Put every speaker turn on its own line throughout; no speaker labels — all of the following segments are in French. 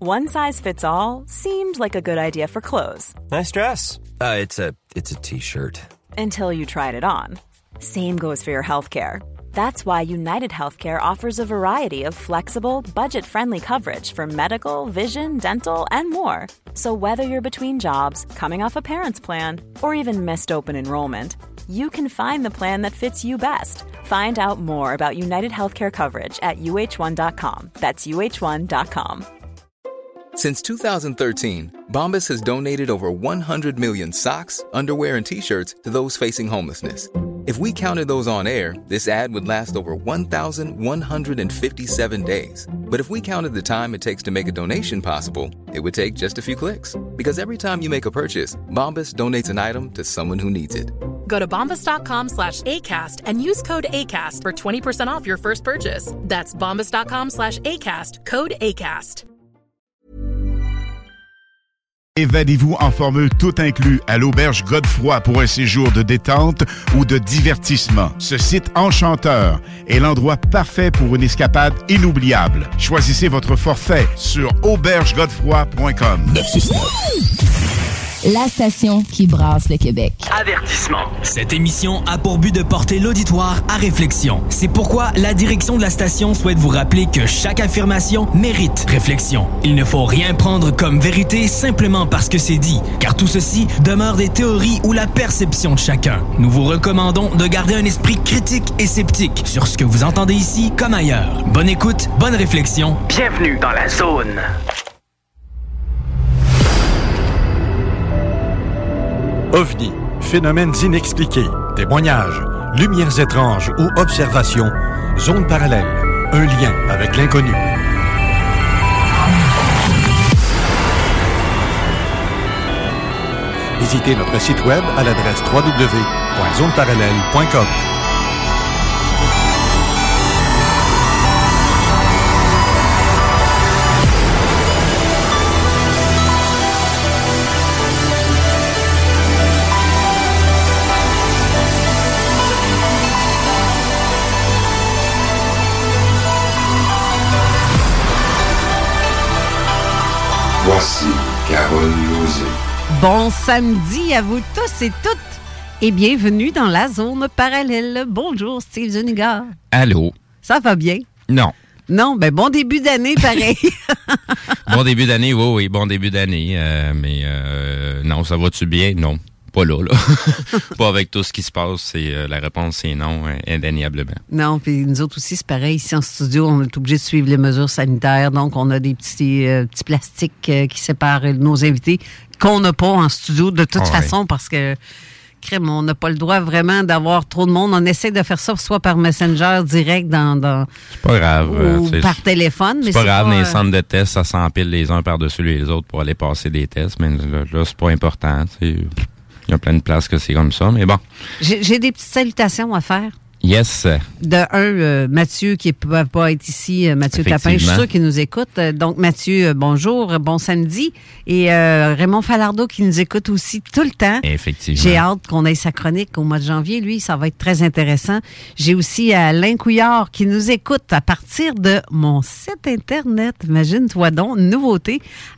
One size fits all seemed like a good idea for clothes.
Nice dress. It's a t-shirt.
Until you tried it on. Same goes for your healthcare. That's why United Healthcare offers a variety of flexible, budget-friendly coverage for medical, vision, dental, and more. So whether you're between jobs, coming off a parent's plan, or even missed open enrollment, you can find the plan that fits you best. Find out more about United Healthcare coverage at uh1.com. That's uh1.com.
Since 2013, Bombas has donated over 100 million socks, underwear, and T-shirts to those facing homelessness. If we counted those on air, this ad would last over 1,157 days. But if we counted the time it takes to make a donation possible, it would take just a few clicks. Because every time you make a purchase, Bombas donates an item to someone who needs it.
Go to bombas.com/ACAST and use code ACAST for 20% off your first purchase. That's bombas.com/ACAST, code ACAST.
Évadez-vous en formule tout inclus à l'Auberge Godefroy pour un séjour de détente ou de divertissement. Ce site enchanteur est l'endroit parfait pour une escapade inoubliable. Choisissez votre forfait sur aubergegodefroy.com.
969. La station qui brasse le Québec.
Avertissement. Cette émission a pour but de porter l'auditoire à réflexion. C'est pourquoi la direction de la station souhaite vous rappeler que chaque affirmation mérite réflexion. Il ne faut rien prendre comme vérité simplement parce que c'est dit, car tout ceci demeure des théories ou la perception de chacun. Nous vous recommandons de garder un esprit critique et sceptique sur ce que vous entendez ici comme ailleurs. Bonne écoute, bonne réflexion. Bienvenue dans la zone.
OVNI, phénomènes inexpliqués, témoignages, lumières étranges ou observations, zone parallèle, un lien avec l'inconnu. Visitez notre site web à l'adresse www.zoneparallèle.com.
Voici Carole Lauzé.
Bon samedi à vous tous et toutes et bienvenue dans la zone parallèle. Bonjour Steve Zuniga.
Allô.
Ça va bien?
Non.
Non, ben bon début d'année pareil.
Bon début d'année, oui, bon début d'année. Mais non, ça va-tu bien? Non. Pas là. Pas avec tout ce qui se passe. La réponse, c'est non, indéniablement.
Non, puis nous autres aussi, c'est pareil. Ici en studio, on est obligé de suivre les mesures sanitaires. Donc, on a des petits plastiques qui séparent nos invités qu'on n'a pas en studio de toute façon parce que, crème, on n'a pas le droit vraiment d'avoir trop de monde. On essaie de faire ça soit par Messenger direct dans
c'est pas grave.
Ou par téléphone.
C'est pas grave, les centres de tests, ça s'empile les uns par-dessus les autres pour aller passer des tests. Mais là c'est pas important, il y a plein de places que c'est comme ça, mais bon.
J'ai des petites salutations à faire.
Yes.
Mathieu qui ne peut pas être ici, Mathieu Tapin, je suis sûr qu'il nous écoute. Donc, Mathieu, bonjour, bon samedi. Et Raymond Falardeau qui nous écoute aussi tout le temps.
Effectivement.
J'ai hâte qu'on ait sa chronique au mois de janvier. Lui, ça va être très intéressant. J'ai aussi Alain Couillard qui nous écoute à partir de mon site Internet. Imagine-toi donc, une nouveauté.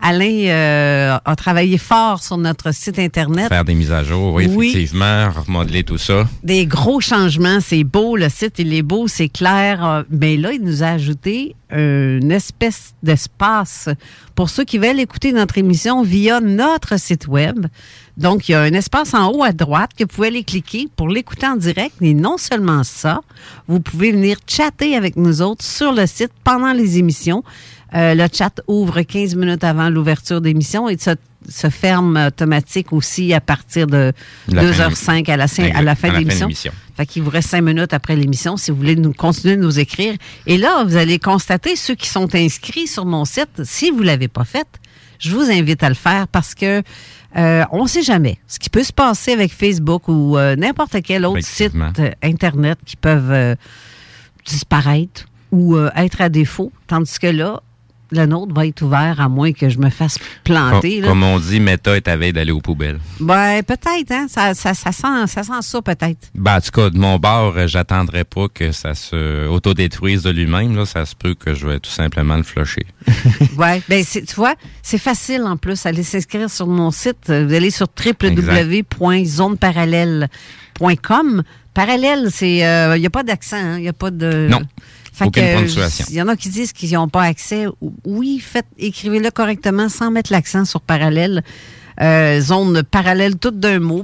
Alain a travaillé fort sur notre site Internet.
Faire des mises à jour, oui, effectivement. Remodeler tout ça.
Des gros changements, c'est beau, le site, il est beau, c'est clair. Mais là, il nous a ajouté une espèce d'espace pour ceux qui veulent écouter notre émission via notre site web. Donc, il y a un espace en haut à droite que vous pouvez aller cliquer pour l'écouter en direct. Et non seulement ça, vous pouvez venir chatter avec nous autres sur le site pendant les émissions. Le chat ouvre 15 minutes avant l'ouverture d'émission et se ferme automatique aussi à partir de 2h05 à la fin de l'émission. Fait qu'il vous reste 5 minutes après l'émission si vous voulez continuer de nous écrire. Et là, vous allez constater ceux qui sont inscrits sur mon site. Si vous ne l'avez pas fait, je vous invite à le faire parce que on ne sait jamais ce qui peut se passer avec Facebook ou n'importe quel autre site Internet qui peuvent disparaître ou être à défaut. Tandis que là, le nôtre va être ouvert à moins que je me fasse planter.
Comme on dit, Meta est à veille d'aller aux poubelles.
Ben, peut-être, hein? Ça sent ça, peut-être.
Ben, en tout cas, de mon bord, j'attendrai pas que ça se autodétruise de lui-même. Là. Ça se peut que je vais tout simplement le flusher.
Oui, ben, tu vois, c'est facile en plus. Allez s'inscrire sur mon site. Vous allez sur www.zoneparallèle.com. Parallèle, c'est... il n'y a pas d'accent, hein? Il n'y a pas de...
Non. Aucune ponctuation.
Il y en a qui disent qu'ils n'ont pas accès. Oui, écrivez-le correctement sans mettre l'accent sur parallèle. Zone parallèle, tout d'un mot,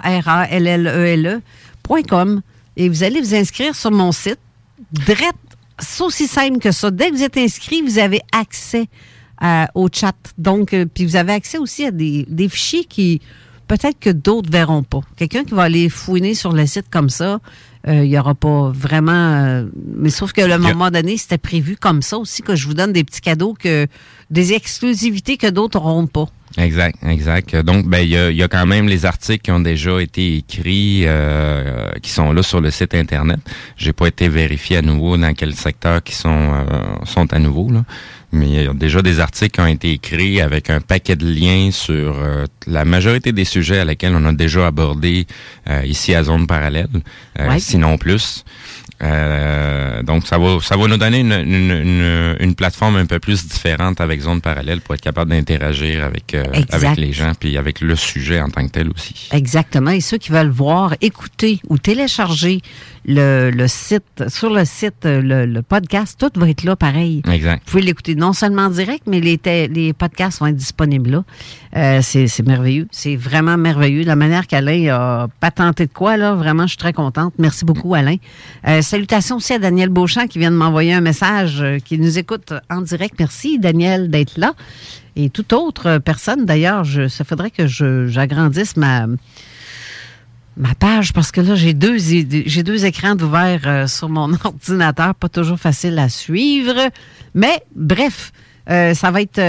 PARALLELE.com. Et vous allez vous inscrire sur mon site. C'est aussi simple que ça. Dès que vous êtes inscrit, vous avez accès au chat. Donc, puis vous avez accès aussi à des fichiers qui, peut-être que d'autres ne verront pas. Quelqu'un qui va aller fouiner sur le site comme ça, il n'y aura pas vraiment... mais sauf que à un moment donné, c'était prévu comme ça aussi, que je vous donne des petits cadeaux, des exclusivités que d'autres n'auront pas.
Exact. Donc, ben, il y a quand même les articles qui ont déjà été écrits, qui sont là sur le site Internet. J'ai pas été vérifié à nouveau dans quel secteur qui sont à nouveau, là. Mais il y a déjà des articles qui ont été écrits avec un paquet de liens sur la majorité des sujets à lesquels on a déjà abordé ici à Zone Parallèle, sinon plus. Donc, ça va nous donner une plateforme un peu plus différente avec Zone Parallèle pour être capable d'interagir avec les gens puis avec le sujet en tant que tel aussi.
Exactement. Et ceux qui veulent voir, écouter ou télécharger le site, sur le site, le podcast, tout va être là pareil.
Exact.
Vous pouvez l'écouter non seulement en direct, mais les podcasts vont être disponibles là. C'est merveilleux. C'est vraiment merveilleux. La manière qu'Alain a patenté de quoi, là, vraiment, je suis très contente. Merci beaucoup, Alain. Salutations aussi à Daniel Beauchamp qui vient de m'envoyer un message, qui nous écoute en direct. Merci, Daniel, d'être là. Et toute autre personne, d'ailleurs, ça faudrait que j'agrandisse ma page, parce que là, j'ai deux écrans ouverts sur mon ordinateur, pas toujours facile à suivre. Mais, bref, ça va être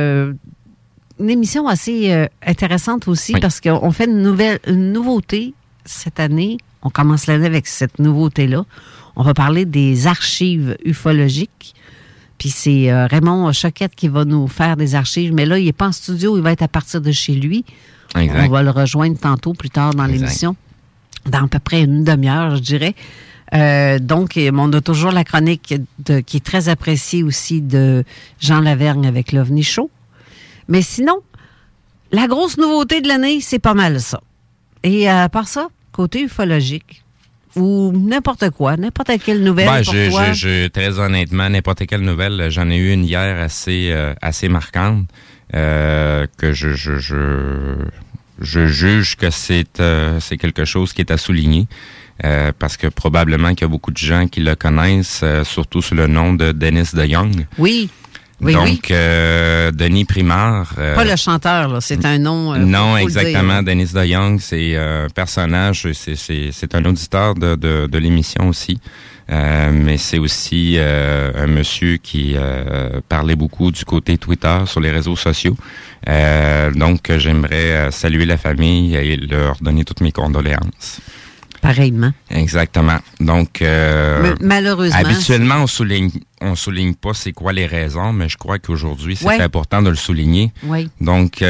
une émission assez intéressante aussi, parce qu'on fait une nouveauté cette année. On commence l'année avec cette nouveauté-là. On va parler des archives ufologiques. Puis c'est Raymond Choquette qui va nous faire des archives. Mais là, il n'est pas en studio, il va être à partir de chez lui.
Exact.
On va le rejoindre tantôt, plus tard dans l'émission. Dans à peu près une demi-heure, je dirais. Donc, on a toujours la chronique qui est très appréciée aussi de Jean Lavergne avec l'OVNI Show. Mais sinon, la grosse nouveauté de l'année, c'est pas mal ça. Et à part ça, côté ufologique, ou n'importe quoi, n'importe quelle nouvelle pour toi?
Très honnêtement, n'importe quelle nouvelle. J'en ai eu une hier assez marquante, que je juge que c'est quelque chose qui est à souligner, parce que probablement qu'il y a beaucoup de gens qui le connaissent, surtout sous le nom de Dennis DeYoung.
Oui.
Donc, Denis Primard.
Pas le chanteur, là. C'est un nom.
Non, exactement. Dennis DeYoung, c'est un personnage. C'est un auditeur de l'émission aussi. Mais c'est aussi un monsieur qui parlait beaucoup du côté Twitter sur les réseaux sociaux. Donc, j'aimerais saluer la famille et leur donner toutes mes condoléances.
Pareillement.
Exactement. Donc,
malheureusement,
habituellement, on souligne pas c'est quoi les raisons, mais je crois qu'aujourd'hui, c'est important de le souligner.
Oui.
Donc,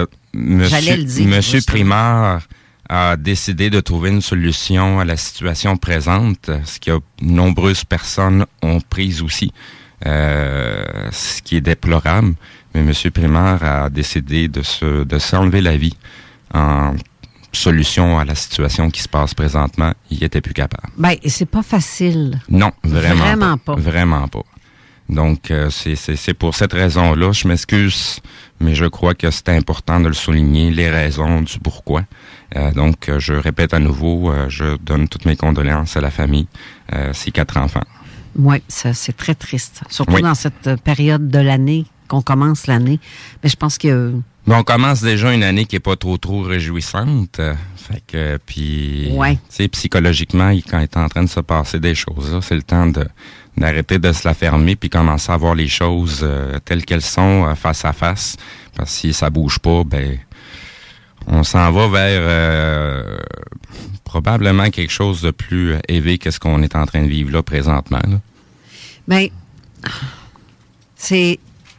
Monsieur Primard a décidé de trouver une solution à la situation présente, ce que nombreuses personnes ont pris aussi, ce qui est déplorable. Mais Monsieur Primard a décidé de s'enlever la vie en solution à la situation qui se passe présentement. Il était plus capable.
Ben, c'est pas facile.
Non, vraiment pas. Vraiment pas. Donc, c'est pour cette raison-là. Je m'excuse, mais je crois que c'est important de le souligner, les raisons du pourquoi. Donc, je répète à nouveau, je donne toutes mes condoléances à la famille, ses 4 enfants.
Oui, ça, c'est très triste. Surtout dans cette période de l'année, qu'on commence l'année. Mais je pense que...
Mais on commence déjà une année qui est pas trop réjouissante. Fait que, puis, tu sais, psychologiquement, quand il est en train de se passer des choses, là, c'est le temps d'arrêter de se la fermer puis commencer à voir les choses telles qu'elles sont, face à face. Parce que si ça bouge pas, ben, on s'en va vers probablement quelque chose de plus élevé que ce qu'on est en train de vivre là présentement. Là.
Ben, c'est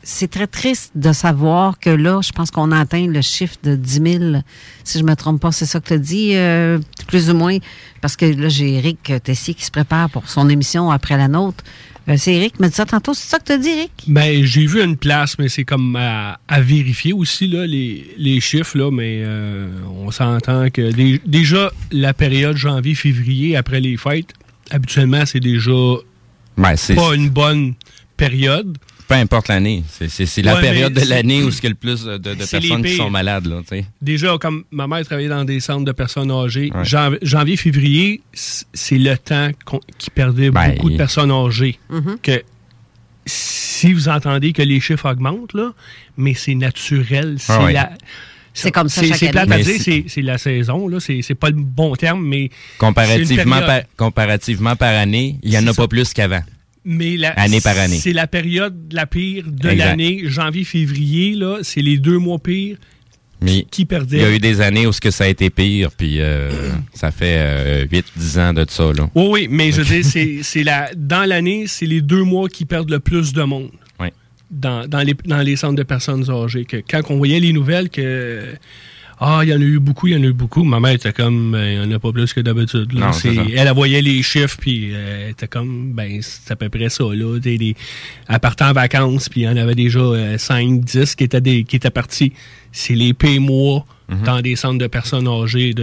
c'est très triste de savoir que là, je pense qu'on a atteint le chiffre de 10 000. Si je ne me trompe pas, c'est ça que tu as dit, plus ou moins. Parce que là, j'ai Éric Tessier qui se prépare pour son émission après la nôtre. C'est Éric qui m'a dit ça tantôt. C'est ça que tu as dit, Éric?
Ben, j'ai vu une place, mais c'est comme à vérifier aussi, là, les chiffres, là, mais on s'entend que déjà, la période janvier-février, après les fêtes, habituellement, c'est déjà pas une bonne période.
Peu importe l'année. C'est la période de l'année où il y a le plus de personnes qui sont malades. Là, t'sais.
Déjà, comme ma mère travaillait dans des centres de personnes âgées, janvier-février, c'est le temps qui perdait beaucoup de personnes âgées. Que si vous entendez que les chiffres augmentent, là, mais c'est naturel.
C'est comme ça chaque année.
C'est plate à dire, c'est la saison, là. C'est pas le bon terme, mais
comparativement par année, il n'y en a pas plus qu'avant.
Mais
année par année.
C'est la période la pire de l'année. Janvier-février, là, c'est les 2 mois pires qui perdaient.
Il y a eu des années où ça a été pire, puis ça fait 8-10 ans de ça. Là.
Oui, mais je veux dire, dans l'année, c'est les 2 mois qui perdent le plus de monde.
Oui.
Dans les centres de personnes âgées. Que quand on voyait les nouvelles que... il y en a eu beaucoup. Ma mère était comme, il n'y en a pas plus que d'habitude. Là. Elle voyait les chiffres, puis elle était comme, c'est à peu près ça. Là. Elle partait en vacances, puis il y en avait déjà 5-10 qui étaient partis. C'est les pires mois dans des centres de personnes âgées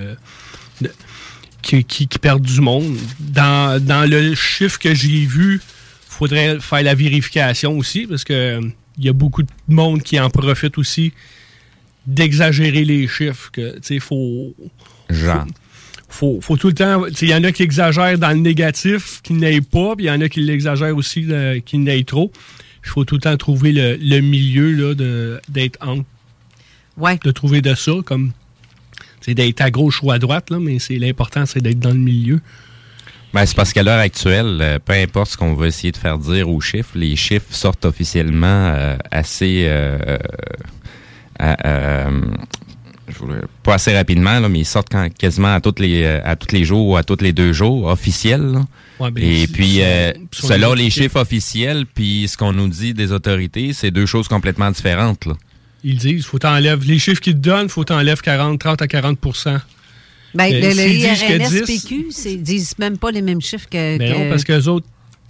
qui perdent du monde. Dans le chiffre que j'ai vu, il faudrait faire la vérification aussi, parce que il y a beaucoup de monde qui en profite aussi d'exagérer les chiffres. Faut tout le temps... Il y en a qui exagèrent dans le négatif, qui n'aillent pas, puis il y en a qui l'exagèrent aussi, qui n'aillent trop. Il faut tout le temps trouver le milieu là, d'être entre.
Ouais.
De trouver de ça, comme... C'est d'être à gauche ou à droite, là, mais l'important, c'est d'être dans le milieu.
C'est parce qu'à l'heure actuelle, peu importe ce qu'on va essayer de faire dire aux chiffres, les chiffres sortent officiellement assez... pas assez rapidement, là, mais ils sortent quasiment à tous les jours ou à tous les 2 jours, officiels. Et puis, selon les chiffres officiels, puis ce qu'on nous dit des autorités, c'est 2 choses complètement différentes. Là.
Ils disent, faut t'enlèves les chiffres qu'ils te donnent, faut t'enlèves 30 à 40%.
Le IRNSPQ, ils disent même pas les mêmes chiffres que...
Non, parce qu'eux autres,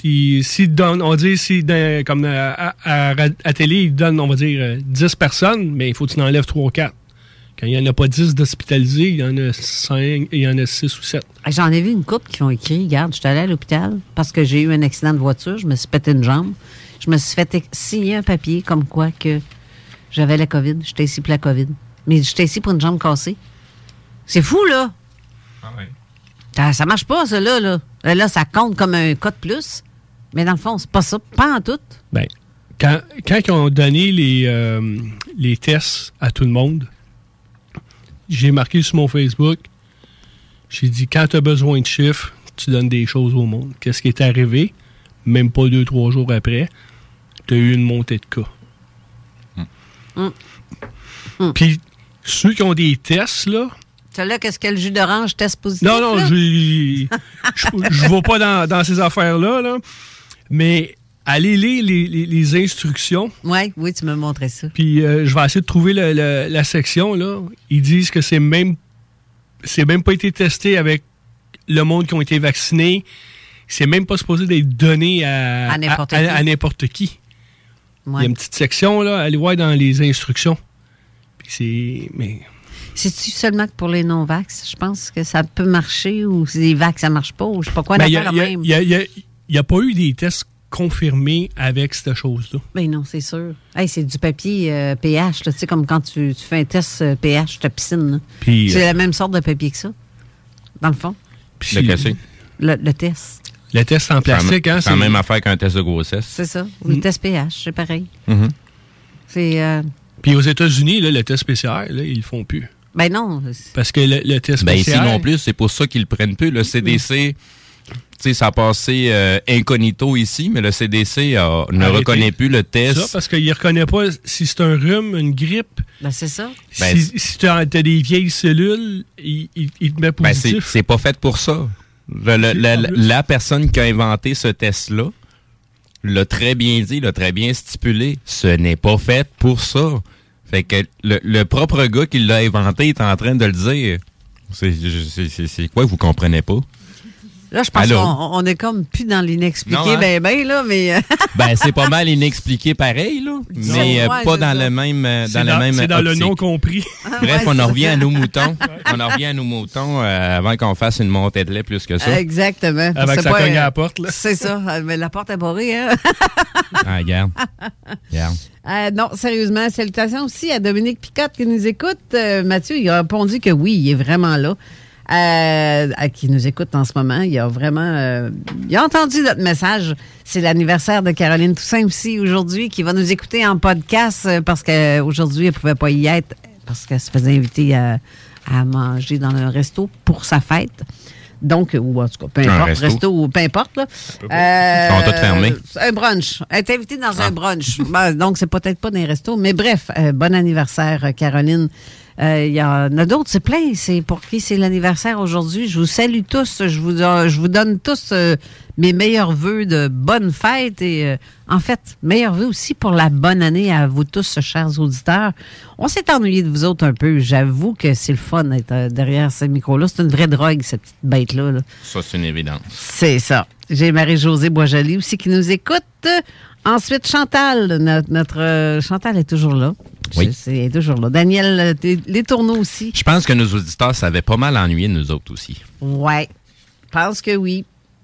comme à télé, ils donnent, on va dire, 10 personnes, mais il faut que tu en enlèves 3 ou 4. Quand il n'y en a pas 10 d'hospitalisés, il y en a 5, il y en a 6 ou 7.
J'en ai vu une couple qui ont écrit, regarde, je suis allée à l'hôpital parce que j'ai eu un accident de voiture, je me suis pété une jambe. Je me suis fait signer un papier comme quoi que j'avais la COVID. J'étais ici pour la COVID. Mais j'étais ici pour une jambe cassée. C'est fou, là.
Ah ouais.
Ça marche pas, ça, là. Là, ça compte comme un cas de plus. Mais dans le fond, c'est pas ça. Pas en tout.
Quand ils ont donné les tests à tout le monde, j'ai marqué sur mon Facebook, j'ai dit, quand tu as besoin de chiffres, tu donnes des choses au monde. Qu'est-ce qui est arrivé? Même pas 2-3 jours après, tu as eu une montée de cas. Puis, ceux qui ont des tests, là...
Celle-là, qu'est-ce que le jus d'orange test positif?
Non, je ne vais pas dans ces affaires-là, là. Mais allez lire les instructions.
Oui, tu m'as montré ça.
Puis je vais essayer de trouver la section, là. Ils disent que c'est même pas été testé avec le monde qui ont été vaccinés. C'est même pas supposé d'être donné à n'importe qui. Ouais. Il y a une petite section, là, allez voir dans les instructions. Puis
c'est-tu seulement que pour les non-vax? Je pense que ça peut marcher, ou si les vax, ça marche pas, ou je sais pas quoi.
Il n'y a pas eu des tests confirmés avec cette chose-là.
Ben non, c'est sûr. Hey, c'est du papier pH, tu sais, comme quand tu fais un test pH de ta piscine. C'est la même sorte de papier que ça, dans le fond.
Le cassé.
Le test.
Le test en plastique,
c'est la même affaire qu'un test de grossesse.
C'est ça. Le test pH, c'est pareil.
Mm-hmm.
Puis aux États-Unis, là, le test PCR, là, ils le font plus.
Ben non.
Parce que le test PCR...
ici non plus, c'est pour ça qu'ils le prennent plus. Le CDC, ça a passé incognito ici, mais le CDC ne reconnaît plus le test.
Ça, parce qu'il ne reconnaît pas si c'est un rhume, une grippe.
Ben c'est ça.
Si tu as des vieilles cellules, il te met positif.
C'est pas fait pour ça. La personne qui a inventé ce test-là l'a très bien dit, l'a très bien stipulé. Ce n'est pas fait pour ça. Fait que le propre gars qui l'a inventé est en train de le dire. C'est quoi, vous comprenez pas?
Là, je pense qu'on est comme plus dans l'inexpliqué, là, mais...
Ben, c'est pas mal inexpliqué pareil, là, mais pas dans le même
c'est dans le non compris.
Bref, on en revient à nos moutons. On en revient à nos moutons avant qu'on fasse une montée de lait plus que ça.
Exactement.
Avant que ça cogne à la porte, là.
C'est ça, mais la porte est barrée, hein?
Ah, regarde.
Non, sérieusement, salutations aussi à Dominique Picotte qui nous écoute. Mathieu, il a répondu que oui, il est vraiment là. Qui nous écoute en ce moment. Il a vraiment... il a entendu notre message. C'est l'anniversaire de Caroline Toussaint aussi aujourd'hui, qui va nous écouter en podcast parce qu'aujourd'hui, elle ne pouvait pas y être parce qu'elle se faisait inviter à manger dans un resto pour sa fête. Donc, ou en tout cas, peu importe, resto ou peu importe. Là.
Ils sont tous fermés.
Un brunch. Elle est invitée dans un brunch. Donc, c'est peut-être pas dans un resto, mais bref, bon anniversaire, Caroline. Il y en a d'autres, c'est plein. C'est pour qui c'est l'anniversaire aujourd'hui. Je vous salue tous. Je vous donne tous mes meilleurs vœux de bonne fête et en fait, meilleurs vœux aussi pour la bonne année à vous tous, chers auditeurs. On s'est ennuyé de vous autres un peu. J'avoue que c'est le fun d'être derrière ce micro-là. C'est une vraie drogue, cette petite bête-là. Là.
Ça, c'est une évidence.
C'est ça. J'ai Marie-Josée Boisjoli aussi qui nous écoute. Ensuite, Chantal. Notre Chantal est toujours là.
Oui.
C'est toujours là. Daniel Les Tourneaux aussi.
Je pense que nos auditeurs savaient pas mal ennuyer nous autres aussi.
Ouais. Pense que oui.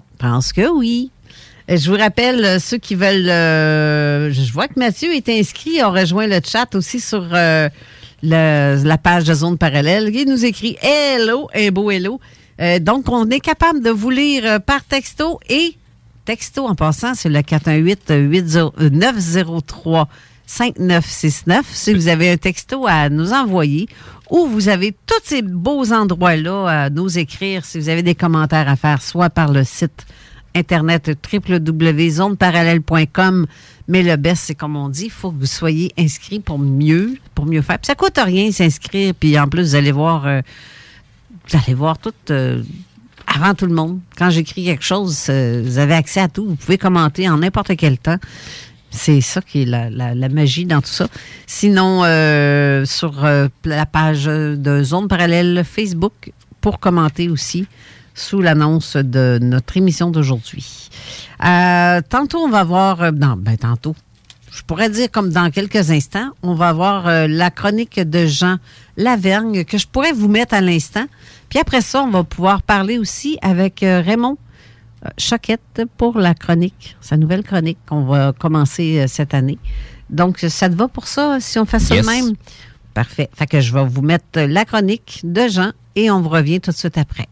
Je vous rappelle, ceux qui veulent... je vois que Mathieu est inscrit. On rejoint le chat aussi sur la page de Zone Parallèle. Il nous écrit « Hello », un beau « hello ». Donc, on est capable de vous lire par texto et texto en passant, c'est le 418-903-5969. Si vous avez un texto à nous envoyer ou vous avez tous ces beaux endroits-là à nous écrire, si vous avez des commentaires à faire, soit par le site Internet www.zoneparallèle.com. Mais le best, c'est comme on dit, il faut que vous soyez inscrits pour mieux faire. Puis ça coûte rien s'inscrire, puis en plus, vous allez voir tout... avant tout le monde. Quand j'écris quelque chose, vous avez accès à tout. Vous pouvez commenter en n'importe quel temps. C'est ça qui est la magie dans tout ça. Sinon, sur la page de Zone Parallèle Facebook, pour commenter aussi sous l'annonce de notre émission d'aujourd'hui. Tantôt, on va voir... tantôt. Je pourrais dire comme dans quelques instants, on va avoir la chronique de Jean Lavergne que je pourrais vous mettre à l'instant. Puis après ça, on va pouvoir parler aussi avec Raymond Choquette pour la chronique, sa nouvelle chronique qu'on va commencer cette année. Donc, ça te va pour ça, si on fait ça de même? Parfait. Fait que je vais vous mettre la chronique de Jean et on vous revient tout de suite après.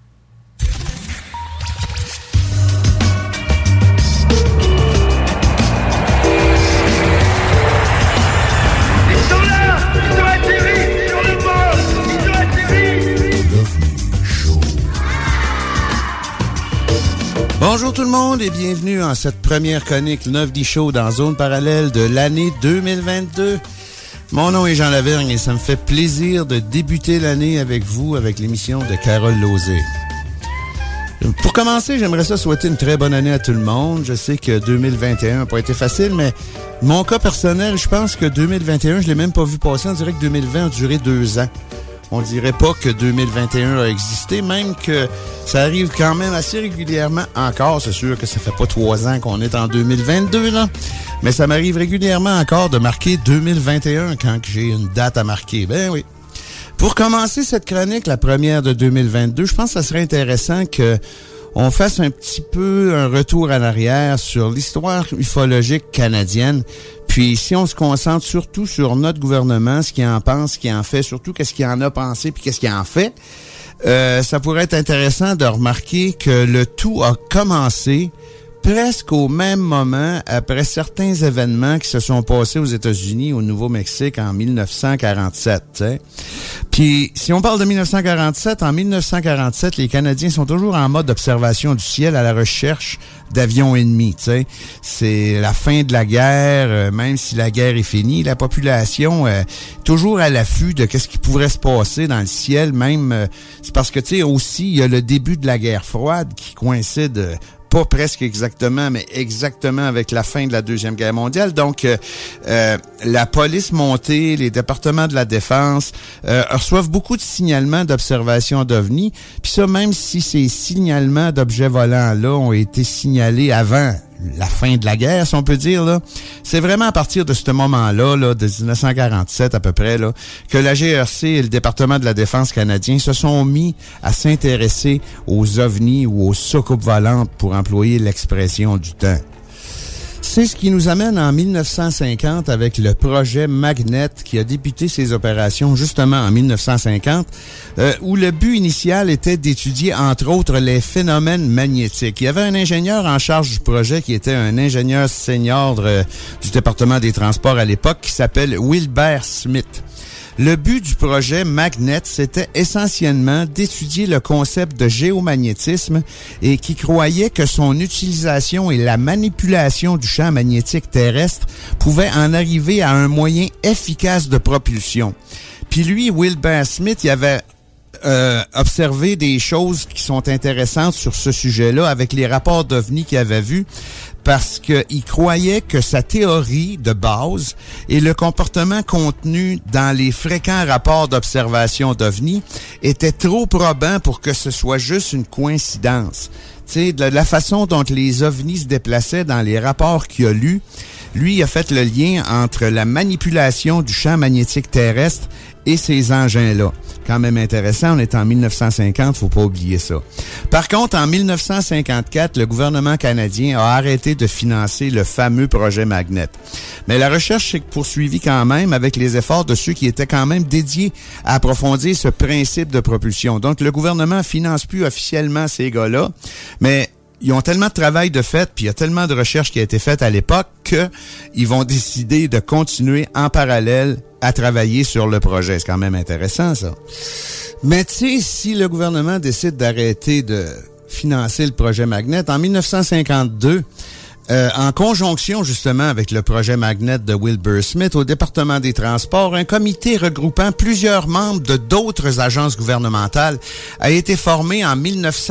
Bonjour tout le monde et bienvenue en cette première chronique 9D Show dans Zone Parallèle de l'année 2022. Mon nom est Jean Lavergne et ça me fait plaisir de débuter l'année avec vous, avec l'émission de Carole Lauzé. Pour commencer, j'aimerais souhaiter une très bonne année à tout le monde. Je sais que 2021 n'a pas été facile, mais mon cas personnel, je pense que 2021, je l'ai même pas vu passer. On dirait que 2020 a duré 2 ans. On dirait pas que 2021 a existé, même que ça arrive quand même assez régulièrement encore. C'est sûr que ça fait pas 3 ans qu'on est en 2022, là. Mais ça m'arrive régulièrement encore de marquer 2021 quand j'ai une date à marquer. Ben oui. Pour commencer cette chronique, la première de 2022, je pense que ça serait intéressant que on fasse un petit peu un retour en arrière sur l'histoire ufologique canadienne. Puis si on se concentre surtout sur notre gouvernement, ce qu'il en pense, ce qu'il en fait, surtout qu'est-ce qu'il en a pensé puis qu'est-ce qu'il en fait, ça pourrait être intéressant de remarquer que le tout a commencé presque au même moment après certains événements qui se sont passés aux États-Unis, au Nouveau-Mexique en 1947. T'sais. Puis, si on parle de 1947, en 1947, les Canadiens sont toujours en mode d'observation du ciel à la recherche d'avions ennemis. T'sais. C'est la fin de la guerre, même si la guerre est finie, la population toujours à l'affût de qu'est-ce qui pourrait se passer dans le ciel. Même, c'est parce que tu sais aussi, il y a le début de la guerre froide qui coïncide pas presque exactement, mais exactement avec la fin de la Deuxième Guerre mondiale. Donc, la police montée, les départements de la défense reçoivent beaucoup de signalements d'observation d'OVNI. Puis ça, même si ces signalements d'objets volants-là ont été signalés avant la fin de la guerre, si on peut dire, là, c'est vraiment à partir de ce moment-là, là, de 1947 à peu près, là, que la GRC et le département de la défense canadien se sont mis à s'intéresser aux ovnis ou aux soucoupes volantes, pour employer l'expression du temps. C'est ce qui nous amène en 1950 avec le projet Magnet qui a débuté ses opérations justement en 1950, où le but initial était d'étudier entre autres les phénomènes magnétiques. Il y avait un ingénieur en charge du projet qui était un ingénieur senior du département des transports à l'époque qui s'appelle Wilbur Smith. Le but du projet Magnet, c'était essentiellement d'étudier le concept de géomagnétisme et qui croyait que son utilisation et la manipulation du champ magnétique terrestre pouvaient en arriver à un moyen efficace de propulsion. Puis lui, Wilbur Smith, il avait observé des choses qui sont intéressantes sur ce sujet-là avec les rapports d'OVNI qu'il avait vus, parce qu'il croyait que sa théorie de base et le comportement contenu dans les fréquents rapports d'observation d'OVNI étaient trop probants pour que ce soit juste une coïncidence. Tu sais, de la façon dont les ovnis se déplaçaient dans les rapports qu'il a lus, lui, il a fait le lien entre la manipulation du champ magnétique terrestre et ces engins-là. Quand même intéressant, on est en 1950, faut pas oublier ça. Par contre, en 1954, le gouvernement canadien a arrêté de financer le fameux projet Magnet. Mais la recherche s'est poursuivie quand même avec les efforts de ceux qui étaient quand même dédiés à approfondir ce principe de propulsion. Donc, le gouvernement finance plus officiellement ces gars-là, mais ils ont tellement de travail de fait, puis il y a tellement de recherches qui a été faite à l'époque qu'ils vont décider de continuer en parallèle à travailler sur le projet. C'est quand même intéressant, ça. Mais tu sais, si le gouvernement décide d'arrêter de financer le projet Magnet, en 1952, en conjonction justement avec le projet Magnet de Wilbur Smith au département des transports, un comité regroupant plusieurs membres de d'autres agences gouvernementales a été formé en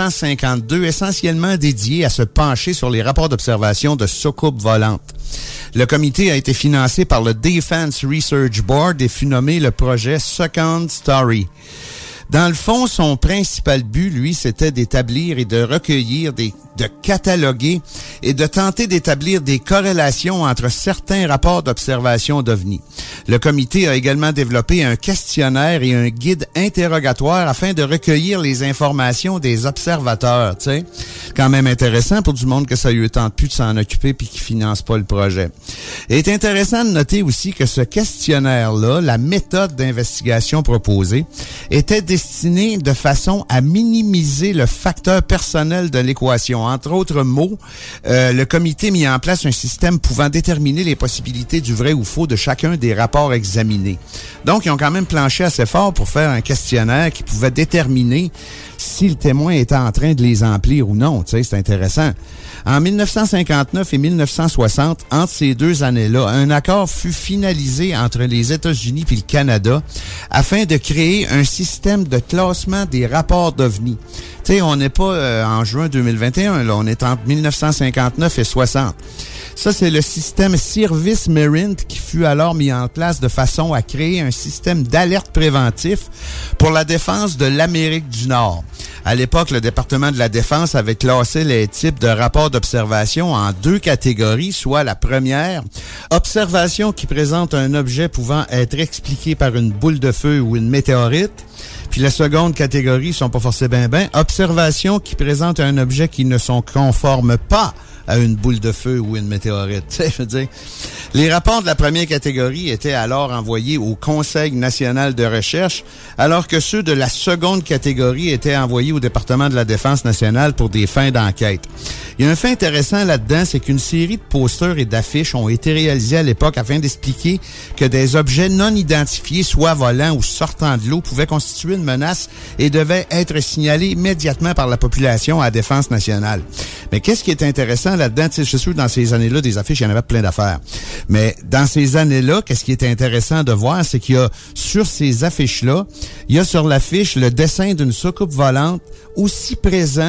1952, essentiellement dédié à se pencher sur les rapports d'observation de soucoupes volantes. Le comité a été financé par le Defense Research Board et fut nommé le projet Second Story. Dans le fond, son principal but, lui, c'était d'établir et de recueillir de cataloguer et de tenter d'établir des corrélations entre certains rapports d'observation d'OVNI. Le comité a également développé un questionnaire et un guide interrogatoire afin de recueillir les informations des observateurs, tu sais. Quand même intéressant pour du monde que ça lui tente plus de s'en occuper puis qui finance pas le projet. Il est intéressant de noter aussi que ce questionnaire-là, la méthode d'investigation proposée, était destinée de façon à minimiser le facteur personnel de l'équation. Entre autres mots, le comité mit en place un système pouvant déterminer les possibilités du vrai ou faux de chacun des rapports examinés. Donc, ils ont quand même planché assez fort pour faire un questionnaire qui pouvait déterminer si le témoin était en train de les emplir ou non. Tu sais, c'est intéressant. En 1959 et 1960, entre ces deux années-là, un accord fut finalisé entre les États-Unis et le Canada afin de créer un système de classement des rapports d'OVNI. Tu sais, on n'est pas en juin 2021, là, on est entre 1959 et 60. Ça, c'est le système Service Marine qui fut alors mis en place de façon à créer un système d'alerte préventif pour la défense de l'Amérique du Nord. À l'époque, le département de la Défense avait classé les types de rapports d'observation en deux catégories, soit la première, observation qui présente un objet pouvant être expliqué par une boule de feu ou une météorite. Puis la seconde catégorie, ils sont pas forcément bien, observation qui présente un objet qui ne sont conforme pas à une boule de feu ou une météorite. Tu sais, je veux dire, les rapports de la première catégorie étaient alors envoyés au Conseil national de recherche, alors que ceux de la seconde catégorie étaient envoyés au département de la Défense nationale pour des fins d'enquête. Il y a un fait intéressant là-dedans, c'est qu'une série de posters et d'affiches ont été réalisés à l'époque afin d'expliquer que des objets non identifiés, soit volants ou sortant de l'eau, pouvaient constituer une menace et devaient être signalés immédiatement par la population à la Défense nationale. Mais qu'est-ce qui est intéressant là-dedans? Je suis sûr que dans ces années-là, des affiches, il y en avait plein d'affaires. Mais dans ces années-là, qu'est-ce qui est intéressant de voir, c'est qu'il y a sur ces affiches-là, il y a sur l'affiche le dessin d'une soucoupe volante aussi présent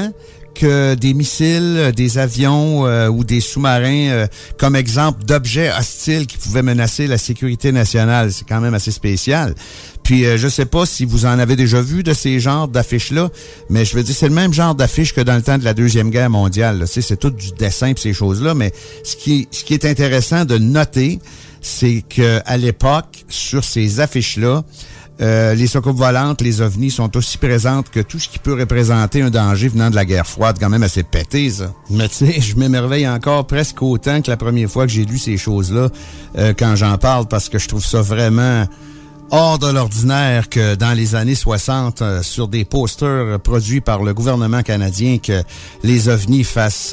que des missiles, des avions ou des sous-marins comme exemple d'objets hostiles qui pouvaient menacer la sécurité nationale. C'est quand même assez spécial. Puis je sais pas si vous en avez déjà vu de ces genres d'affiches-là, mais je veux dire, c'est le même genre d'affiches que dans le temps de la Deuxième Guerre mondiale. Tu sais, c'est tout du dessin pis ces choses-là, mais ce qui est intéressant de noter, c'est que à l'époque, sur ces affiches-là, les soucoupes volantes, les ovnis sont aussi présentes que tout ce qui peut représenter un danger venant de la guerre froide. Quand même assez pété, ça. Mais tu sais, je m'émerveille encore presque autant que la première fois que j'ai lu ces choses-là quand j'en parle, parce que je trouve ça vraiment hors de l'ordinaire que dans les années 60, sur des posters produits par le gouvernement canadien, que les ovnis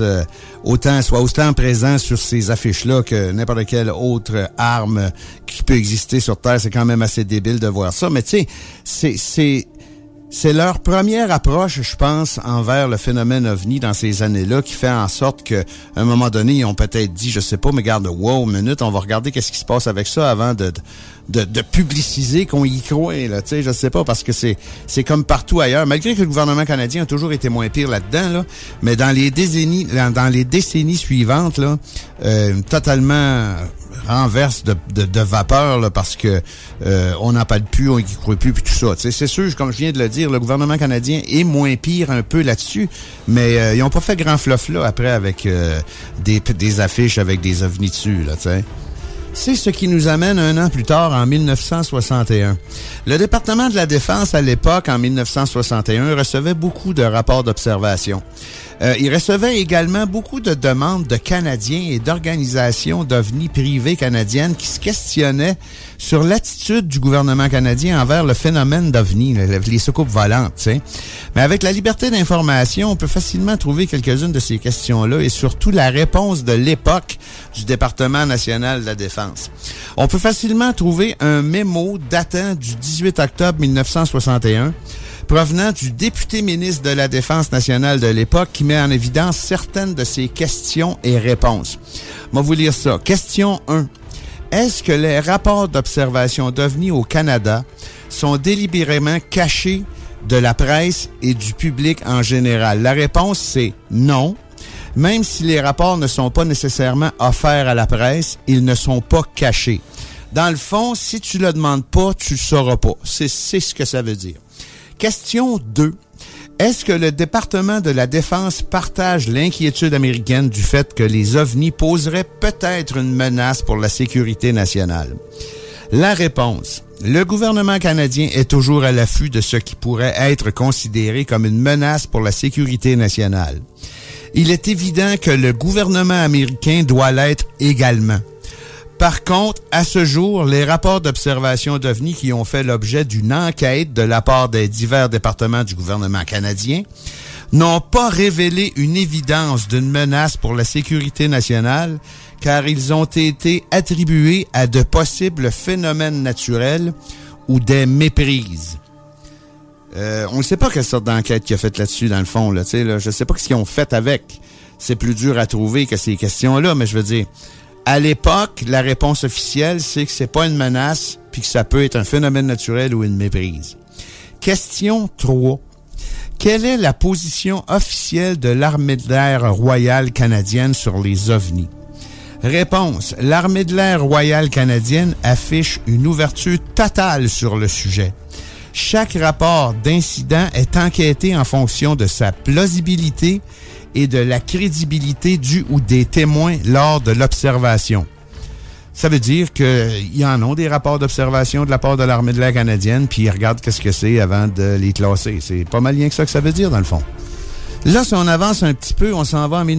soient autant présents sur ces affiches-là que n'importe quelle autre arme qui peut exister sur Terre. C'est quand même assez débile de voir ça. Mais tu sais, c'est leur première approche, je pense, envers le phénomène ovni dans ces années-là qui fait en sorte que, à un moment donné, ils ont peut-être dit, je sais pas, mais garde, wow, minute, on va regarder qu'est-ce qui se passe avec ça avant de publiciser qu'on y croit, là, tu sais, je sais pas, parce que c'est comme partout ailleurs, malgré que le gouvernement canadien a toujours été moins pire là-dedans, là, mais dans les décennies suivantes, là, totalement renverse de vapeur, là, parce que on n'en parle plus, on y croit plus, puis tout ça. Tu sais, c'est sûr, comme je viens de le dire, le gouvernement canadien est moins pire un peu là-dessus, mais ils ont pas fait grand fluff là après avec des affiches avec des ovnis dessus, là, tu sais. C'est ce qui nous amène un an plus tard, en 1961. Le département de la Défense, à l'époque, en 1961, recevait beaucoup de rapports d'observation. Il recevait également beaucoup de demandes de Canadiens et d'organisations d'ovnis privées canadiennes qui se questionnaient sur l'attitude du gouvernement canadien envers le phénomène d'ovnis, les soucoupes volantes, tu sais. Mais avec la liberté d'information, on peut facilement trouver quelques-unes de ces questions-là et surtout la réponse de l'époque du département national de la Défense. On peut facilement trouver un mémo datant du 18 octobre 1961 provenant du député ministre de la Défense nationale de l'époque qui met en évidence certaines de ces questions et réponses. On va vous lire ça. Question 1. Est-ce que les rapports d'observation d'OVNI au Canada sont délibérément cachés de la presse et du public en général? La réponse, c'est non. Même si les rapports ne sont pas nécessairement offerts à la presse, ils ne sont pas cachés. Dans le fond, si tu le demandes pas, tu le sauras pas. C'est ce que ça veut dire. Question 2. Est-ce que le département de la Défense partage l'inquiétude américaine du fait que les ovnis poseraient peut-être une menace pour la sécurité nationale? La réponse. Le gouvernement canadien est toujours à l'affût de ce qui pourrait être considéré comme une menace pour la sécurité nationale. Il est évident que le gouvernement américain doit l'être également. Par contre, à ce jour, les rapports d'observation d'OVNI qui ont fait l'objet d'une enquête de la part des divers départements du gouvernement canadien n'ont pas révélé une évidence d'une menace pour la sécurité nationale, car ils ont été attribués à de possibles phénomènes naturels ou des méprises. On ne sait pas quelle sorte d'enquête qu'il a fait là-dessus, dans le fond. Là, là, je ne sais pas ce qu'ils ont fait avec. C'est plus dur à trouver que ces questions-là, mais je veux dire... À l'époque, la réponse officielle, c'est que c'est pas une menace puis que ça peut être un phénomène naturel ou une méprise. Question 3. Quelle est la position officielle de l'Armée de l'air royale canadienne sur les ovnis? Réponse. L'Armée de l'air royale canadienne affiche une ouverture totale sur le sujet. Chaque rapport d'incident est enquêté en fonction de sa plausibilité et de la crédibilité du ou des témoins lors de l'observation. Ça veut dire qu'ils en ont des rapports d'observation de la part de l'Armée de l'air canadienne, puis ils regardent qu'est-ce que c'est avant de les classer. C'est pas mal rien que ça veut dire, dans le fond. Là, si on avance un petit peu, on s'en va en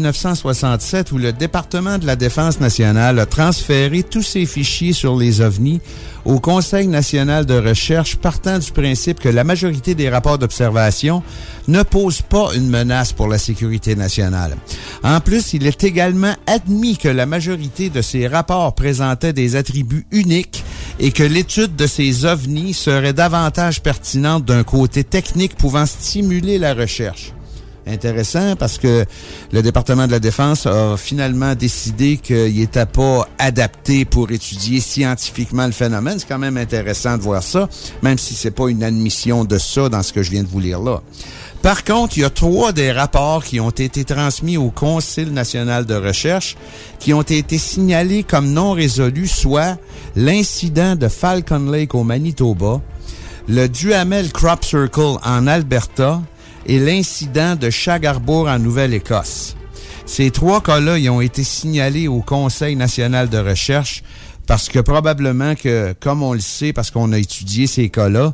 1967, où le département de la Défense nationale a transféré tous ses fichiers sur les ovnis au Conseil national de recherche, partant du principe que la majorité des rapports d'observation ne posent pas une menace pour la sécurité nationale. En plus, il est également admis que la majorité de ces rapports présentaient des attributs uniques et que l'étude de ces ovnis serait davantage pertinente d'un côté technique pouvant stimuler la recherche. Intéressant parce que le département de la Défense a finalement décidé qu'il n'était pas adapté pour étudier scientifiquement le phénomène. C'est quand même intéressant de voir ça, même si c'est pas une admission de ça dans ce que je viens de vous lire là. Par contre, il y a 3 des rapports qui ont été transmis au Conseil national de recherche qui ont été signalés comme non résolus, soit l'incident de Falcon Lake au Manitoba, le Duhamel Crop Circle en Alberta et l'incident de Shag Harbor en Nouvelle-Écosse. Ces 3 cas-là, ils ont été signalés au Conseil national de recherche parce que probablement que, comme on le sait, parce qu'on a étudié ces cas-là,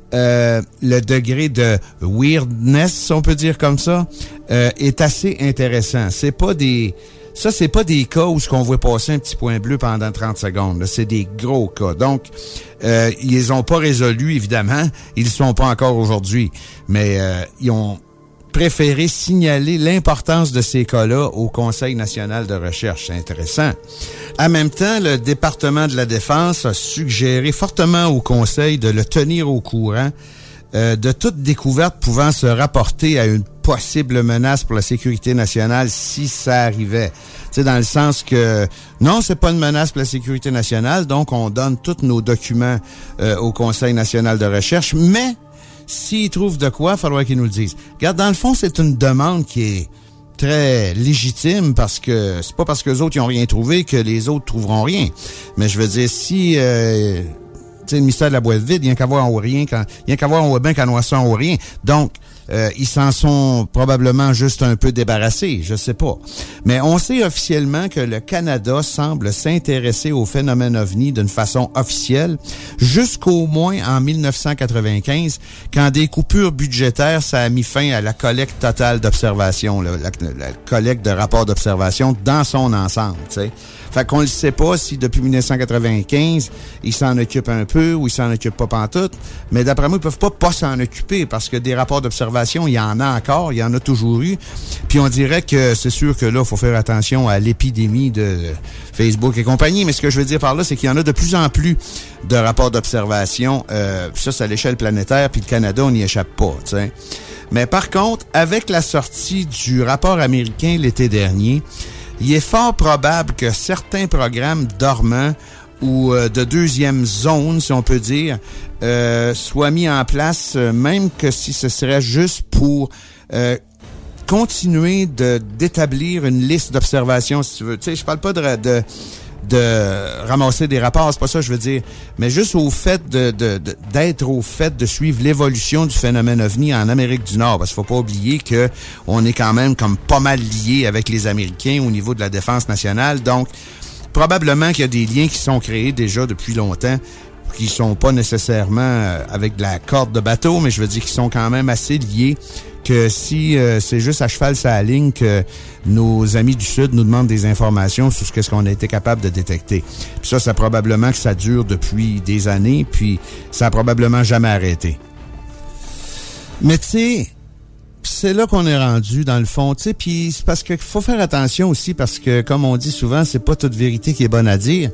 le degré de weirdness, si on peut dire comme ça, est assez intéressant. C'est pas des cas où ce qu'on voit passer un petit point bleu pendant 30 secondes. Là. C'est des gros cas. Donc, ils les ont pas résolus, évidemment. Ils ne sont pas encore aujourd'hui. Mais ils ont préféré signaler l'importance de ces cas-là au Conseil national de recherche. C'est intéressant. En même temps, le département de la Défense a suggéré fortement au Conseil de le tenir au courant de toute découverte pouvant se rapporter à une possible menace pour la sécurité nationale si ça arrivait. Tu sais, dans le sens que non, c'est pas une menace pour la sécurité nationale, donc on donne tous nos documents au Conseil national de recherche, mais s'ils trouvent de quoi, il faudra qu'ils nous le disent. Regarde, dans le fond, c'est une demande qui est très légitime parce que c'est pas parce que les autres ils ont rien trouvé que les autres trouveront rien. Mais je veux dire, si tu sais, le mystère de la boîte vide, il y a qu'à voir en haut rien, il y a qu'à voir en haut bien qu'à noir ça en haut rien. Donc, ils s'en sont probablement juste un peu débarrassés, je sais pas. Mais on sait officiellement que le Canada semble s'intéresser au phénomène OVNI d'une façon officielle jusqu'au moins en 1995, quand des coupures budgétaires, ça a mis fin à la collecte totale d'observation, la collecte de rapports d'observation dans son ensemble, tu sais. Fait qu'on ne sait pas si depuis 1995, ils s'en occupent un peu ou ils s'en occupent pas pantoute, mais d'après moi, ils peuvent pas s'en occuper parce que des rapports d'observation, il y en a encore, il y en a toujours eu. Puis on dirait que c'est sûr que là, il faut faire attention à l'épidémie de Facebook et compagnie, mais ce que je veux dire par là, c'est qu'il y en a de plus en plus de rapports d'observation. Ça, c'est à l'échelle planétaire, puis le Canada, on n'y échappe pas, tu sais. Mais par contre, avec la sortie du rapport américain l'été dernier, il est fort probable que certains programmes dormants ou de deuxième zone, si on peut dire, soient mis en place, même que si ce serait juste pour continuer d'établir une liste d'observations, si tu veux. Tu sais, je parle pas de ramasser des rapports, c'est pas ça que je veux dire, mais juste au fait d'être au fait de suivre l'évolution du phénomène OVNI en Amérique du Nord, parce qu'il faut pas oublier que on est quand même comme pas mal liés avec les Américains au niveau de la défense nationale, donc probablement qu'il y a des liens qui sont créés déjà depuis longtemps, qui sont pas nécessairement avec de la corde de bateau, mais je veux dire qu'ils sont quand même assez liés, que si c'est juste à cheval sur la ligne que nos amis du Sud nous demandent des informations sur ce qu'on a été capable de détecter. Puis ça probablement que ça dure depuis des années, puis ça a probablement jamais arrêté. Mais tu sais, c'est là qu'on est rendu, dans le fond, tu sais, puis c'est parce qu'il faut faire attention aussi, parce que, comme on dit souvent, c'est pas toute vérité qui est bonne à dire.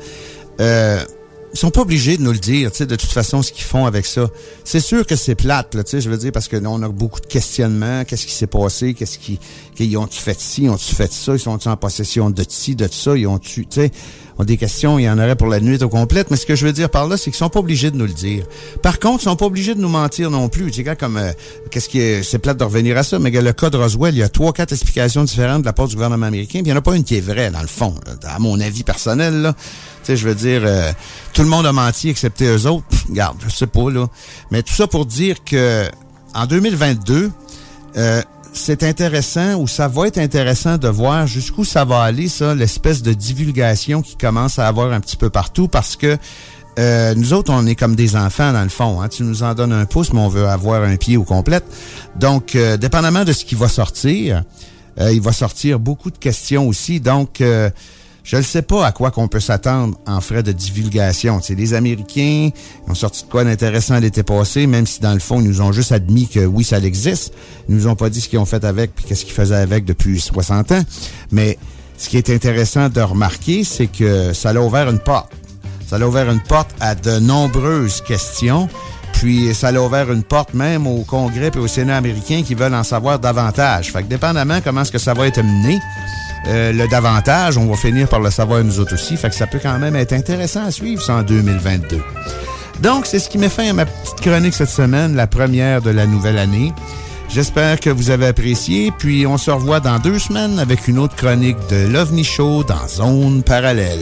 Ils sont pas obligés de nous le dire, tu sais, de toute façon, ce qu'ils font avec ça. C'est sûr que c'est plate, là, tu sais, je veux dire, parce que là, on a beaucoup de questionnements. Qu'est-ce qui s'est passé? Ils ont-tu fait ci? Ils ont-tu fait ça? Ils sont-tu en possession de ci, de ça? Ils ont-tu, tu sais, ont des questions, il y en aurait pour la nuit au complète. Mais ce que je veux dire par là, c'est qu'ils sont pas obligés de nous le dire. Par contre, ils sont pas obligés de nous mentir non plus. Tu sais, comme, c'est plate de revenir à ça, mais le cas de Roswell, il y a 3-4 explications différentes de la part du gouvernement américain, puis il y en a pas une qui est vraie, dans le fond, là, à mon avis personnel, là. Tu sais, je veux dire, tout le monde a menti excepté eux autres. Regarde, je sais pas, là. Mais tout ça pour dire que en 2022, c'est intéressant, ou ça va être intéressant de voir jusqu'où ça va aller, ça, l'espèce de divulgation qui commence à avoir un petit peu partout, parce que nous autres, on est comme des enfants, dans le fond. Hein. Tu nous en donnes un pouce, mais on veut avoir un pied au complète. Donc, dépendamment de ce qui va sortir, il va sortir beaucoup de questions aussi. Donc, je ne sais pas à quoi qu'on peut s'attendre en frais de divulgation. Tu sais, les Américains ont sorti de quoi d'intéressant l'été passé, même si dans le fond, ils nous ont juste admis que oui, ça existe. Ils nous ont pas dit ce qu'ils ont fait avec puis qu'est-ce qu'ils faisaient avec depuis 60 ans. Mais ce qui est intéressant de remarquer, c'est que ça a ouvert une porte. Ça a ouvert une porte à de nombreuses questions. Puis ça a ouvert une porte même au Congrès et au Sénat américain qui veulent en savoir davantage. Fait que dépendamment comment est-ce que ça va être mené, le davantage, on va finir par le savoir nous autres aussi. Fait que ça peut quand même être intéressant à suivre ça en 2022. Donc, c'est ce qui met fin à ma petite chronique cette semaine, la première de la nouvelle année. J'espère que vous avez apprécié, puis on se revoit dans 2 semaines avec une autre chronique de l'OVNI Show dans Zone Parallèle.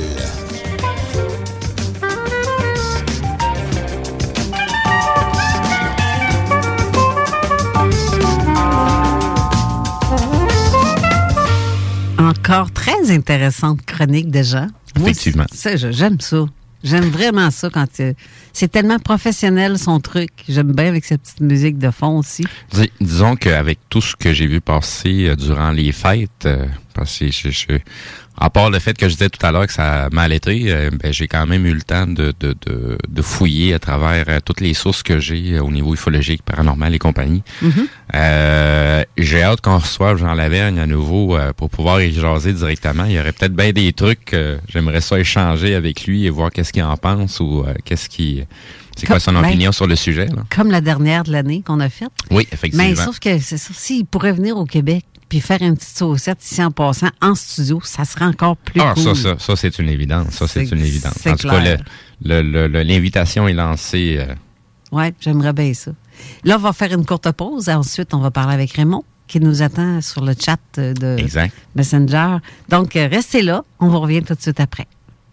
Encore très intéressante chronique déjà.
Effectivement.
Moi, j'aime ça. J'aime vraiment ça quand c'est tellement professionnel son truc. J'aime bien avec cette petite musique de fond aussi.
Disons qu'avec tout ce que j'ai vu passer durant les fêtes, parce que à part le fait que je disais tout à l'heure que ça a mal été, j'ai quand même eu le temps de fouiller à travers toutes les sources que j'ai au niveau ufologique, paranormal et compagnie. Mm-hmm. J'ai hâte qu'on reçoive Jean Lavergne à nouveau pour pouvoir y jaser directement. Il y aurait peut-être bien des trucs que j'aimerais ça échanger avec lui et voir qu'est-ce qu'il en pense ou c'est quoi son opinion sur le sujet. Là.
Comme la dernière de l'année qu'on a faite.
Oui, effectivement.
Mais sauf que c'est ça, s'il pourrait venir au Québec puis faire une petite saucette ici en passant en studio, ça serait encore plus cool.
Ça, c'est une évidence. Ça, c'est une évidence.
En
tout cas, l'invitation est lancée.
Oui, j'aimerais bien ça. Là, on va faire une courte pause. Ensuite, on va parler avec Raymond, qui nous attend sur le chat de Messenger. Donc, restez là. On vous revient tout de suite après.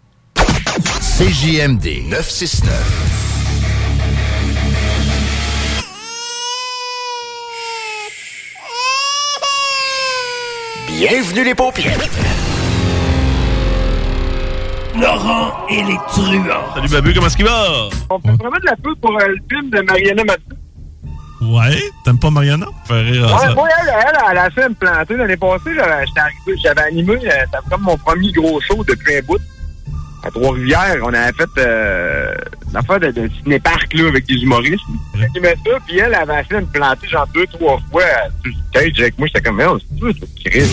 CJMD 969. Bienvenue les paupières.
Laurent et les truands.
Salut Babu, comment est-ce qu'il va?
On fait vraiment de la pub pour le film de Mariana Matou.
Ouais, t'aimes pas Mariana? Faire rire à ça.
Moi, elle a fait me planter l'année passée. J'avais animé, c'était comme mon premier gros show depuis un bout. À Trois-Rivières, on avait fait l'affaire de ciné-parc là, avec des humoristes. J'animais ça, puis elle avait fait me planter genre 2-3 fois sur le stage avec moi. J'étais comme, c'est Chris.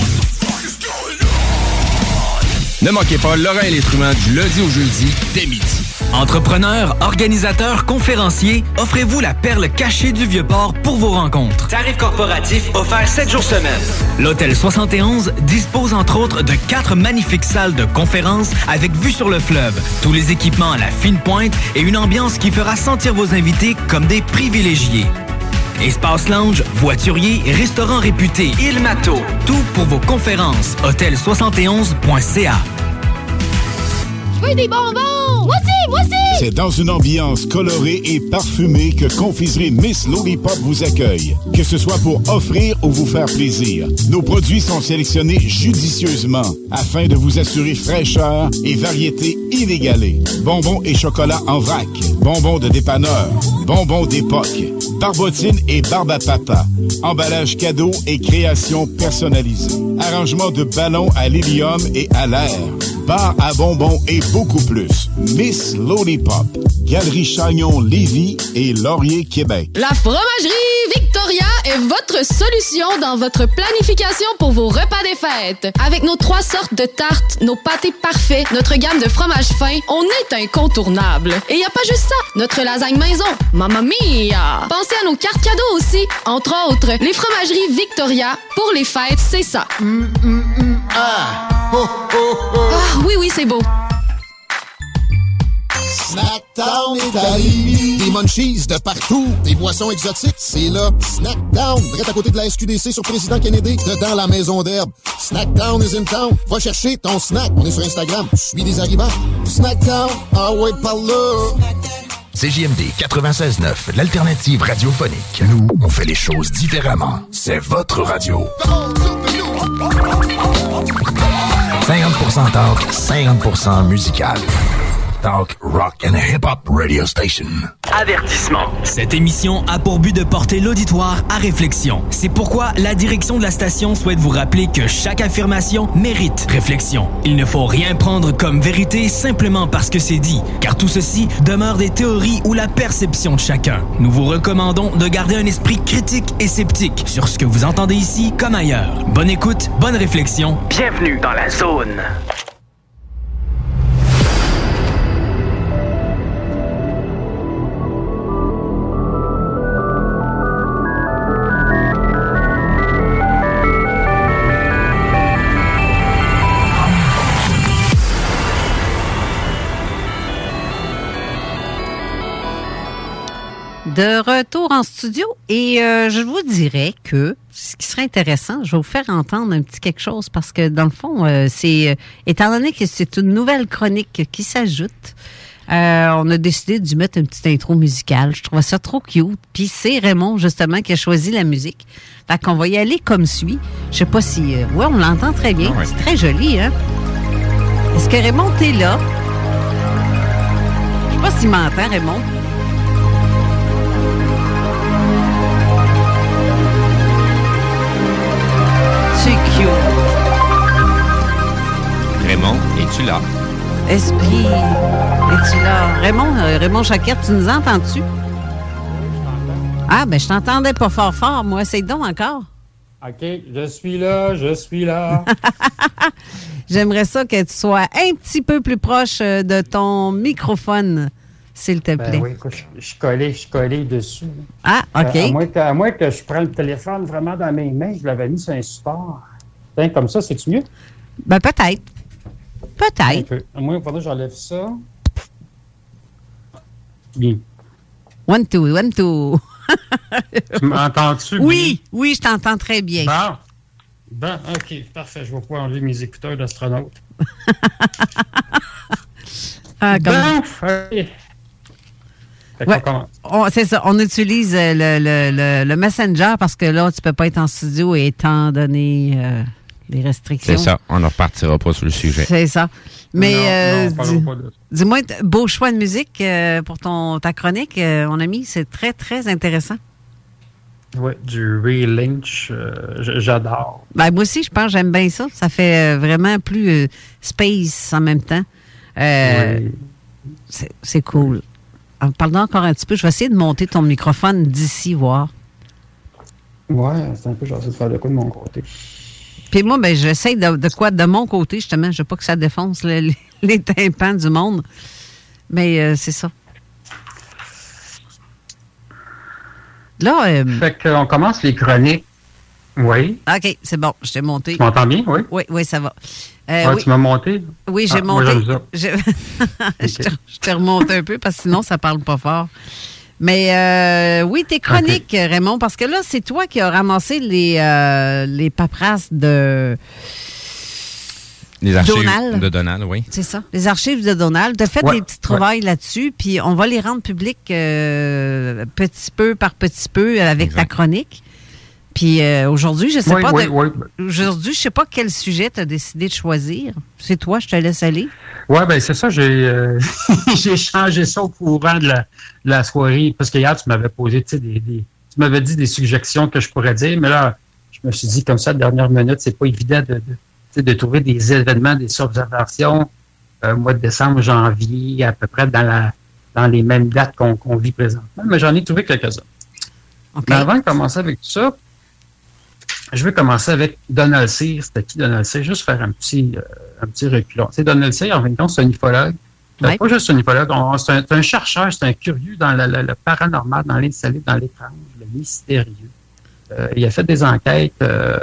Ne manquez pas Laurent et les truands du lundi au jeudi, dès midi.
Entrepreneurs, organisateurs, conférenciers, offrez-vous la perle cachée du Vieux-Port pour vos rencontres.
Tarif corporatif offert 7 jours semaine.
L'Hôtel 71 dispose entre autres de 4 magnifiques salles de conférences avec vue sur le fleuve, tous les équipements à la fine pointe et une ambiance qui fera sentir vos invités comme des privilégiés. Espace lounge, voiturier, restaurant réputé,
Il Mato.
Tout pour vos conférences. Hôtel71.ca.
Je veux des bonbons! Moi aussi!
C'est dans une ambiance colorée et parfumée que Confiserie Miss Lollipop vous accueille. Que ce soit pour offrir ou vous faire plaisir, nos produits sont sélectionnés judicieusement afin de vous assurer fraîcheur et variété inégalée. Bonbons et chocolat en vrac, bonbons de dépanneur, bonbons d'époque, barbotines et barbe à papa, emballage cadeau et création personnalisée, arrangement de ballons à l'hélium et à l'air, bar à bonbons et beaucoup plus. Miss Lollipop, Galerie Chagnon-Lévis et Laurier, Québec.
La Fromagerie Victoria est votre solution dans votre planification pour vos repas des fêtes. Avec nos 3 sortes de tartes, nos pâtés parfaits, notre gamme de fromages fins, on est incontournable. Et y a pas juste ça, notre lasagne maison, mamma mia! Pensez à nos cartes cadeaux aussi. Entre autres, les Fromageries Victoria, pour les fêtes, c'est ça.
Ah! Oh, oh, oh.
Ah, oui, c'est beau.
Snackdown Italie. Des munchies de partout. Des boissons exotiques. C'est là. Snackdown. Direct à côté de la SQDC sur Président Kennedy. Dedans la maison d'herbe. Snackdown is in town. Va chercher ton snack. On est sur Instagram. Suis des arrivants. Snackdown. Ah ouais, par là.
CJMD 96.9, l'alternative radiophonique. Nous, on fait les choses différemment. C'est votre radio. 50% talk, 50% musical. Talk, rock and hip-hop radio station.
Avertissement.
Cette émission a pour but de porter l'auditoire à réflexion. C'est pourquoi la direction de la station souhaite vous rappeler que chaque affirmation mérite réflexion. Il ne faut rien prendre comme vérité simplement parce que c'est dit, car tout ceci demeure des théories ou la perception de chacun. Nous vous recommandons de garder un esprit critique et sceptique sur ce que vous entendez ici comme ailleurs. Bonne écoute, bonne réflexion.
Bienvenue dans la zone.
De retour en studio et je vous dirais que ce qui serait intéressant, je vais vous faire entendre un petit quelque chose parce que dans le fond, c'est étant donné que c'est une nouvelle chronique qui s'ajoute, on a décidé d'y mettre une petite intro musicale. Je trouvais ça trop cute. Puis c'est Raymond justement qui a choisi la musique. Fait qu'on va y aller comme suit. Je sais pas si... ouais, on l'entend très bien. Ouais. C'est très joli, hein? Est-ce que Raymond, t'es là? Je sais pas s'il m'entend, Raymond. C'est cute.
Raymond, es-tu là?
Esprit, es-tu là? Raymond Choquette, tu nous entends-tu? Ah, ben je t'entendais pas fort, moi. Essaye donc encore.
OK, je suis là.
J'aimerais ça que tu sois un petit peu plus proche de ton microphone, s'il te plaît.
Ben oui, écoute, je suis collé dessus.
Ah, OK.
À moins que je prenne le téléphone vraiment dans mes mains, je l'avais mis sur un support. Tiens, comme ça, c'est-tu mieux?
Ben, peut-être. Peut-être.
À moins que j'enlève ça. Bien.
1, 2, 1, 2.
Tu m'entends-tu?
Oui, je t'entends très bien.
Bon, OK, parfait. Je vais pouvoir enlever mes écouteurs d'astronaute.
Ouais. C'est ça. On utilise le Messenger parce que là, tu peux pas être en studio étant donné les restrictions.
C'est ça. On ne repartira pas sur le sujet.
C'est ça. Mais dis-moi, beau choix de musique pour ta chronique, mon ami. C'est très, très intéressant.
Oui, du Ray Lynch. J'adore.
Ben, moi aussi, je pense que j'aime bien ça. Ça fait vraiment plus space en même temps. Oui. C'est cool. Parle-nous encore un petit peu. Je vais essayer de monter ton microphone d'ici, voir.
Ouais, c'est un peu genre de faire de quoi de mon côté.
Puis moi, ben j'essaie de quoi de mon côté, justement. Je veux pas que ça défonce les tympans du monde. Mais c'est ça. Là...
Fait qu'on commence les chroniques. Oui.
OK, c'est bon. Je t'ai monté.
Tu m'entends bien, oui?
Oui, ça va.
Oui. Tu m'as monté?
Oui, j'ai monté.
Moi, j'aime ça.
Je te remonte un peu parce que sinon, ça parle pas fort. Mais oui, tes chroniques, Raymond, parce que là, c'est toi qui as ramassé les paperasses de...
Les archives
Donald.
De Donald, oui.
C'est ça, les archives de Donald. Tu as fait des petits trouvailles là-dessus, puis on va les rendre publics petit peu par petit peu avec ta chronique. Puis aujourd'hui, je sais pas. Aujourd'hui, je sais pas quel sujet tu as décidé de choisir. C'est toi, je te laisse aller.
Oui, bien, c'est ça. J'ai changé ça au courant de la soirée. Parce que hier, tu m'avais posé, tu m'avais dit des suggestions que je pourrais dire, mais là, je me suis dit comme ça, à la dernière minute, c'est pas évident de trouver des événements, des observations mois de décembre, janvier, à peu près dans les mêmes dates qu'on vit présentement. Mais j'en ai trouvé quelques-uns. Okay. Mais avant de commencer avec tout ça, je vais commencer avec Donald Cyr. C'était qui Donald Cyr? Juste faire un petit reculon. Tu sais, Donald Cyr, en fin de compte, c'est un ufologue. Pas juste un ufologue, c'est un chercheur, c'est un curieux dans le paranormal, dans l'insolite, dans l'étrange, le mystérieux. Il a fait des enquêtes,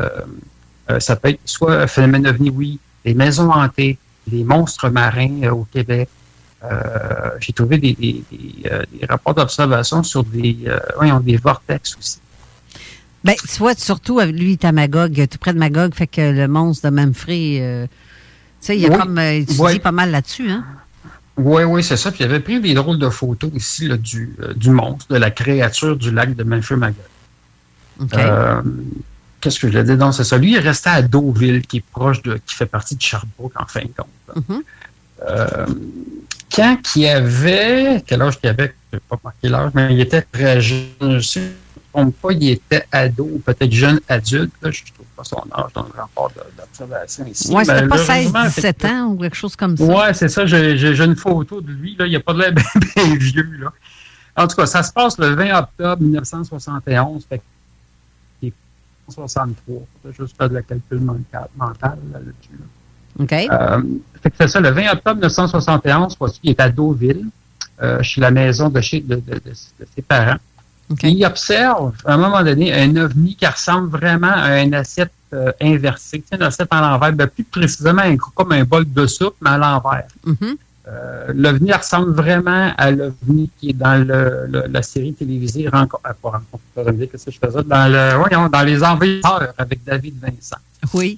ça peut être soit phénomène ovni, oui, les maisons hantées, les monstres marins au Québec. J'ai trouvé des rapports d'observation sur des vortex aussi.
Ben, tu vois, surtout, lui, il est à Magog, tout près de Magog, fait que le monstre de Memphis, tu sais, il a comme étudié pas mal là-dessus, hein?
Oui, c'est ça. Puis il avait pris des drôles de photos ici là, du monstre, de la créature du lac de Memphis-Magog. Okay. Qu'est-ce que je l'ai dit? Non, c'est ça. Lui, il est resté à Deauville, qui fait partie de Sherbrooke, en fin de compte. Mm-hmm. Quand il avait... Quel âge il avait? Je ne sais pas marqué l'âge, mais il était très jeune. Je ne sais pas, il était ado ou peut-être jeune adulte. Là, je ne trouve pas son âge dans le rapport d'observation ici.
Oui, c'était pas 16-17 ans ou quelque chose comme ça.
Oui, c'est ça. J'ai une photo de lui. Là. Il n'a pas de l'air bien vieux. Là. En tout cas, ça se passe le 20 octobre 1971. Fait qu'il est 63. Juste faire de la calcul mental là-dessus.
OK.
Fait que c'est ça, le 20 octobre 1971, il est à Deauville, chez la maison de ses parents. Okay. Il observe, à un moment donné, un ovni qui ressemble vraiment à un assiette inversé. Tu sais, une assiette à l'envers, plus précisément comme un bol de soupe, mais à l'envers. Mm-hmm. L'OVNI ressemble vraiment à l'OVNI qui est dans la série télévisée Rencontre. Qu'est-ce que je faisais? Dans Les Envahisseurs avec David Vincent.
Oui.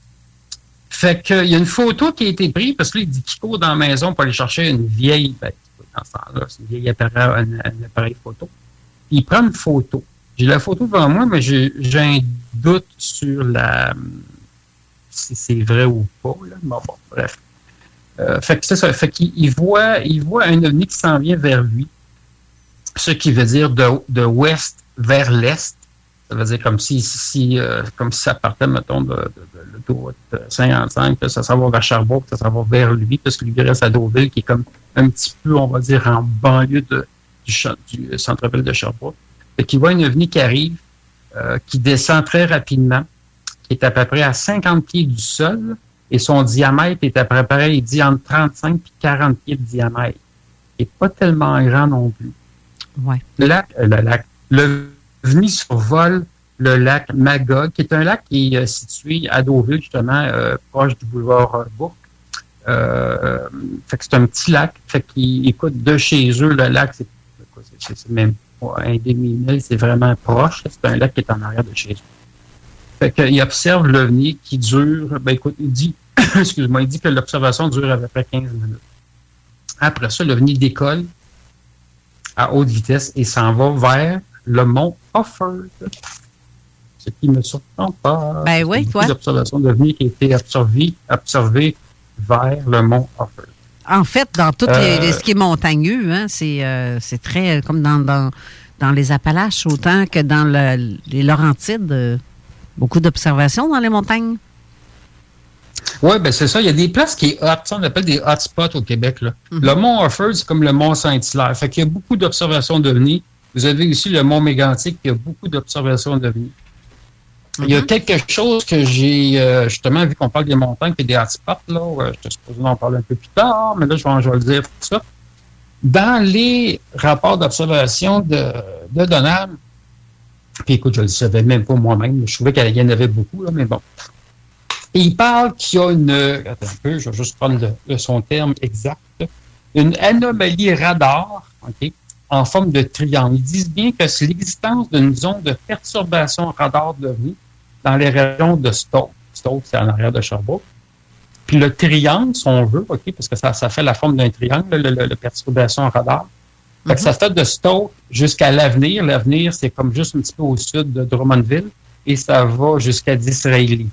Fait qu'il y a une photo qui a été prise parce que là, il dit qu'il court dans la maison pour aller chercher une vieille, dans ce temps-là, c'est une vieille appareil photo. Il prend une photo. J'ai la photo devant moi, mais j'ai un doute sur si c'est vrai ou pas. Là. Bon, bref. Fait que c'est ça. Fait qu'il voit un ovni qui s'en vient vers lui. Ce qui veut dire de ouest vers l'est. Ça veut dire comme si ça partait, mettons, de l'autoroute 55, que ça s'en va vers Sherbrooke, ça s'en va vers lui, parce que lui reste à Deauville, qui est comme un petit peu, on va dire, en banlieue du centre-ville de Sherbrooke. Fait qu'il voit un ovni qui arrive, qui descend très rapidement, qui est à peu près à 50 pieds du sol, et son diamètre est à peu près, il dit, entre 35 et 40 pieds de diamètre. Il n'est pas tellement grand non plus.
Ouais.
L'OVNI survole le lac Magog, qui est un lac qui est situé à Deauville, justement, proche du boulevard Bourque. Fait que c'est un petit lac. Fait qu'il écoute de chez eux, le lac, c'est même pas un demi-mille, c'est vraiment proche. C'est un lac qui est en arrière de chez eux. Fait qu'il observe l'OVNI qui dure, il dit que l'observation dure à peu près 15 minutes. Après ça, l'OVNI décolle à haute vitesse et s'en va vers le mont Offord. Ce qui ne me surprend pas.
Ben oui, toi.
Des observations d'OVNI qui ont été observées vers le mont Offord.
En fait, dans tout ce qui est montagneux, hein, c'est très comme dans les Appalaches autant que dans les Laurentides. Beaucoup d'observations dans les montagnes.
Oui, ben c'est ça. Il y a des places qui est hot. Ça, on appelle des hotspots au Québec. Là. Mm-hmm. Le mont Offord, c'est comme le mont Saint-Hilaire. Fait qu'il y a beaucoup d'observations d'OVNI. Vous avez aussi le mont Mégantic, qui a beaucoup d'observations d'OVNI. Mm-hmm. Il y a quelque chose que j'ai justement, vu qu'on parle des montagnes et des hotspots, là, je te suppose en parler un peu plus tard, mais là, je vais le dire pour ça. Dans les rapports d'observation de Donald, puis écoute, je ne le savais même pas moi-même, je trouvais qu'il y en avait beaucoup, là, mais bon. Et il parle qu'il y a attends un peu, je vais juste prendre son terme exact, une anomalie radar, OK, en forme de triangle. Ils disent bien que c'est l'existence d'une zone de perturbation radar de l'OVNI dans les régions de Stoke. Stoke, c'est en arrière de Sherbrooke. Puis le triangle, si on veut, OK, parce que ça fait la forme d'un triangle, le perturbation radar. Fait que ça fait de Stoke jusqu'à l'Avenir. L'Avenir, c'est comme juste un petit peu au sud de Drummondville et ça va jusqu'à Disraeli.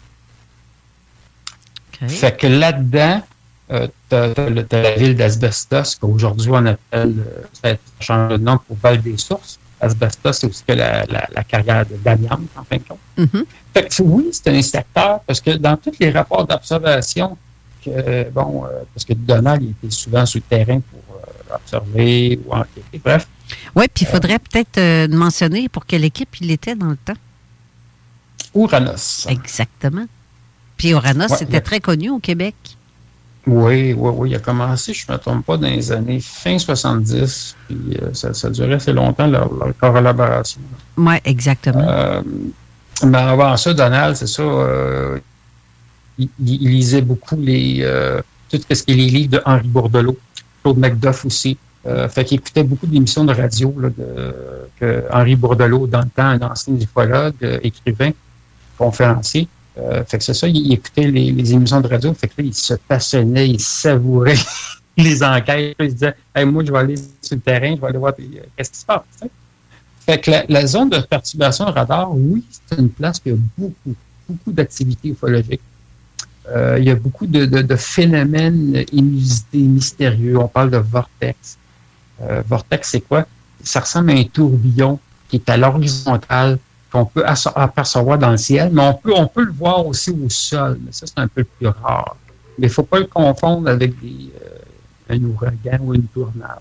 Okay. Fait que là-dedans, t'as la ville d'Asbestos, qu'aujourd'hui on appelle, ça change de nom pour Val-des-Sources. Asbestos, c'est aussi que la carrière de d'amiante, en fin de compte. Mm-hmm. Fait que oui, c'est un secteur, parce que dans tous les rapports d'observation, parce que Donald, il était souvent sur le terrain pour observer ou enquêter, bref.
Oui, puis il faudrait peut-être mentionner pour quelle équipe il était dans le temps.
Ouranos.
Exactement. Puis Ouranos, c'était très connu au Québec.
Oui. Il a commencé, je ne me trompe pas, dans les années fin 70. Puis ça durait assez longtemps, leur collaboration.
Oui, exactement.
Mais avant ça, Donald, c'est ça, il lisait beaucoup tout ce qui est les livres de Henri Bourdelot, Claude Macduff aussi. Fait qu'il écoutait beaucoup d'émissions de radio là, que Henri Bourdelot, dans le temps, un ancien ufologue, écrivain, conférencier. Fait que c'est ça, il écoutait les émissions de radio. Fait que là, il se passionnait, il savourait les enquêtes. Il se disait, hey, moi, je vais aller sur le terrain, je vais aller voir qu'est-ce qui se passe. T'sais? Fait que la zone de perturbation radar, oui, c'est une place qui a beaucoup d'activités ufologiques. Il y a beaucoup de phénomènes inusités, mystérieux. On parle de vortex. Vortex, c'est quoi? Ça ressemble à un tourbillon qui est à l'horizontale, qu'on peut apercevoir dans le ciel, mais on peut le voir aussi au sol. Mais ça, c'est un peu plus rare. Mais il ne faut pas le confondre avec un ouragan ou une tornade.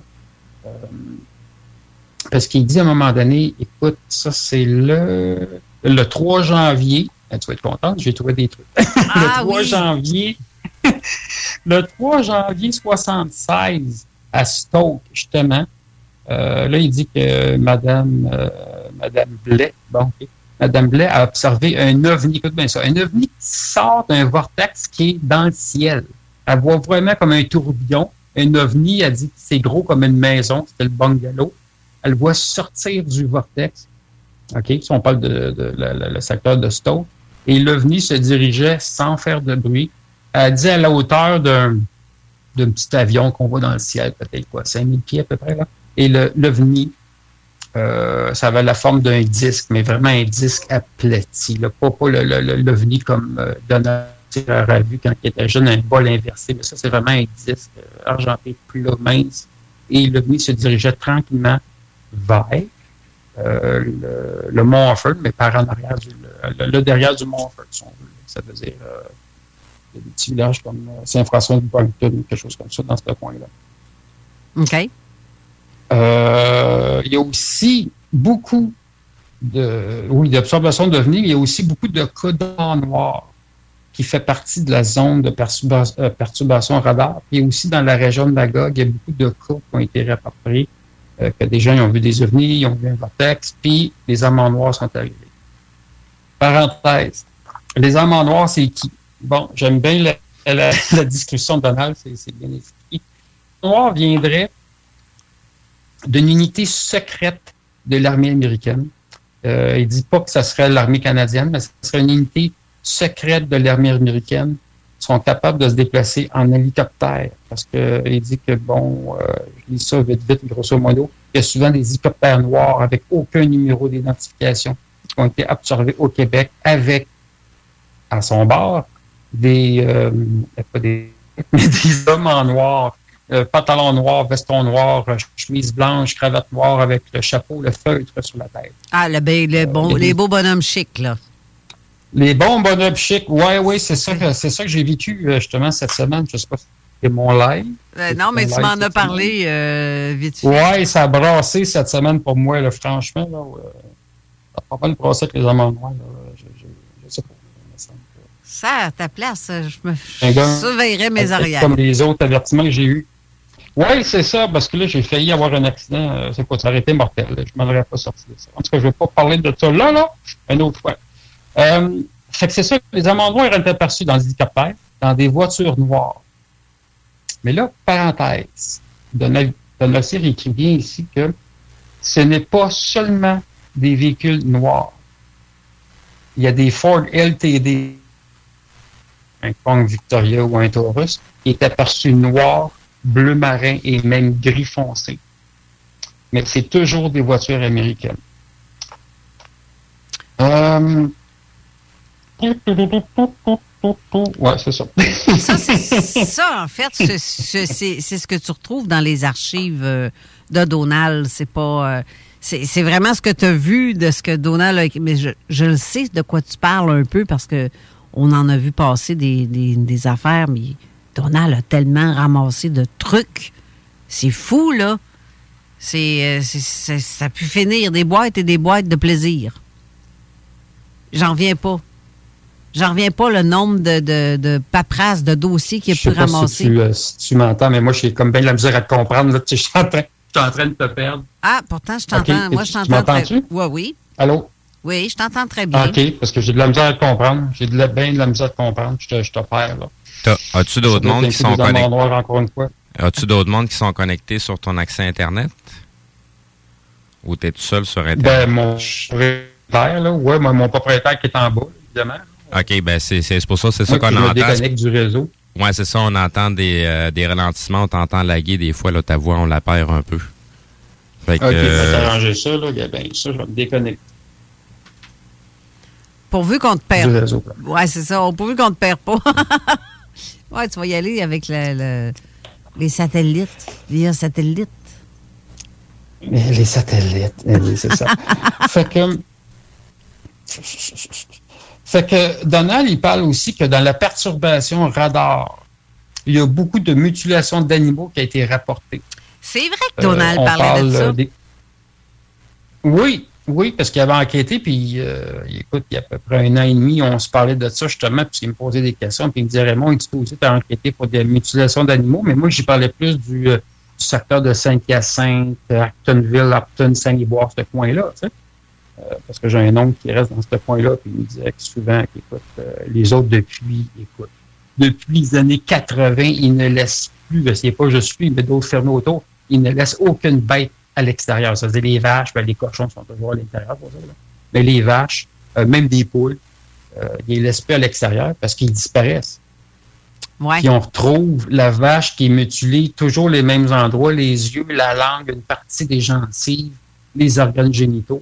Parce qu'il dit à un moment donné, écoute, ça, c'est le 3 janvier. Tu vas être contente, j'ai trouvé des trucs. Le 3 janvier. Le 3 janvier 76, à Stoke, justement. Là, il dit que Madame Blais, Madame Blais a observé un ovni, écoute bien ça, un ovni qui sort d'un vortex qui est dans le ciel. Elle voit vraiment comme un tourbillon, un ovni, elle dit que c'est gros comme une maison, c'était le bungalow. Elle voit sortir du vortex. OK? Si on parle le secteur de Stowe. Et l'ovni se dirigeait sans faire de bruit. Elle dit à la hauteur d'un petit avion qu'on voit dans le ciel, peut-être 5000 pieds à peu près, là. Et l'ovni, ça avait la forme d'un disque, mais vraiment un disque aplati, là. Pas l'ovni comme Donald a vu quand il était jeune, un bol inversé, mais ça, c'est vraiment un disque argenté plat, mince. Et l'ovni se dirigeait tranquillement vers le mont Offord, mais par en arrière, le derrière du mont Offord, si on veut. Ça veut dire des petits villages comme Saint-François de Burlington, quelque chose comme ça, dans ce coin-là.
OK.
Il y a aussi beaucoup d'observations d'OVNI, mais il y a aussi beaucoup de cas d'or noir qui fait partie de la zone de perturbation radar. Et aussi dans la région de Magog, il y a beaucoup de cas qui ont été rapportés, que des gens ils ont vu des ovnis, ils ont vu un vortex, puis les amants noirs sont arrivés. Parenthèse, les amants noirs, c'est qui? Bon, j'aime bien la description de Donald, c'est bien expliqué. Les noirs viendraient d'une unité secrète de l'armée américaine. Il dit pas que ça serait l'armée canadienne, mais ça serait une unité secrète de l'armée américaine. Ils sont capables de se déplacer en hélicoptère. Parce que il dit que, je lis ça vite, grosso modo, il y a souvent des hélicoptères noirs avec aucun numéro d'identification qui ont été observés au Québec avec, à son bord, des hommes en noir. Pantalon noir, veston noir, chemise blanche, cravate noire avec le chapeau, le feutre sur la tête.
Ah, les beaux bonhommes chics, là.
Les bons bonhommes chics, oui, c'est ça que j'ai vécu justement cette semaine. Je ne sais pas si c'est mon live.
Non, mais tu m'en as parlé vite fait.
Oui, ça a brassé cette semaine pour moi, là, franchement. Là, ça a pas mal brassé avec les amants noirs. Je sais pas.
Ça, à ta place, je me surveillerais mes arrières.
Comme les autres avertissements que j'ai eus. Oui, c'est ça, parce que là, j'ai failli avoir un accident. Ça aurait été mortel. Là. Je ne m'en aurais pas sorti de ça. En tout cas, je ne vais pas parler de ça là, une autre fois. Fait que c'est ça, les amants noirs étaient aperçus dans les hélicoptères, dans des voitures noires. Mais là, parenthèse, Donald écrit bien ici que ce n'est pas seulement des véhicules noirs. Il y a des Ford LTD, un Kong Victoria ou un Taurus, qui est aperçu noir, bleu marin et même gris foncé. Mais c'est toujours des voitures américaines. Ouais, c'est ça.
Ça, en fait, c'est ce que tu retrouves dans les archives de Donald. C'est pas... c'est vraiment ce que tu as vu de ce que Donald a écrit. Mais je le sais de quoi tu parles un peu parce que on en a vu passer des affaires, mais Donald a tellement ramassé de trucs. C'est fou, là. Ça a pu finir des boîtes et des boîtes de plaisir. J'en reviens pas. J'en reviens pas le nombre de paperasses, de dossiers qu'il a pu ramasser.
Si tu m'entends, mais moi, j'ai comme bien de la misère à te comprendre. Là. Je suis en train de te perdre.
Ah, pourtant, je t'entends. Okay. Moi, je t'entends très bien. Oui.
Allô?
Oui, je t'entends très bien.
OK, parce que j'ai de la misère à te comprendre. J'ai bien de la misère à te comprendre. Je te perds, là.
As-tu d'autres mondes qui sont connectés?
Encore une fois.
As-tu d'autres mondes qui sont connectés sur ton accès Internet? Ou t'es tout seul sur Internet?
Ben, mon propriétaire, là. Ouais, mon propriétaire qui est en bas, évidemment.
OK, ben c'est pour ça, c'est ça qu'on entend.
Déconnecte du réseau.
Oui, c'est ça, on entend des ralentissements, on t'entend laguer des fois, là, ta voix, on la perd un peu.
Fait que, OK, je vais arranger ça, là, bien ça, je vais me déconnecter.
Pourvu qu'on te perde.
Du réseau.
Oui, c'est ça, pourvu qu'on te perd pas. Oui, tu vas y aller avec les satellites, via satellite.
Les satellites, oui, c'est ça. Fait que Donald, il parle aussi que dans la perturbation radar, il y a beaucoup de mutilations d'animaux qui a été rapportées.
C'est vrai que Donald parlait de ça.
Oui, parce qu'il avait enquêté, puis écoute, il y a à peu près 1 an et demi, on se parlait de ça justement, puis il me posait des questions, puis il me disait, Raymond, il dit aussi, tu as enquêté pour des mutilations d'animaux, mais moi, j'y parlais plus du secteur de Saint-Hyacinthe, Actonville, Upton, Saint-Liboire, ce coin-là, tu sais. Parce que j'ai un oncle qui reste dans ce coin-là, puis il me disait que souvent, écoute, les autres depuis, écoute, depuis les années 80, ils ne laissent plus, c'est pas juste lui, mais d'autres fermés autour, ils ne laissent aucune bête à l'extérieur. C'est-à-dire les vaches, ben, les cochons sont toujours à l'intérieur pour ça, là. Mais les vaches, même des poules, ils les laissent plus à l'extérieur parce qu'ils disparaissent.
Ouais.
Puis on retrouve la vache qui est mutilée, toujours les mêmes endroits, les yeux, la langue, une partie des gencives, les organes génitaux.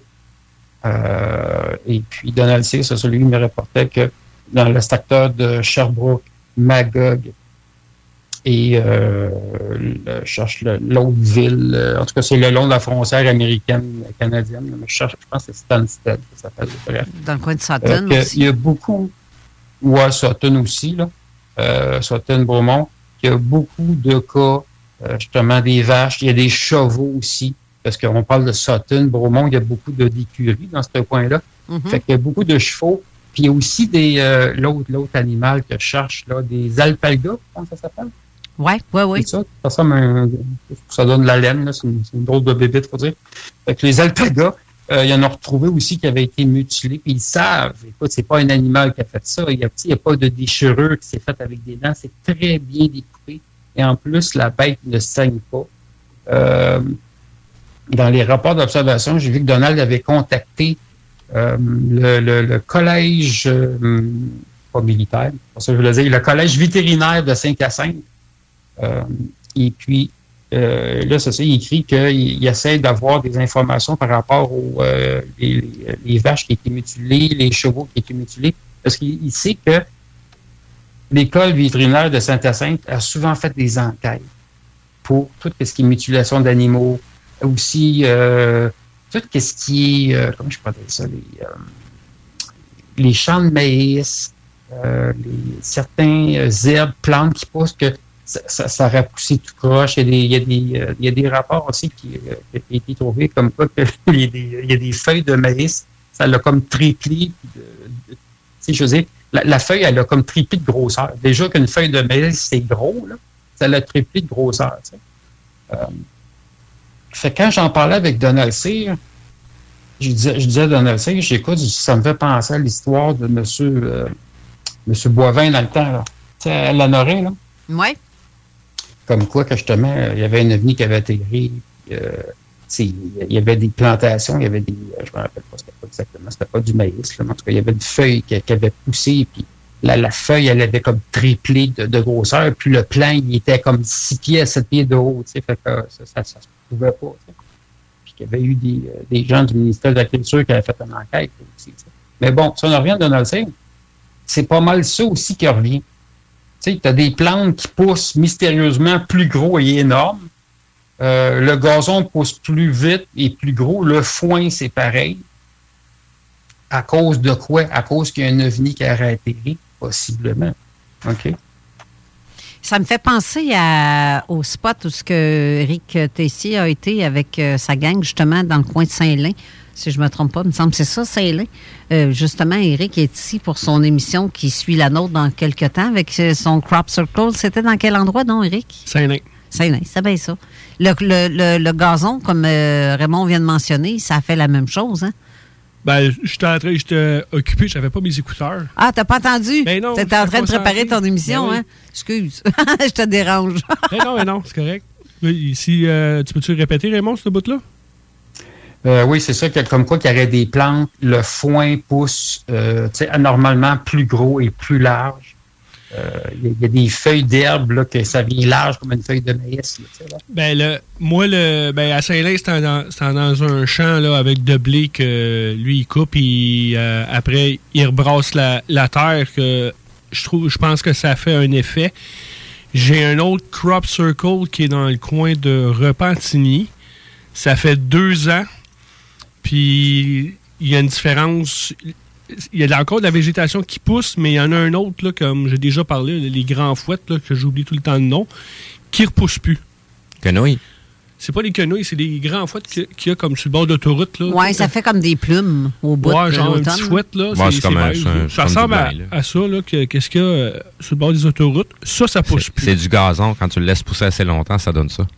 Et puis Donald Cyr, c'est celui qui me rapportait que dans le secteur de Sherbrooke, Magog et je cherche l'autre ville, en tout cas c'est le long de la frontière américaine canadienne, mais je pense que c'est Stansted, ça s'appelle. Bref.
Dans le coin de Sutton aussi.
Il y a beaucoup, Sutton aussi, là, Sutton-Bromont, il y a beaucoup de cas, justement des vaches, il y a des chevaux aussi, parce qu'on parle de Sutton-Bromont, il y a beaucoup d'écuries dans ce coin-là, fait qu'il y a beaucoup de chevaux. Puis il y a aussi l'autre animal que je cherche, là, des alpagas, comment ça s'appelle?
Oui.
Ça donne de la laine, là, c'est une drôle de bébite, faut dire. Fait que les alpagas, il y en a retrouvé aussi qui avaient été mutilés, puis ils savent, écoute, c'est pas un animal qui a fait ça, il y a pas de déchirure qui s'est faite avec des dents, c'est très bien découpé, et en plus, la bête ne saigne pas. Dans les rapports d'observation, j'ai vu que Donald avait contacté le collège, pas militaire, pour ça je voulais dire, le collège vétérinaire de Saint-Hyacinthe. Et puis, là, c'est ça, il écrit qu'il essaie d'avoir des informations par rapport aux les vaches qui étaient mutilées, les chevaux qui étaient mutilés, parce qu'il sait que l'école vétérinaire de Saint-Hyacinthe a souvent fait des enquêtes pour tout ce qui est mutilation d'animaux, aussi tout ce qui est, comment je peux dire ça, les champs de maïs, certains herbes, plantes qui poussent, que ça aurait poussé tout croche. Il y a des rapports aussi qui ont été trouvés comme quoi il y a des feuilles de maïs, ça l'a comme triplé. Tu sais, je veux dire, la feuille, elle a comme triplé de grosseur. Déjà qu'une feuille de maïs, c'est gros, là, ça l'a triplé de grosseur. Tu sais. Fait quand j'en parlais avec Donald Cyr, je disais à Donald Cyr, j'écoute, ça me fait penser à l'histoire de Monsieur Boivin dans le temps, là. Tu sais, à Lanoraie, là.
Oui.
Comme quoi, que justement, il y avait un ovni qui avait atterri, il y avait des plantations, il y avait des, je me rappelle pas, c'était pas du maïs, là, mais en tout cas, il y avait des feuilles qui avaient poussé, puis la feuille, elle avait comme triplé de grosseur, puis le plant, il était comme 6 pieds à 7 pieds de haut, tu sais, fait que ça se pouvait pas, tu sais. Puis qu'il y avait eu des gens du ministère de l'Agriculture qui avaient fait une enquête aussi, tu sais. Mais bon, si on revient à Donald Cyr, c'est pas mal ça aussi qui revient. Tu sais, tu as des plantes qui poussent mystérieusement plus gros et énormes. Le gazon pousse plus vite et plus gros. Le foin, c'est pareil. À cause de quoi? À cause qu'il y a un ovni qui a atterri, possiblement. OK?
Ça me fait penser au spot où Éric Tessier a été avec sa gang, justement, dans le coin de Saint-Lin. Si je ne me trompe pas, il me semble que c'est ça, Saint-Lin. Justement, Éric est ici pour son émission qui suit la nôtre dans quelques temps avec son Crop Circle. C'était dans quel endroit, non, Éric?
Saint-Lin.
Saint-Lin, c'est bien ça. Le gazon, comme Raymond vient de mentionner, ça a fait la même chose, hein?
Ben, j'étais occupé, j'avais pas mes écouteurs.
Ah, t'as pas entendu?
Ben non.
T'étais en train de préparer ton émission,
ben oui.
Hein? Excuse, je te dérange.
Mais non, c'est correct. Ici, tu peux-tu répéter, Raymond, ce bout-là?
Oui, c'est ça, comme quoi qu'il y aurait des plantes, le foin pousse anormalement plus gros et plus large. Il y a des feuilles d'herbe là, que ça vient large comme une feuille de maïs. Là.
Ben, à Saint-Lin, c'était dans un champ là, avec de blé que lui, il coupe et après, il rebrasse la terre. Que je pense que ça fait un effet. J'ai un autre Crop Circle qui est dans le coin de Repentigny. Ça fait 2 ans. Puis, il y a une différence. Il y a encore de la végétation qui pousse, mais il y en a un autre, là, comme j'ai déjà parlé, les grands fouettes, là, que j'oublie tout le temps le nom, qui ne repoussent plus.
Quenouilles?
C'est pas des quenouilles, c'est des grands fouettes qu'il y a comme sur le bord d'autoroute.
Oui, ça fait comme des plumes au bout de
genre
l'automne.
Un petit fouette, là.
Ouais, c'est comme
ça ressemble à ça, là, qu'est-ce qu'il y a sur le bord des autoroutes. Ça pousse plus.
C'est du gazon. Quand tu le laisses pousser assez longtemps, ça donne ça.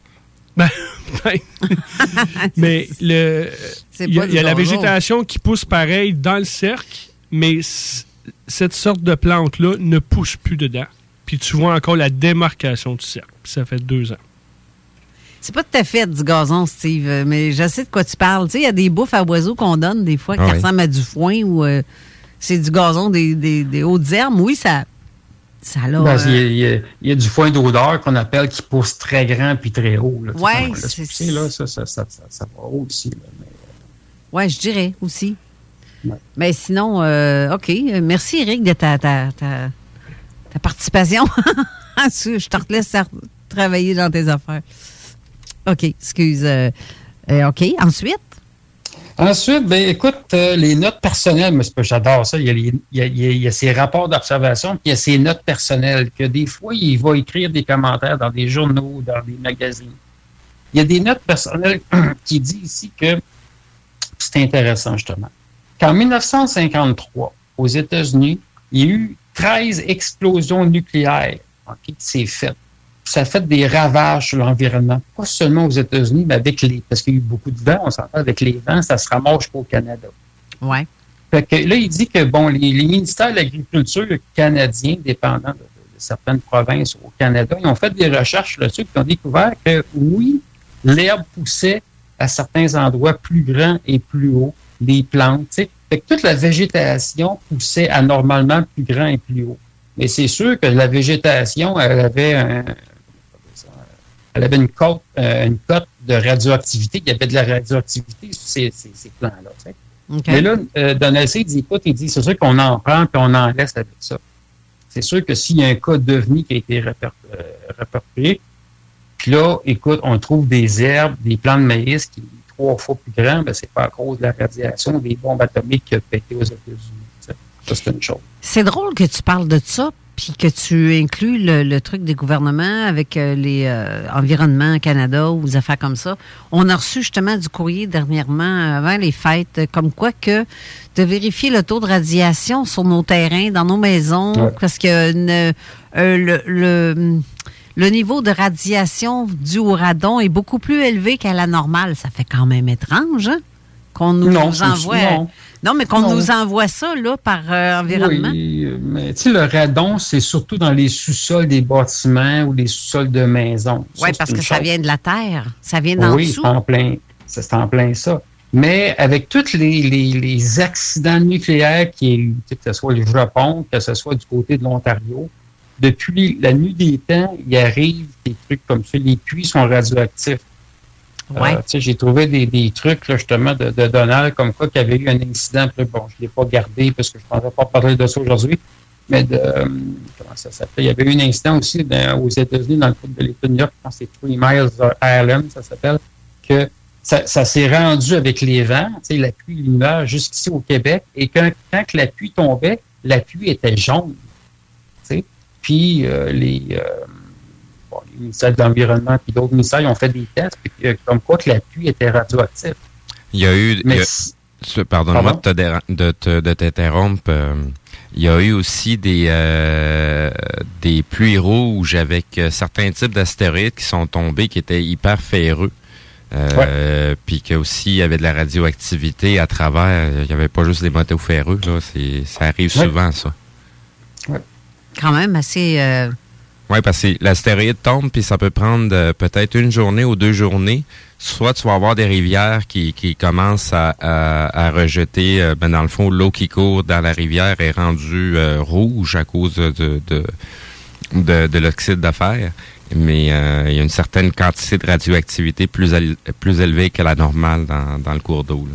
Mais il y a la végétation qui pousse pareil dans le cercle, mais cette sorte de plante-là ne pousse plus dedans. puis tu vois encore la démarcation du cercle. Puis ça fait 2 ans.
C'est pas tout à fait du gazon, Steve, mais je sais de quoi tu parles. Tu sais, il y a des bouffes à oiseaux qu'on donne des fois qui ressemblent à du foin ou c'est du gazon des hautes herbes. Oui, ça l'a...
Il y a du foin d'odeur qu'on appelle qui pousse très grand puis très haut.
Oui,
c'est là, ça va haut aussi.
Oui, je dirais aussi.
Ouais.
Mais sinon, OK. Merci, Éric, de ta participation. Je te laisse travailler dans tes affaires. OK, excuse. OK, ensuite?
Ensuite, ben écoute, les notes personnelles, moi, j'adore ça. Il y a ses rapports d'observation, puis il y a ses notes personnelles, que des fois, il va écrire des commentaires dans des journaux, dans des magazines. Il y a des notes personnelles qui disent ici que c'est intéressant, justement. Qu'en 1953, aux États-Unis, il y a eu 13 explosions nucléaires qui s'est faites. Ça a fait des ravages sur l'environnement, pas seulement aux États-Unis, mais parce qu'il y a eu beaucoup de vent, on s'entend, avec les vents, ça se ramasse jusqu'au Canada.
Oui.
Fait que là, il dit que, les ministères de l'Agriculture canadiens, dépendant de certaines provinces au Canada, ils ont fait des recherches là-dessus, qui ont découvert que, oui, l'herbe poussait à certains endroits plus grands et plus hauts, des plantes, tu sais. Fait que toute la végétation poussait anormalement plus grand et plus haut. Mais c'est sûr que la végétation, elle avait une cote de radioactivité. Il y avait de la radioactivité sur ces plants-là. Tu sais. Okay. Mais là, Donaldson dit, écoute, il dit, c'est sûr qu'on en prend puis on en laisse avec ça. C'est sûr que s'il y a un cas d'OVNI qui a été répertorié, puis là, écoute, on trouve des herbes, des plants de maïs qui sont 3 fois plus grands, ben c'est pas à cause de la radiation des bombes atomiques qui ont pété aux États-Unis. Ça, c'est une chose.
C'est drôle que tu parles de ça, puis que tu inclus le truc des gouvernements avec les Environnement Canada ou des affaires comme ça. On a reçu justement du courrier dernièrement, avant les fêtes, comme quoi que de vérifier le taux de radiation sur nos terrains, dans nos maisons, parce que le niveau de radiation dû au radon est beaucoup plus élevé qu'à la normale. Ça fait quand même étrange, hein? Qu'on nous envoie... Non, mais qu'on nous envoie ça, là, par environnement.
Oui, mais tu sais, le radon, c'est surtout dans les sous-sols des bâtiments ou les sous-sols de maisons.
Oui, parce que ça vient de la terre. Ça vient d'en dessous.
Oui, c'est en plein ça. Mais avec tous les accidents nucléaires qu'il y a eu, que ce soit le Japon, que ce soit du côté de l'Ontario, depuis la nuit des temps, il arrive des trucs comme ça. Les puits sont radioactifs.
Ouais.
J'ai trouvé des trucs là, justement de Donald comme quoi qu'il y avait eu un incident. Puis, bon, je ne l'ai pas gardé parce que je ne pensais pas parler de ça aujourd'hui. Mais comment ça s'appelle? Il y avait eu un incident aussi aux États-Unis dans le cadre de l'État de New York, je pense que c'est 3 Miles Island, ça s'appelle, que ça s'est rendu avec les vents, la pluie, l'hiver, jusqu'ici au Québec. Et quand la pluie tombait, la pluie était jaune. Puis les ministères de l'Environnement et d'autres ministères ils ont fait des tests comme quoi que la pluie était radioactive.
Il y a eu... Pardonne-moi de t'interrompre. Il y a eu aussi des pluies rouges avec certains types d'astéroïdes qui sont tombés, qui étaient hyper ferreux. Puis qu'il y avait de la radioactivité à travers. Il n'y avait pas juste des métaux ferreux. Là. Ça arrive souvent, ça.
Oui.
Quand même assez...
Oui, parce que l'astéroïde tombe, puis ça peut prendre peut-être 1 journée ou 2 journées. Soit tu vas avoir des rivières qui commencent à rejeter, dans le fond, l'eau qui court dans la rivière est rendue rouge à cause de l'oxyde de fer. Mais il y a une certaine quantité de radioactivité plus élevée que la normale dans le cours d'eau.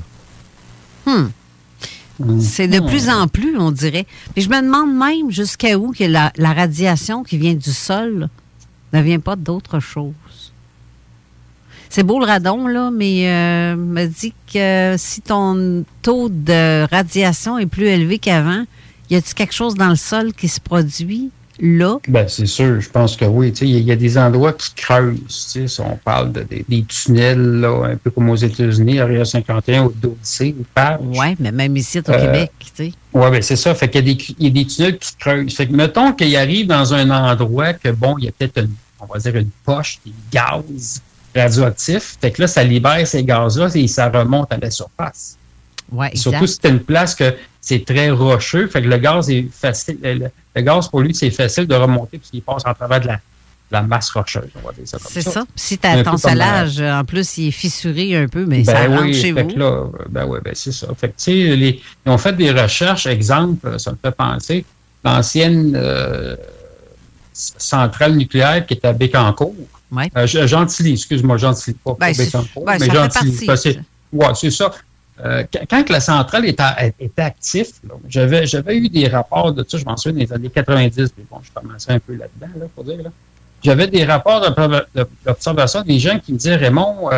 C'est de plus en plus, on dirait. Mais je me demande même jusqu'à où que la radiation qui vient du sol ne vient pas d'autre chose. C'est beau le radon, là, mais me dit que si ton taux de radiation est plus élevé qu'avant, y a-t-il quelque chose dans le sol qui se produit là?
Ben, c'est sûr, je pense que oui. Il y a des endroits qui creusent. Si on parle des tunnels, là, un peu comme aux États-Unis, Area 51 ou d'Odyssée ou Page.
Oui, mais même ici au Québec.
Oui, ben c'est ça. Fait qu'il y a des tunnels qui creusent. Fait que mettons qu'il arrive dans un endroit que, bon, il y a peut-être une poche, des gaz radioactifs. Fait que là, ça libère ces gaz-là et ça remonte à la surface.
Ouais,
surtout si c'est une place que c'est très rocheux. Fait que le gaz est facile. Le gaz, pour lui, c'est facile de remonter puisqu'il passe en travers de la masse rocheuse. On va dire ça comme ça.
C'est ça. Si tu as ton salage, en plus, il est fissuré un peu, mais ça rentre chez vous.
Là, c'est ça. Fait que, tu sais, ils ont fait des recherches. Exemple, ça me fait penser, l'ancienne centrale nucléaire qui est à Bécancour.
Ouais.
Gentilly, excuse-moi, Gentilly, pas Bécancour, mais Gentilly. C'est ça. Quand la centrale était active, j'avais eu des rapports de ça, je m'en souviens, dans les années 90, mais bon, je commençais un peu là-dedans, là, faut dire, là. J'avais des rapports d'observation des gens qui me disaient, Raymond,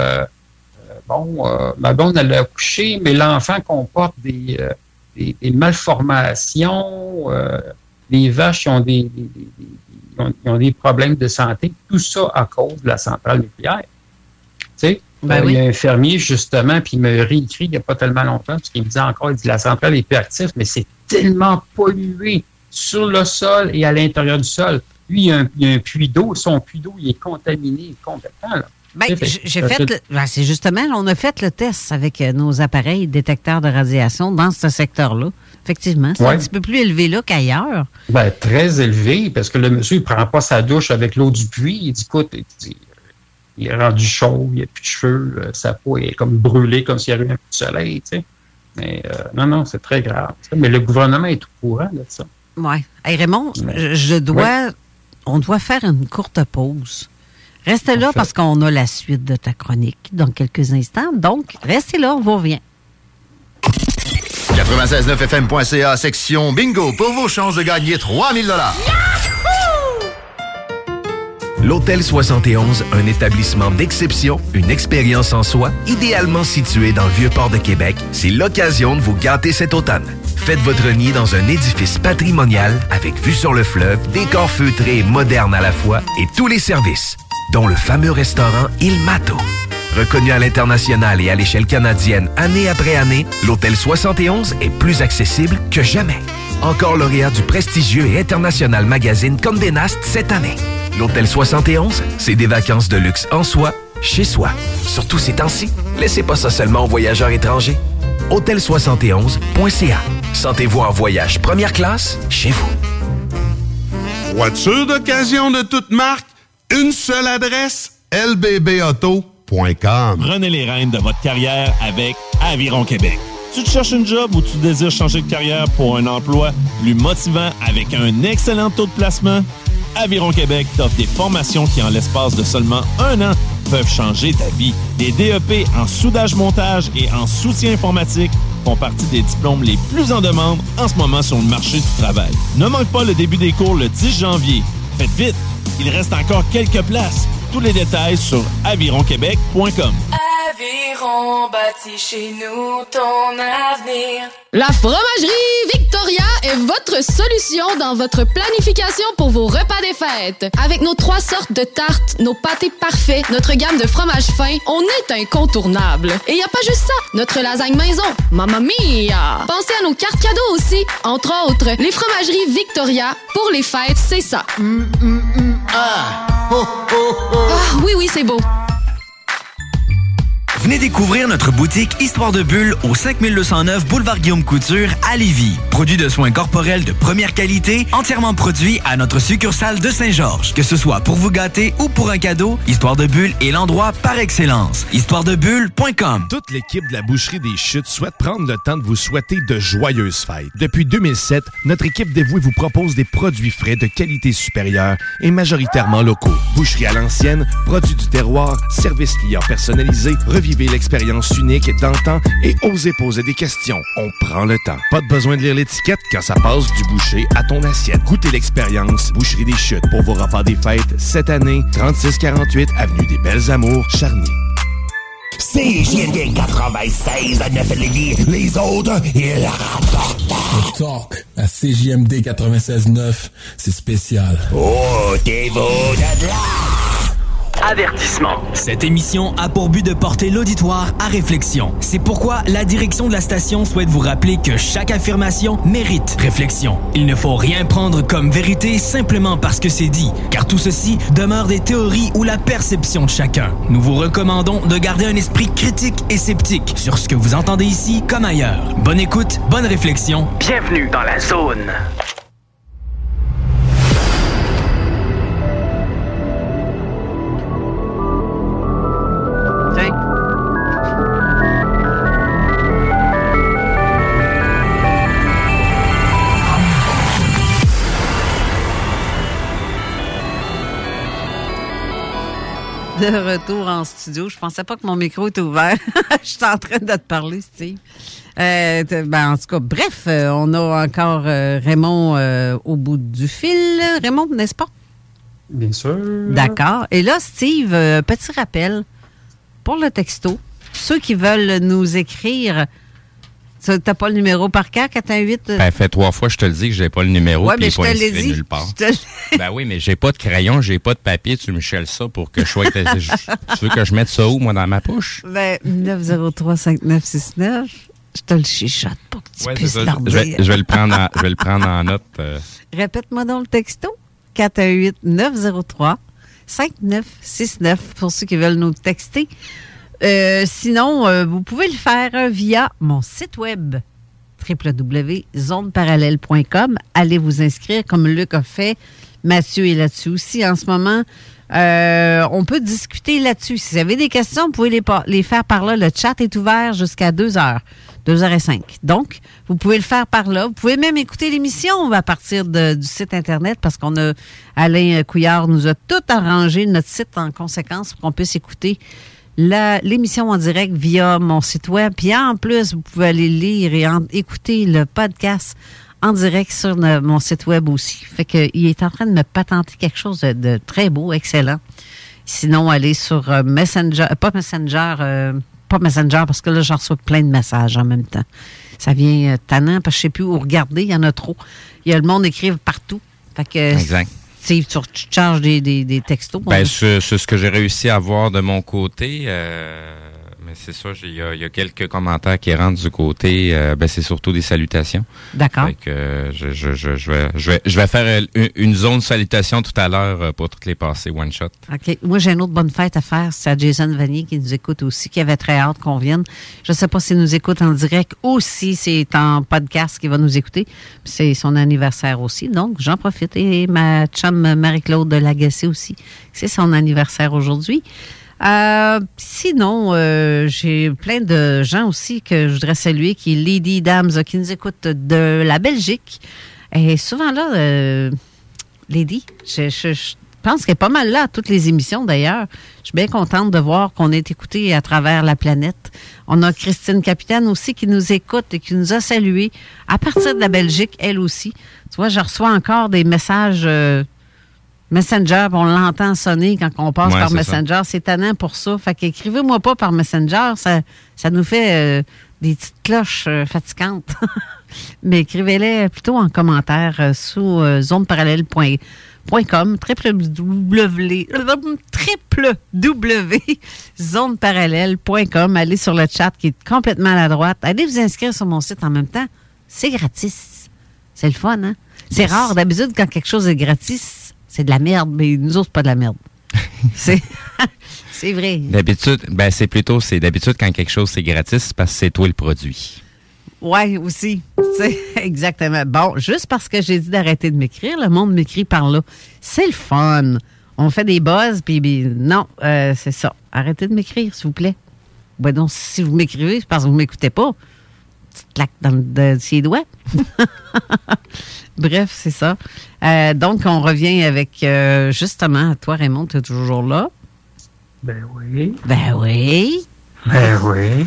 ma blonde, elle a accouché, mais l'enfant comporte des malformations, les vaches ont des problèmes de santé, tout ça à cause de la centrale nucléaire. Tu sais, il y a un fermier, justement, puis il me réécrit il n'y a pas tellement longtemps, parce qu'il me dit encore, il dit, la centrale est peu active, mais c'est tellement pollué sur le sol et à l'intérieur du sol. Lui, il y a un puits d'eau. Son puits d'eau, il est contaminé complètement. Là.
C'est justement, on a fait le test avec nos appareils détecteurs de radiation dans ce secteur-là. Effectivement, c'est un petit peu plus élevé là qu'ailleurs.
Très élevé, parce que le monsieur, il ne prend pas sa douche avec l'eau du puits. Il dit, écoute, il est rendu chaud, il n'y a plus de cheveux, sa peau est comme brûlée, comme s'il y avait un coup de soleil. Tu sais. Mais non, c'est très grave. Mais le gouvernement est au courant de ça.
Oui. Hey, Raymond, on doit faire une courte pause. Reste là parce qu'on a la suite de ta chronique dans quelques instants. Donc, restez là, on vous revient.
969fm.ca, section bingo, pour vos chances de gagner 3000 $. L'Hôtel 71, un établissement d'exception, une expérience en soi, idéalement situé dans le Vieux-Port de Québec, c'est l'occasion de vous gâter cet automne. Faites votre nid dans un édifice patrimonial avec vue sur le fleuve, décor feutré et moderne à la fois et tous les services, dont le fameux restaurant Il Mato. Reconnu à l'international et à l'échelle canadienne année après année, l'Hôtel 71 est plus accessible que jamais. Encore lauréat du prestigieux et international magazine Condé Nast cette année. L'Hôtel 71, c'est des vacances de luxe en soi, chez soi. Surtout ces temps-ci, laissez pas ça seulement aux voyageurs étrangers. Hôtel71.ca. Sentez-vous en voyage première classe chez vous.
Voiture d'occasion de toute marque, une seule adresse, lbbauto.com.
Prenez les rênes de votre carrière avec Aviron Québec. Tu te cherches une job ou tu désires changer de carrière pour un emploi plus motivant avec un excellent taux de placement? Aviron Québec t'offre des formations qui, en l'espace de seulement 1 an, peuvent changer ta vie. Des DEP en soudage-montage et en soutien informatique font partie des diplômes les plus en demande en ce moment sur le marché du travail. Ne manque pas le début des cours le 10 janvier. Faites vite, il reste encore quelques places. Tous les détails sur avironquebec.com.
Aviron bâtit chez nous ton avenir.
La Fromagerie Victoria est votre solution dans votre planification pour vos repas des fêtes. Avec nos 3 sortes de tartes, nos pâtés parfaits, notre gamme de fromages fins, on est incontournable. Et y a pas juste ça, notre lasagne maison, Mamma Mia! Pensez à nos cartes cadeaux aussi. Entre autres, les Fromageries Victoria, pour les fêtes, c'est ça. Oui, c'est beau.
Venez découvrir notre boutique Histoire de Bulle au 5209 Boulevard Guillaume Couture à Lévis. Produit de soins corporels de première qualité, entièrement produit à notre succursale de Saint-Georges. Que ce soit pour vous gâter ou pour un cadeau, Histoire de Bulle est l'endroit par excellence. Histoiredebulle.com.
Toute l'équipe de la Boucherie des Chutes souhaite prendre le temps de vous souhaiter de joyeuses fêtes. Depuis 2007, notre équipe dévouée vous propose des produits frais de qualité supérieure et majoritairement locaux. Boucherie à l'ancienne, produits du terroir, service client personnalisé, revivez l'expérience unique d'antan et osez poser des questions. On prend le temps. Pas de besoin de lire l'étiquette quand ça passe du boucher à ton assiette. Goûtez l'expérience Boucherie des Chutes pour vos repas des fêtes cette année. 3648 Avenue des Belles Amours, Charny.
CJMD 96.9 Lévis. Les autres, ils rapportent.
Le talk à CJMD 96.9, c'est spécial.
Oh, t'es beau de là!
Avertissement.
Cette émission a pour but de porter l'auditoire à réflexion. C'est pourquoi la direction de la station souhaite vous rappeler que chaque affirmation mérite réflexion. Il ne faut rien prendre comme vérité simplement parce que c'est dit, car tout ceci demeure des théories ou la perception de chacun. Nous vous recommandons de garder un esprit critique et sceptique sur ce que vous entendez ici comme ailleurs. Bonne écoute, bonne réflexion.
Bienvenue dans la zone.
De retour en studio. Je pensais pas que mon micro était ouvert. Je suis en train de te parler, Steve. En tout cas, bref, on a encore Raymond au bout du fil. Raymond, n'est-ce pas?
Bien sûr.
D'accord. Et là, Steve, petit rappel pour le texto. Ceux qui veulent nous écrire, t'as pas le numéro par cœur, 418?
Ben, fait 3 fois, je te le dis que j'ai pas le numéro,
ouais,
puis il n'est pas inscrit nulle part. Ben oui, mais j'ai pas de crayon, j'ai pas de papier, tu me chelles ça pour que je sois... Tu veux que je mette ça où, moi, dans ma poche?
Ben, 903-5969, je te le chichote pour que tu puisses leur dire.
Je vais le prendre en note.
Répète-moi donc le texto, 418-903-5969, pour ceux qui veulent nous texter. Sinon, vous pouvez le faire via mon site web www.zoneparallèle.com. Allez vous inscrire comme Luc a fait. Mathieu est là-dessus aussi en ce moment. On peut discuter là-dessus. Si vous avez des questions, vous pouvez les faire par là. Le chat est ouvert jusqu'à 2h, 2h05. Donc, vous pouvez le faire par là. Vous pouvez même écouter l'émission à partir du site Internet parce qu'on a Alain Couillard nous a tout arrangé notre site en conséquence pour qu'on puisse écouter l'émission en direct via mon site web. Puis en plus, vous pouvez aller lire et écouter le podcast en direct sur mon site web aussi. Fait qu'il est en train de me patenter quelque chose de très beau, excellent. Sinon, allez sur Messenger, pas Messenger parce que là, j'en reçois plein de messages en même temps. Ça vient tannant parce que je sais plus où regarder, il y en a trop. Il y a le monde écrive partout. Fait que
exact.
Tu charges des textos.
Ben, c'est ce que j'ai réussi à voir de mon côté. Mais c'est ça, il y a quelques commentaires qui rentrent du côté. C'est surtout des salutations.
D'accord.
Fait que je vais faire une zone salutation tout à l'heure pour toutes les passées one shot.
OK. Moi, j'ai une autre bonne fête à faire. C'est à Jason Vanier qui nous écoute aussi, qui avait très hâte qu'on vienne. Je ne sais pas s'il nous écoute en direct ou si c'est en podcast qu'il va nous écouter. C'est son anniversaire aussi. Donc, j'en profite. Et ma chum Marie-Claude Lagacé aussi. C'est son anniversaire aujourd'hui. Sinon, j'ai plein de gens aussi que je voudrais saluer, qui est Lady Dams, qui nous écoute de la Belgique. Et souvent là, Lady, je pense qu'elle est pas mal là à toutes les émissions d'ailleurs. Je suis bien contente de voir qu'on est écouté à travers la planète. On a Christine Capitaine aussi qui nous écoute et qui nous a salués à partir de la Belgique, elle aussi. Tu vois, je reçois encore des messages... Messenger, on l'entend sonner quand on passe par Messenger. Ça. C'est tannant pour ça. Fait qu'écrivez-moi pas par Messenger. Ça nous fait des petites cloches fatigantes. Mais écrivez-les plutôt en commentaire sous zoneparallèle.com, www.zoneparallèle.com. Allez sur le chat qui est complètement à la droite. Allez vous inscrire sur mon site en même temps. C'est gratis. C'est le fun, hein? C'est rare. D'habitude, quand quelque chose est gratis, c'est de la merde, mais nous autres, c'est pas de la merde. C'est vrai.
D'habitude, d'habitude, quand quelque chose c'est gratis, c'est parce que c'est toi le produit.
Oui, aussi. Exactement. Bon, juste parce que j'ai dit d'arrêter de m'écrire, le monde m'écrit par là. C'est le fun. On fait des buzz, puis non, c'est ça. Arrêtez de m'écrire, s'il vous plaît. Ben donc, si vous m'écrivez, c'est parce que vous ne m'écoutez pas. Petite claque dans les doigts. Bref, c'est ça. Donc, on revient avec, justement, toi, Raymond, tu es toujours là?
Ben oui.
Ben oui.
Ben oui.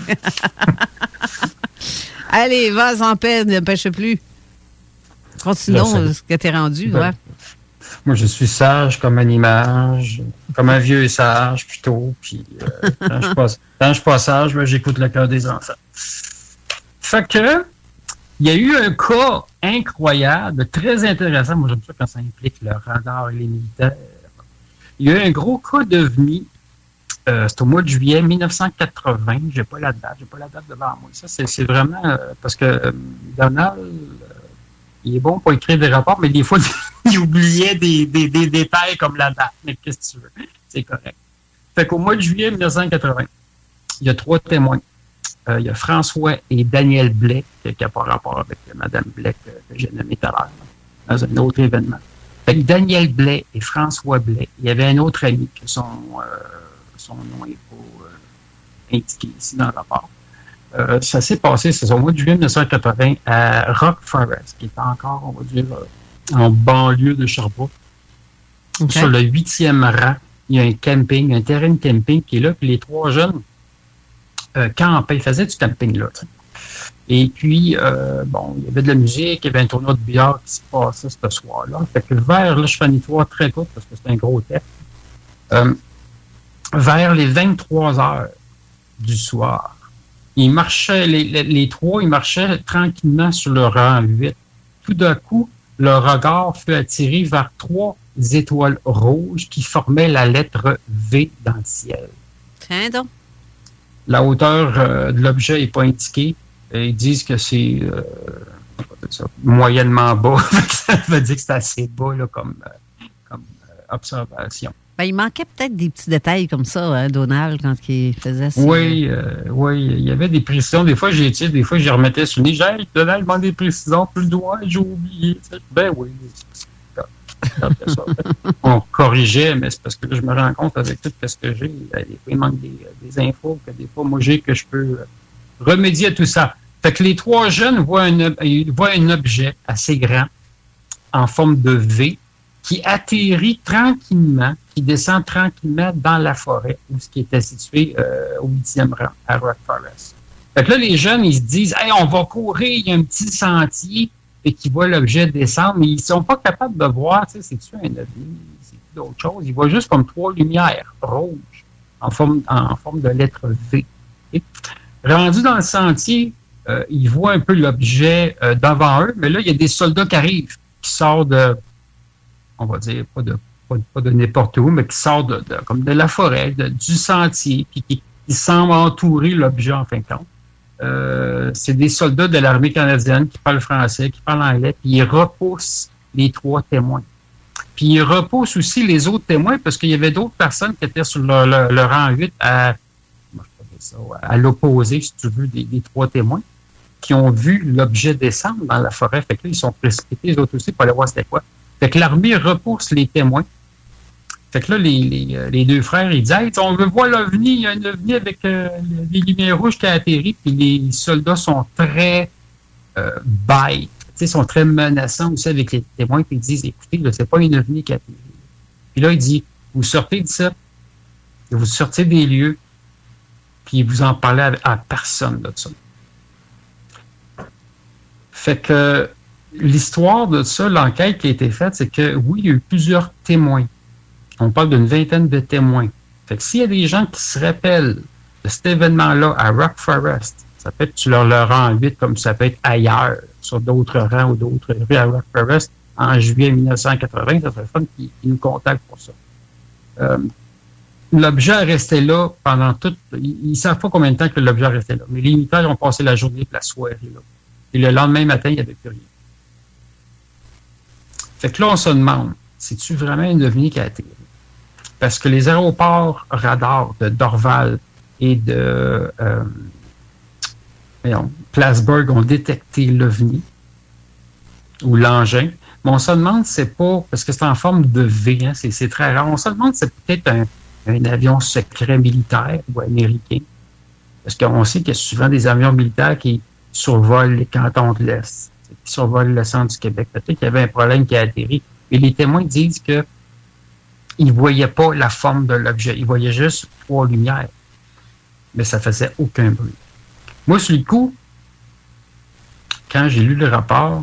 Allez, vas en paix, ne pêche plus. Continuons ce que tu es rendu, ouais.
Moi, je suis sage comme un image, comme un vieux sage, plutôt. Puis, quand je suis pas sage, j'écoute le cœur des enfants. Fait que, il y a eu un cas incroyable, très intéressant. Moi, j'aime ça quand ça implique le radar et les militaires. Il y a eu un gros cas d'OVNI. C'est au mois de juillet 1980. J'ai pas la date devant moi. Ça, c'est vraiment parce que Donald, il est bon pour écrire des rapports, mais des fois, il oubliait des détails comme la date. Mais qu'est-ce que tu veux? C'est correct. Fait qu'au mois de juillet 1980, il y a 3 témoins. Il y a François et Daniel Blais, qui n'a pas rapport avec Mme Blais que j'ai nommé tout à l'heure, dans un autre événement. Fait que Daniel Blais et François Blais, il y avait un autre ami que son nom n'est pas indiqué ici dans le rapport. Ça s'est passé, c'est au mois de juillet 1980 à Rock Forest, qui est encore, on va dire, en banlieue de Sherbrooke. Okay. Sur le 8e rang, il y a un camping, un terrain de camping qui est là, puis les 3 jeunes campaient, ils faisaient du camping là. T'sais. Et puis, il y avait de la musique, il y avait un tournoi de billard qui se passait ce soir-là. Fait que vers, là, je fais une histoire très courte parce que c'est un gros texte. Vers les 23 heures du soir, ils marchaient, les 3, ils marchaient tranquillement sur le rang 8. Tout d'un coup, leur regard fut attiré vers 3 étoiles rouges qui formaient la lettre V dans le ciel.
Tiens donc.
La hauteur de l'objet n'est pas indiquée. Ils disent que c'est moyennement bas. Ça veut dire que c'est assez bas là, comme observation.
Ben, il manquait peut-être des petits détails comme ça, hein, Donald, quand il faisait ça.
Oui, il y avait des précisions. Des fois, j'y remettais sur le nez. Hey, Donald demande des précisions, plus le doigt, j'ai oublié. Ben oui, ça. On corrigeait, mais c'est parce que là, je me rends compte avec tout ce que j'ai. Des fois, il manque des infos que des fois, moi, j'ai que je peux remédier à tout ça. Fait que les 3 jeunes voient un objet assez grand en forme de V qui atterrit tranquillement, qui descend tranquillement dans la forêt où ce qui était situé au 8e rang, à Rock Forest. Fait que là, les jeunes, ils se disent « Hey, on va courir, il y a un petit sentier », et qui voient l'objet descendre, mais ils sont pas capables de voir, tu sais, c'est-tu un ovni, c'est d'autres choses. Ils voient juste comme 3 lumières rouges en forme de lettre V. Et rendu dans le sentier, ils voient un peu l'objet devant eux, mais là, il y a des soldats qui arrivent, qui sortent de, on va dire, pas de n'importe où, mais qui sortent comme de la forêt, du sentier, puis qui semblent entourer l'objet en fin de compte. C'est des soldats de l'armée canadienne qui parlent français, qui parlent anglais, puis ils repoussent les 3 témoins. Puis ils repoussent aussi les autres témoins parce qu'il y avait d'autres personnes qui étaient sur le rang 8 à l'opposé, si tu veux, des 3 témoins qui ont vu l'objet descendre dans la forêt. Fait que là, ils sont précipités, les autres aussi, pour aller voir c'était quoi. Fait que l'armée repousse les témoins. Fait que là, les 2 frères, ils disent « Hey, on veut voir l'OVNI, il y a un OVNI avec les lumières rouges qui a atterri. » Puis les soldats sont très bêtes, ils sont très menaçants aussi avec les témoins. Puis ils disent « Écoutez, là, c'est pas un OVNI qui a atterri. » Puis là, il dit « Vous sortez de ça, vous sortez des lieux, puis vous en parlez à personne de ça. » Fait que l'histoire de ça, l'enquête qui a été faite, c'est que oui, il y a eu plusieurs témoins. On parle d'une 20aine de témoins. Fait que s'il y a des gens qui se rappellent de cet événement-là à Rock Forest, ça peut être sur leur rang 8, comme ça peut être ailleurs, sur d'autres rangs ou d'autres rues à Rock Forest, en juillet 1980, ça serait fun qu'ils nous contactent pour ça. L'objet est resté là pendant tout... Ils ne savent pas combien de temps que l'objet est resté là, mais les militaires ont passé la journée et la soirée là. Et le lendemain matin, il n'y avait plus rien. Fait que là, on se demande, c'est-tu vraiment un OVNI qui a atterri? Parce que les aéroports radars de Dorval et de Plattsburgh ont détecté l'OVNI ou l'engin. Mais on se demande, c'est pas, parce que c'est en forme de V, hein, c'est très rare. On se demande, c'est peut-être un avion secret militaire ou américain. Parce qu'on sait qu'il y a souvent des avions militaires qui survolent les cantons de l'Est, qui survolent le centre du Québec. Peut-être qu'il y avait un problème qui a atterri. Et les témoins disent que ils ne voyaient pas la forme de l'objet. Ils voyaient juste 3 lumières. Mais ça faisait aucun bruit. Moi, sur le coup, quand j'ai lu le rapport,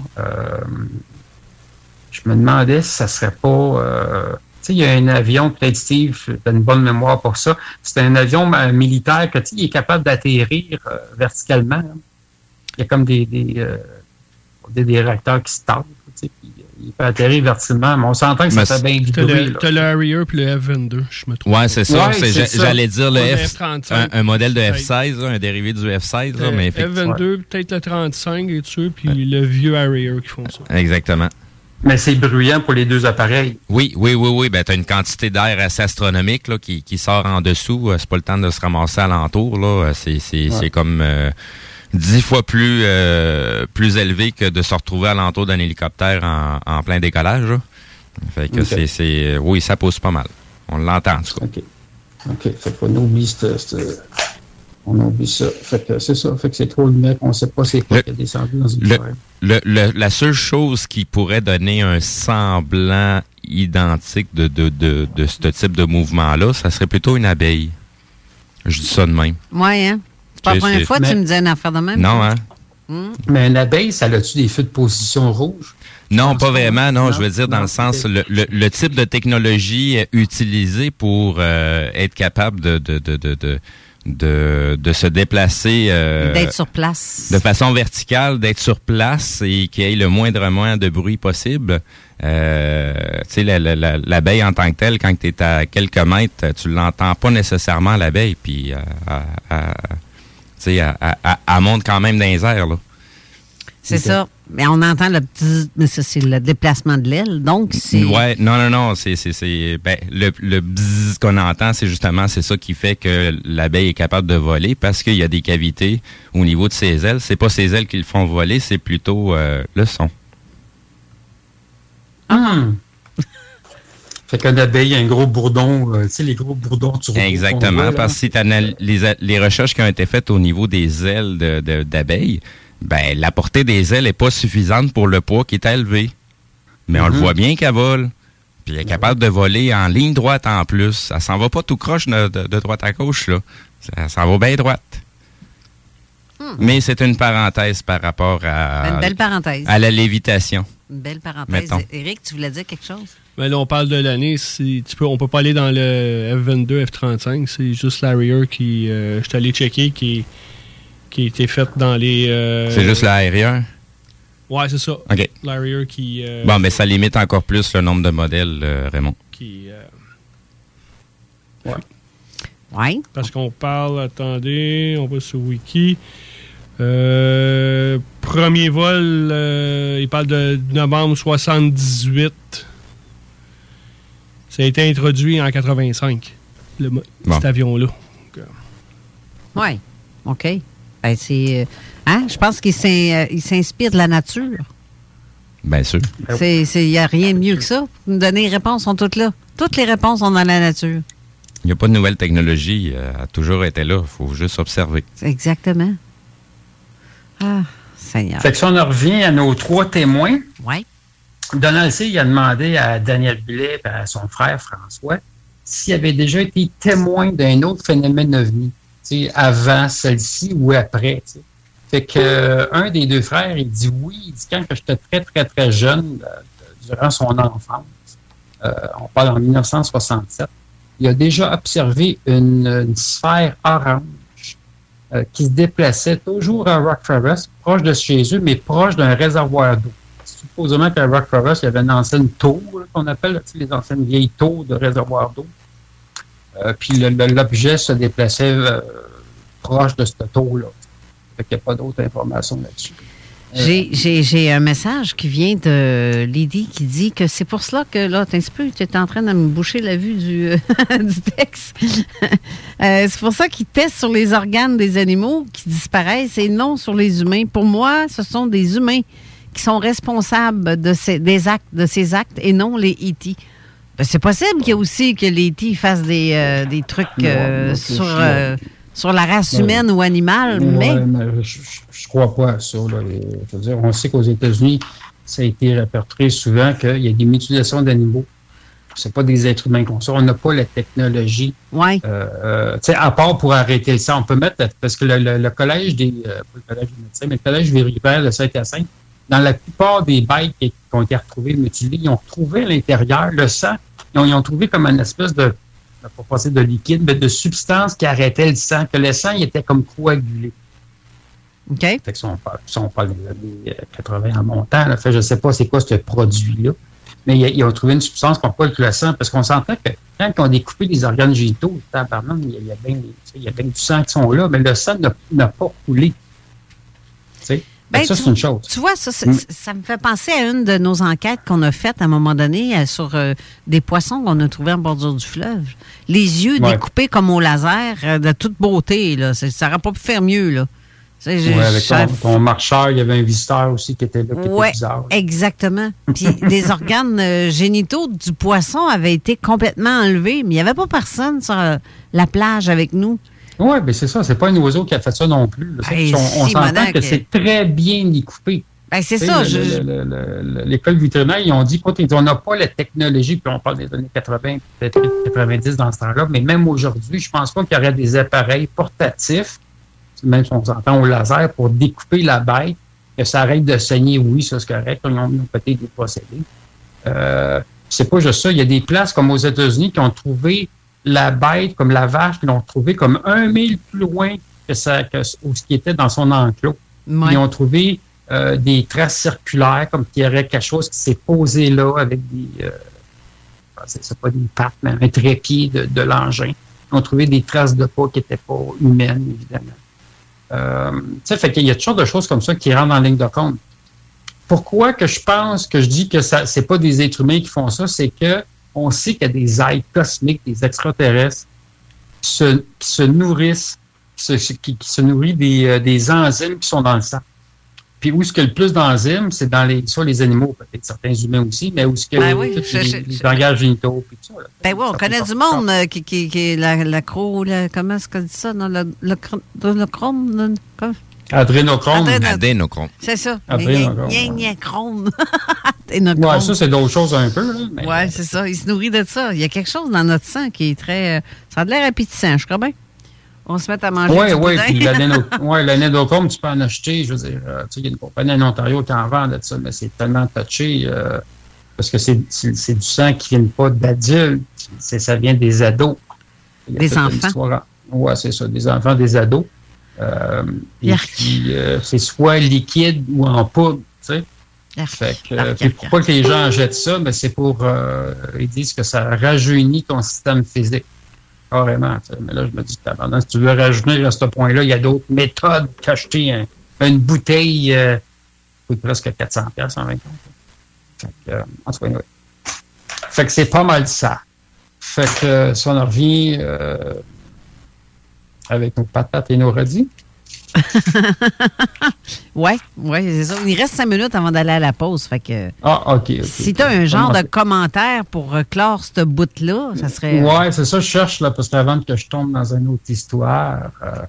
je me demandais si ça serait pas... tu sais, il y a un avion, peut-être Steve, tu as une bonne mémoire pour ça. C'est un avion militaire que, tu sais, il est capable d'atterrir verticalement. Hein. Il y a comme des réacteurs qui se tordent, puis il peut atterrir verticalement, mais on s'entend que ça fait bien du bruit.
T'as le Harrier puis le F-22, je me trompe.
Ouais, c'est ça. J'allais dire le
F-35.
Un modèle de F-16, là, un dérivé du F-16, là, mais effectivement.
F-22, peut-être le 35 et tout ça, puis le vieux Harrier qui font ça.
Exactement.
Mais c'est bruyant pour les deux appareils.
Oui. Ben, t'as une quantité d'air assez astronomique là, qui sort en dessous. C'est pas le temps de se ramasser alentour. Là. C'est comme 10 fois plus élevé que de se retrouver alentour d'un hélicoptère en plein décollage. Là. Fait que oui, ça pousse pas mal. On l'entend, en tout cas.
OK. Fait qu'on oublie on oublie ça. Fait que c'est ça. Fait que c'est trop le mec. On ne sait pas c'est quoi qui a descendu dans une forêt.
La seule chose qui pourrait donner un semblant identique de ce type de mouvement-là, ça serait plutôt une abeille. Je dis ça de même.
Oui, hein? C'est pas la première fois que tu me disais une affaire de même.
Non, hein?
Mais une abeille, ça a-tu des feux de position rouge?
Non, pas vraiment. Non, je veux dire dans le sens, le type de technologie utilisée pour être capable de se déplacer
d'être sur place
de façon verticale, d'être sur place et qu'il y ait le moindrement de bruit possible. Tu sais, l'abeille en tant que telle, quand tu es à quelques mètres, tu l'entends pas nécessairement, l'abeille, puis elle monte quand même dans les airs, là.
C'est ça. Mais on entend le bzzz, mais ça, c'est le déplacement de l'aile. Donc, c'est.
Ouais, non. Le bzzz qu'on entend, c'est ça qui fait que l'abeille est capable de voler parce qu'il y a des cavités au niveau de ses ailes. C'est pas ses ailes qui le font voler, c'est plutôt le son.
Fait qu'une abeille a un gros bourdon, tu sais, les gros bourdons du robot.
Exactement, parce que si tu analyses les recherches qui ont été faites au niveau des ailes d'abeilles, ben, la portée des ailes n'est pas suffisante pour le poids qui est élevé. Mais on le voit bien qu'elle vole. Puis elle est capable de voler en ligne droite en plus. Ça s'en va pas tout croche de droite à gauche, là. Ça s'en va bien droite. Mais c'est une parenthèse par rapport à...
Une belle parenthèse.
À la lévitation.
Une belle parenthèse.
Mettons.
Éric, tu voulais dire quelque chose?
Ben là, on parle de l'année. On peut pas aller dans le F-22, F-35. C'est juste l'Harrier qui... je suis allé checker qui a été fait dans les...
C'est juste l'aérien?
Ouais, c'est ça.
OK.
L'Harrier qui...
Bon, mais ça limite encore plus le nombre de modèles, Raymond.
Ouais.
Ouais.
Parce qu'on parle... Attendez, on va sur Wiki. Premier vol, il parle de novembre 78. Ça a été introduit en 85, cet avion-là.
Oui. OK. Ben, c'est... je pense qu'il s'inspire de la nature.
Bien sûr.
Il n'y a rien de mieux que ça. Pour nous donner les réponses sont toutes là. Toutes les réponses sont dans la nature.
Il n'y a pas de nouvelle technologie. Elle a toujours été là. Il faut juste observer.
Exactement. Ah, Seigneur.
Fait que si on en revient à nos 3 témoins,
ouais.
Donald C. il a demandé à Daniel Billet et à son frère François s'il avait déjà été témoin d'un autre phénomène ovni, avant celle-ci ou après. T'sais. Fait que un des 2 frères, il dit oui, il dit quand j'étais très, très, très jeune, durant son enfance, on parle en 1967, il a déjà observé une sphère orange qui se déplaçait toujours à Rock Forest, proche de chez eux, mais proche d'un réservoir d'eau. Supposément qu'à Rock Forest, il y avait une ancienne tour, qu'on appelle les anciennes vieilles tours de réservoir d'eau. Puis l'objet se déplaçait proche de cette tour-là. Fait qu'il n'y a pas d'autres informations là-dessus.
J'ai un message qui vient de Lydie qui dit que c'est pour cela que, là, tu es en train de me boucher la vue du texte. C'est pour ça qu'ils testent sur les organes des animaux qui disparaissent et non sur les humains. Pour moi, ce sont des humains qui sont responsables de ces actes et non les E.T. Ben, c'est possible qu'il y ait aussi que les E.T. fassent des trucs sur la race humaine ou animale, mais
je crois pas à ça. Là. Je veux dire, on sait qu'aux États-Unis, ça a été répertorié souvent qu'il y a des mutilations d'animaux. C'est pas des êtres humains comme ça. On n'a pas la technologie.
Ouais.
À part pour arrêter le sang, on peut mettre, parce que le collège des... pas le collège des médecins, mais le collège vétérinaire de Saint-Hyacinthe, dans la plupart des bêtes qui ont été retrouvées mutilées, ils ont retrouvé à l'intérieur le sang. Ils ont trouvé comme une espèce de, pas passer de liquide, mais de substance qui arrêtait le sang, que le sang il était comme coagulé.
OK.
Fait que si on parle des années 80 en montant, là, fait, je ne sais pas c'est quoi ce produit-là, mais ils ont trouvé une substance qu'on peut le sang, parce qu'on s'entend que quand on a découpé les organes génitaux, il y a bien du sang qui sont là, mais le sang n'a pas coulé. Ben, ça, c'est une chose.
Tu vois, ça me fait penser à une de nos enquêtes qu'on a faites à un moment donné sur des poissons qu'on a trouvés en bordure du fleuve. Les yeux découpés comme au laser, de toute beauté. Là. Ça n'aurait pas pu faire mieux. Là.
Avec ton marcheur, il y avait un visiteur aussi qui était là, qui était bizarre.
Exactement. Puis les organes génitaux du poisson avaient été complètement enlevés, mais il n'y avait pas personne sur la plage avec nous.
Oui, bien c'est ça. C'est pas un oiseau qui a fait ça non plus. On s'entend que c'est très bien découpé.
Ben, c'est ça.
L'école vétérinaire, ils ont dit, on n'a pas la technologie, puis on parle des années 80, peut-être 90 dans ce temps-là, mais même aujourd'hui, je pense pas qu'il y aurait des appareils portatifs, même si on s'entend au laser, pour découper la bête, que ça arrête de saigner. Oui, ça c'est correct. Ils ont peut-être des procédés. C'est pas juste ça. Il y a des places comme aux États-Unis qui ont trouvé la bête, comme la vache, qu'ils l'ont trouvé comme 1 mille plus loin que ce qui était dans son enclos. Ouais. Ils ont trouvé des traces circulaires, comme qu'il y aurait quelque chose qui s'est posé là avec des... c'est pas des pattes, mais un trépied de l'engin. Ils ont trouvé des traces de pas qui n'étaient pas humaines, évidemment. Fait qu'il y a toujours de choses comme ça qui rentrent en ligne de compte. Pourquoi que je dis que c'est pas des êtres humains qui font ça, c'est que on sait qu'il y a des êtres cosmiques, des extraterrestres, qui se nourrissent, qui se nourrissent des enzymes qui sont dans le sang. Puis où est-ce qu'il y a le plus d'enzymes, c'est dans les animaux, peut-être certains humains aussi, mais où est-ce qu'il y a les organes génitaux, puis tout ça.
Ben oui, on connaît du monde qui est comment est-ce qu'on dit ça? Le chrome?
Adrénochrome.
Adénochrome.
C'est ça.
Adrénochrome. Oui, ça, c'est d'autres choses un peu.
Oui, c'est ça. Il se nourrit de ça. Il y a quelque chose dans notre sang qui est très... ça a de l'air appétissant, je crois bien. On se met à manger
puis l'adénochrome, tu peux en acheter. Je veux dire, il y a une compagnie en Ontario qui en vend de ça, mais c'est tellement touché parce que c'est du sang qui ne vient pas d'adultes. Ça vient des ados.
Des enfants.
Oui, c'est ça. Des enfants, des ados. Et puis, c'est soit liquide ou en poudre, tu sais. Fait que, pourquoi que les gens jettent ça? Ben, c'est pour... ils disent que ça rajeunit ton système physique. Carrément. T'sais. Mais là, je me dis, si tu veux rajeunir à ce point-là, il y a d'autres méthodes qu'acheter une bouteille coûte presque 400$ en 20 ans. Fait que, en tout cas, oui. Fait que c'est pas mal ça. Fait que si on en revient avec nos patates et nos radis.
Oui, c'est ça. Il reste 5 minutes avant d'aller à la pause. Fait que,
OK.
Si tu as un genre de commentaire pour clore ce bout-là, ça serait...
Oui, c'est ça que je cherche, là, parce qu'avant que je tombe dans une autre histoire.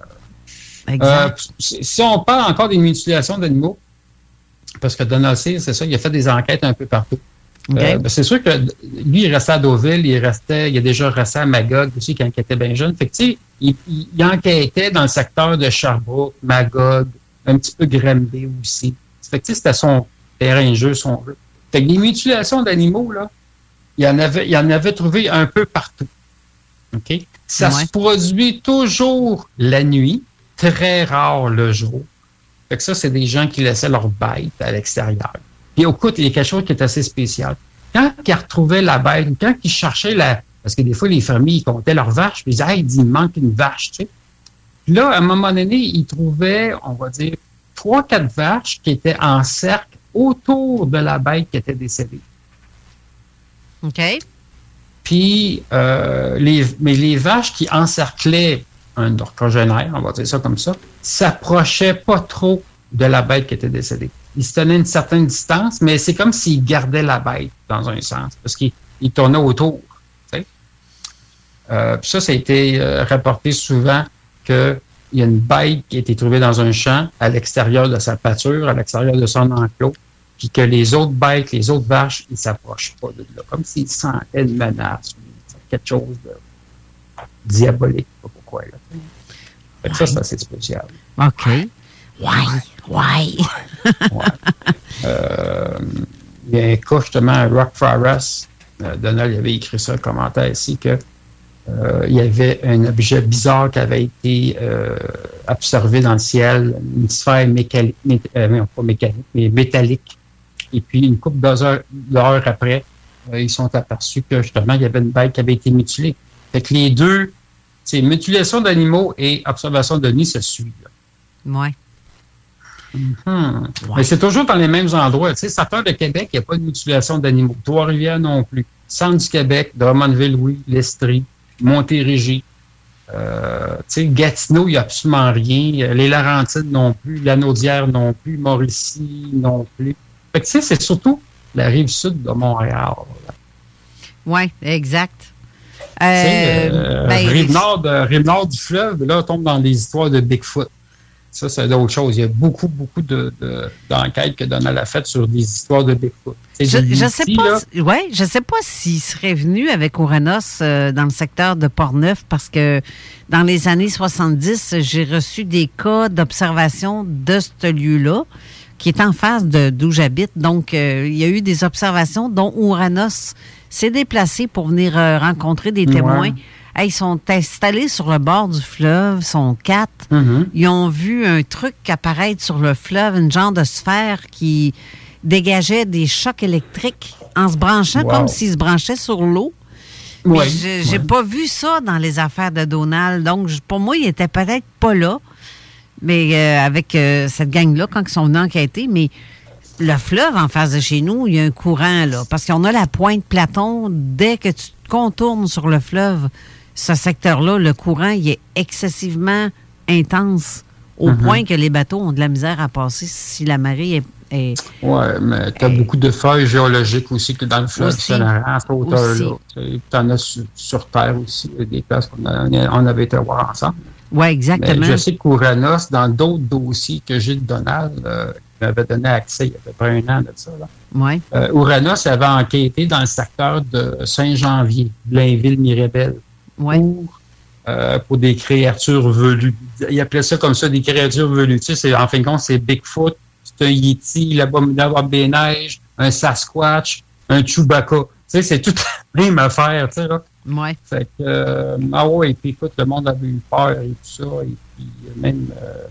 Si on parle encore des mutilations d'animaux, parce que Donald Sears, c'est ça, il a fait des enquêtes un peu partout. Okay. C'est sûr que lui, il restait à Deauville, il a déjà resté à Magog aussi quand il était bien jeune. Fait que, tu sais, il enquêtait dans le secteur de Sherbrooke, Magog, un petit peu Granby aussi. Fait que, tu sais, c'était son terrain de jeu, son jeu. Fait que les mutilations d'animaux, là, il y en avait trouvé un peu partout. OK? Ça se produit toujours la nuit, très rare le jour. Fait que ça, c'est des gens qui laissaient leurs bêtes à l'extérieur. Puis, écoute, il y a quelque chose qui est assez spécial. Quand ils retrouvaient la bête, quand ils cherchaient parce que des fois, les fermiers, ils comptaient leurs vaches, puis ils disaient, il manque une vache, tu sais. Puis là, à un moment donné, ils trouvaient, on va dire, 3-4 vaches qui étaient en cercle autour de la bête qui était décédée.
OK.
Puis, les vaches qui encerclaient un congénère, on va dire ça comme ça, s'approchaient pas trop de la bête qui était décédée. Ils se tenaient une certaine distance, mais c'est comme s'ils gardaient la bête dans un sens, parce qu'ils tournaient autour. Puis ça a été rapporté souvent qu'il y a une bête qui a été trouvée dans un champ à l'extérieur de sa pâture, à l'extérieur de son enclos, puis que les autres bêtes, les autres vaches, ils ne s'approchent pas de là, comme s'ils sentaient une menace, quelque chose de diabolique, je ne sais pas pourquoi. Là. Ça, c'est assez spécial.
OK. Why?
Il y a un cas, justement, à Rock Forest. Donald avait écrit ça, un commentaire ici, que il y avait un objet bizarre qui avait été observé dans le ciel une sphère pas mécanique, mais métallique. Et puis, une couple d'heures après, ils sont aperçus que, justement, il y avait une bête qui avait été mutilée. Fait que les deux, c'est mutilation d'animaux et observation de nuit, ça suit.
Oui.
Mais c'est toujours dans les mêmes endroits. Tu sais, Sapeur de Québec, il n'y a pas de mutilation d'animaux. Trois-Rivières non plus. Centre du Québec, Drummondville, oui. L'Estrie, Montérégie. Tu sais, Gatineau, il n'y a absolument rien. Les Laurentides non plus. Lanaudière non plus. Mauricie non plus. Fait que, tu sais, c'est surtout la rive sud de Montréal.
Oui, exact.
Rive nord du fleuve, là, on tombe dans les histoires de Bigfoot. Ça, c'est d'autres choses. Il y a beaucoup d'enquêtes que Donald a faites sur des histoires de Bigfoot.
Je sais pas s'il serait venu avec Ouranos dans le secteur de Portneuf parce que dans les années 70, j'ai reçu des cas d'observation de ce lieu-là qui est en face d'où j'habite. Donc, il y a eu des observations dont Ouranos s'est déplacé pour venir rencontrer des témoins. Ils sont installés sur le bord du fleuve, ils sont 4. Ils ont vu un truc apparaître sur le fleuve, une genre de sphère qui dégageait des chocs électriques en se branchant comme s'il se branchait sur l'eau. Mais j'ai pas vu ça dans les affaires de Donald. Donc, pour moi, il était peut-être pas là. Mais avec cette gang-là, quand ils sont venus enquêter, mais le fleuve en face de chez nous, il y a un courant, là. Parce qu'on a la pointe Platon. Dès que tu contournes sur le fleuve, ce secteur-là, le courant, il est excessivement intense au point que les bateaux ont de la misère à passer si la marée est...
Oui, mais tu as beaucoup de feuilles géologiques aussi que dans le fleuve Saint-Laurent, à cette hauteur-là. Tu en as sur Terre aussi, des places qu'on avait été voir ensemble.
Oui, exactement.
Mais je sais qu'Ouranos, dans d'autres dossiers que Gilles Donald m'avait donné accès il y a à peu près un an de ça.
Oui.
Ouranos avait enquêté dans le secteur de Saint-Janvier, Blainville-Mirabel, pour des créatures velues. Il appelait ça comme ça, des créatures velues. Tu sais, en fin de compte, c'est Bigfoot, c'est un Yeti, l'abominable des neiges, un Sasquatch, un Chewbacca. Tu sais, c'est toute la même affaire, tu sais, là.
Ouais.
Fait que, et puis écoute, le monde avait eu peur et tout ça, et puis même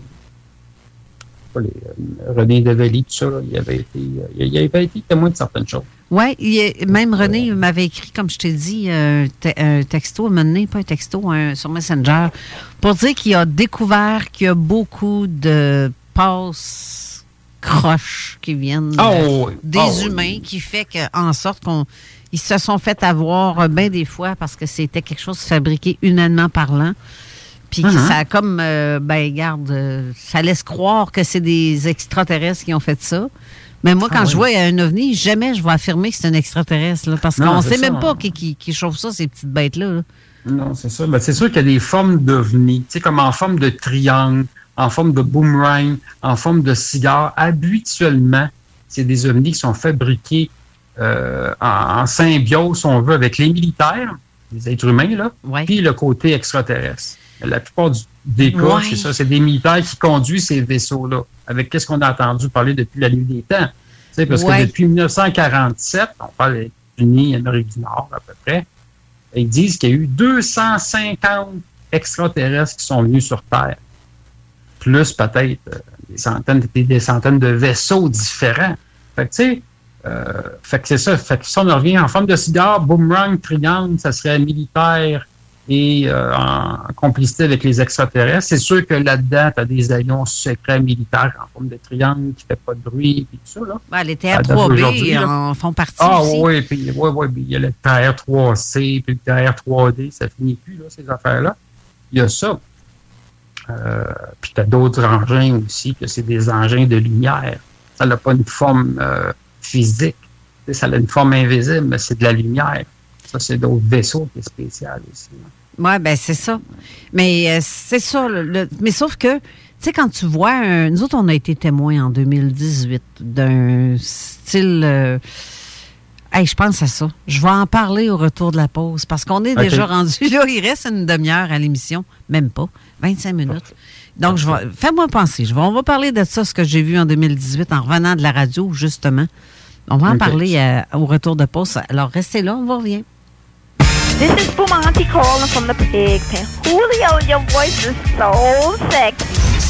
René Develly, tout ça, là, il avait été témoin de certaines choses.
Oui, même René m'avait écrit, comme je t'ai dit, un texto, pas un texto, sur Messenger, pour dire qu'il a découvert qu'il y a beaucoup de passes croches qui viennent des humains, qui fait en sorte qu'ils se sont fait avoir bien des fois parce que c'était quelque chose fabriqué humainement parlant. Puis ça a comme, ça laisse croire que c'est des extraterrestres qui ont fait ça. Mais moi, quand je vois un ovni, jamais je vais affirmer que c'est un extraterrestre. Là, parce qu'on ne sait même pas qui chauffe ça, ces petites bêtes-là. Là.
Non, c'est ça. Ben, c'est sûr qu'il y a des formes d'ovnis, tu sais, comme en forme de triangle, en forme de boomerang, en forme de cigare. Habituellement, c'est des ovnis qui sont fabriqués en symbiose, si on veut, avec les militaires, les êtres humains, là, puis le côté extraterrestre. La plupart des cas, c'est ça, c'est des militaires qui conduisent ces vaisseaux-là. Avec qu'est-ce qu'on a entendu parler depuis la nuit des temps. Tu sais, parce que depuis 1947, on parle des États-Unis, Amérique du Nord à peu près, ils disent qu'il y a eu 250 extraterrestres qui sont venus sur Terre. Plus peut-être des centaines de vaisseaux différents. Fait que tu sais, fait que c'est ça. Fait que si on revient en forme de cigare, boomerang, triangle, ça serait militaire et en complicité avec les extraterrestres. C'est sûr que là-dedans, tu as des avions secrets militaires en forme de triangle qui ne fait pas de bruit et tout ça. Là.
Les TR-3B en font partie aussi.
Oui, puis il y a le TR-3C, puis le TR-3D, ça finit plus, là, ces affaires-là. Il y a ça. Puis tu as d'autres engins aussi, que c'est des engins de lumière. Ça n'a pas une forme physique. Ça a une forme invisible, mais c'est de la lumière. Ça, c'est d'autres vaisseaux qui sont spéciaux aussi.
Oui, bien, c'est ça. Mais c'est ça. Mais sauf que, tu sais, quand tu vois, nous autres, on a été témoins en 2018 d'un style... je pense à ça. Je vais en parler au retour de la pause parce qu'on est déjà rendu là. Il reste une demi-heure à l'émission. Même pas. 25 minutes. Donc, fais-moi penser. On va parler de ça, ce que j'ai vu en 2018 en revenant de la radio, justement. On va en parler au retour de pause. Alors, restez là, on va revenir.
This is Bumanti calling from the pig pen. Julio, your voice is so sexy.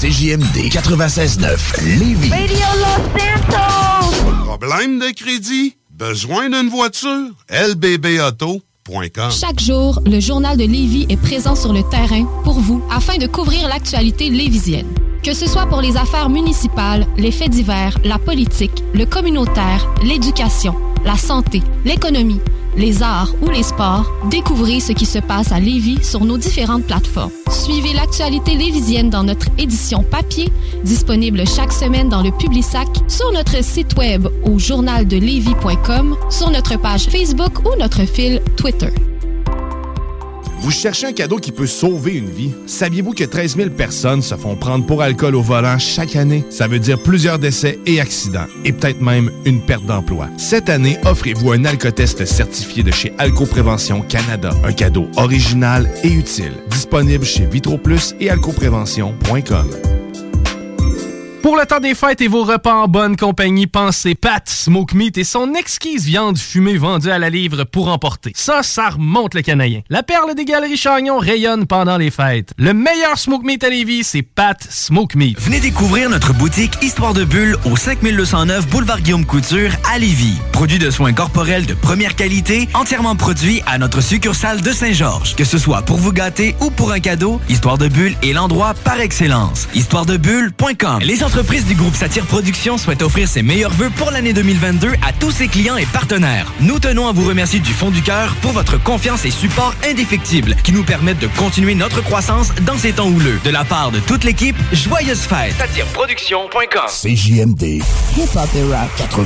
CJMD 96.9 Lévis.
Radio Los Santos!
Problème de crédit? Besoin d'une voiture? lbbauto.com.
Chaque jour, le Journal de Lévis est présent sur le terrain pour vous afin de couvrir l'actualité lévisienne. Que ce soit pour les affaires municipales, les faits divers, la politique, le communautaire, l'éducation, la santé, l'économie, les arts ou les sports, découvrez ce qui se passe à Lévis sur nos différentes plateformes. Suivez l'actualité lévisienne dans notre édition papier, disponible chaque semaine dans le Publisac, sur notre site web au journaldelevis.com, sur notre page Facebook ou notre fil Twitter.
Vous cherchez un cadeau qui peut sauver une vie? Saviez-vous que 13 000 personnes se font prendre pour alcool au volant chaque année? Ça veut dire plusieurs décès et accidents, et peut-être même une perte d'emploi. Cette année, offrez-vous un alcotest certifié de chez Alcoprévention Canada. Un cadeau original et utile. Disponible chez VitroPlus et alcoprévention.com.
Pour le temps des fêtes et vos repas en bonne compagnie, pensez Pat Smoke Meat et son exquise viande fumée vendue à la livre pour emporter. Ça remonte le canadien. La perle des Galeries Chagnon rayonne pendant les fêtes. Le meilleur Smoke Meat à Lévis, c'est Pat Smoke Meat.
Venez découvrir notre boutique Histoire de Bulle au 5209 Boulevard Guillaume Couture à Lévis. Produit de soins corporels de première qualité, entièrement produit à notre succursale de Saint-Georges. Que ce soit pour vous gâter ou pour un cadeau, Histoire de Bulle est l'endroit par excellence. Histoiredebulle.com. Les entreprises du groupe Satire Productions souhaitent offrir ses meilleurs vœux pour l'année 2022 à tous ses clients et partenaires. Nous tenons à vous remercier du fond du cœur pour votre confiance et support indéfectible qui nous permettent de continuer notre croissance dans ces temps houleux. De la part de toute l'équipe, joyeuses fêtes.
SatireProduction.com.
CJMD Hip-Hop et Rock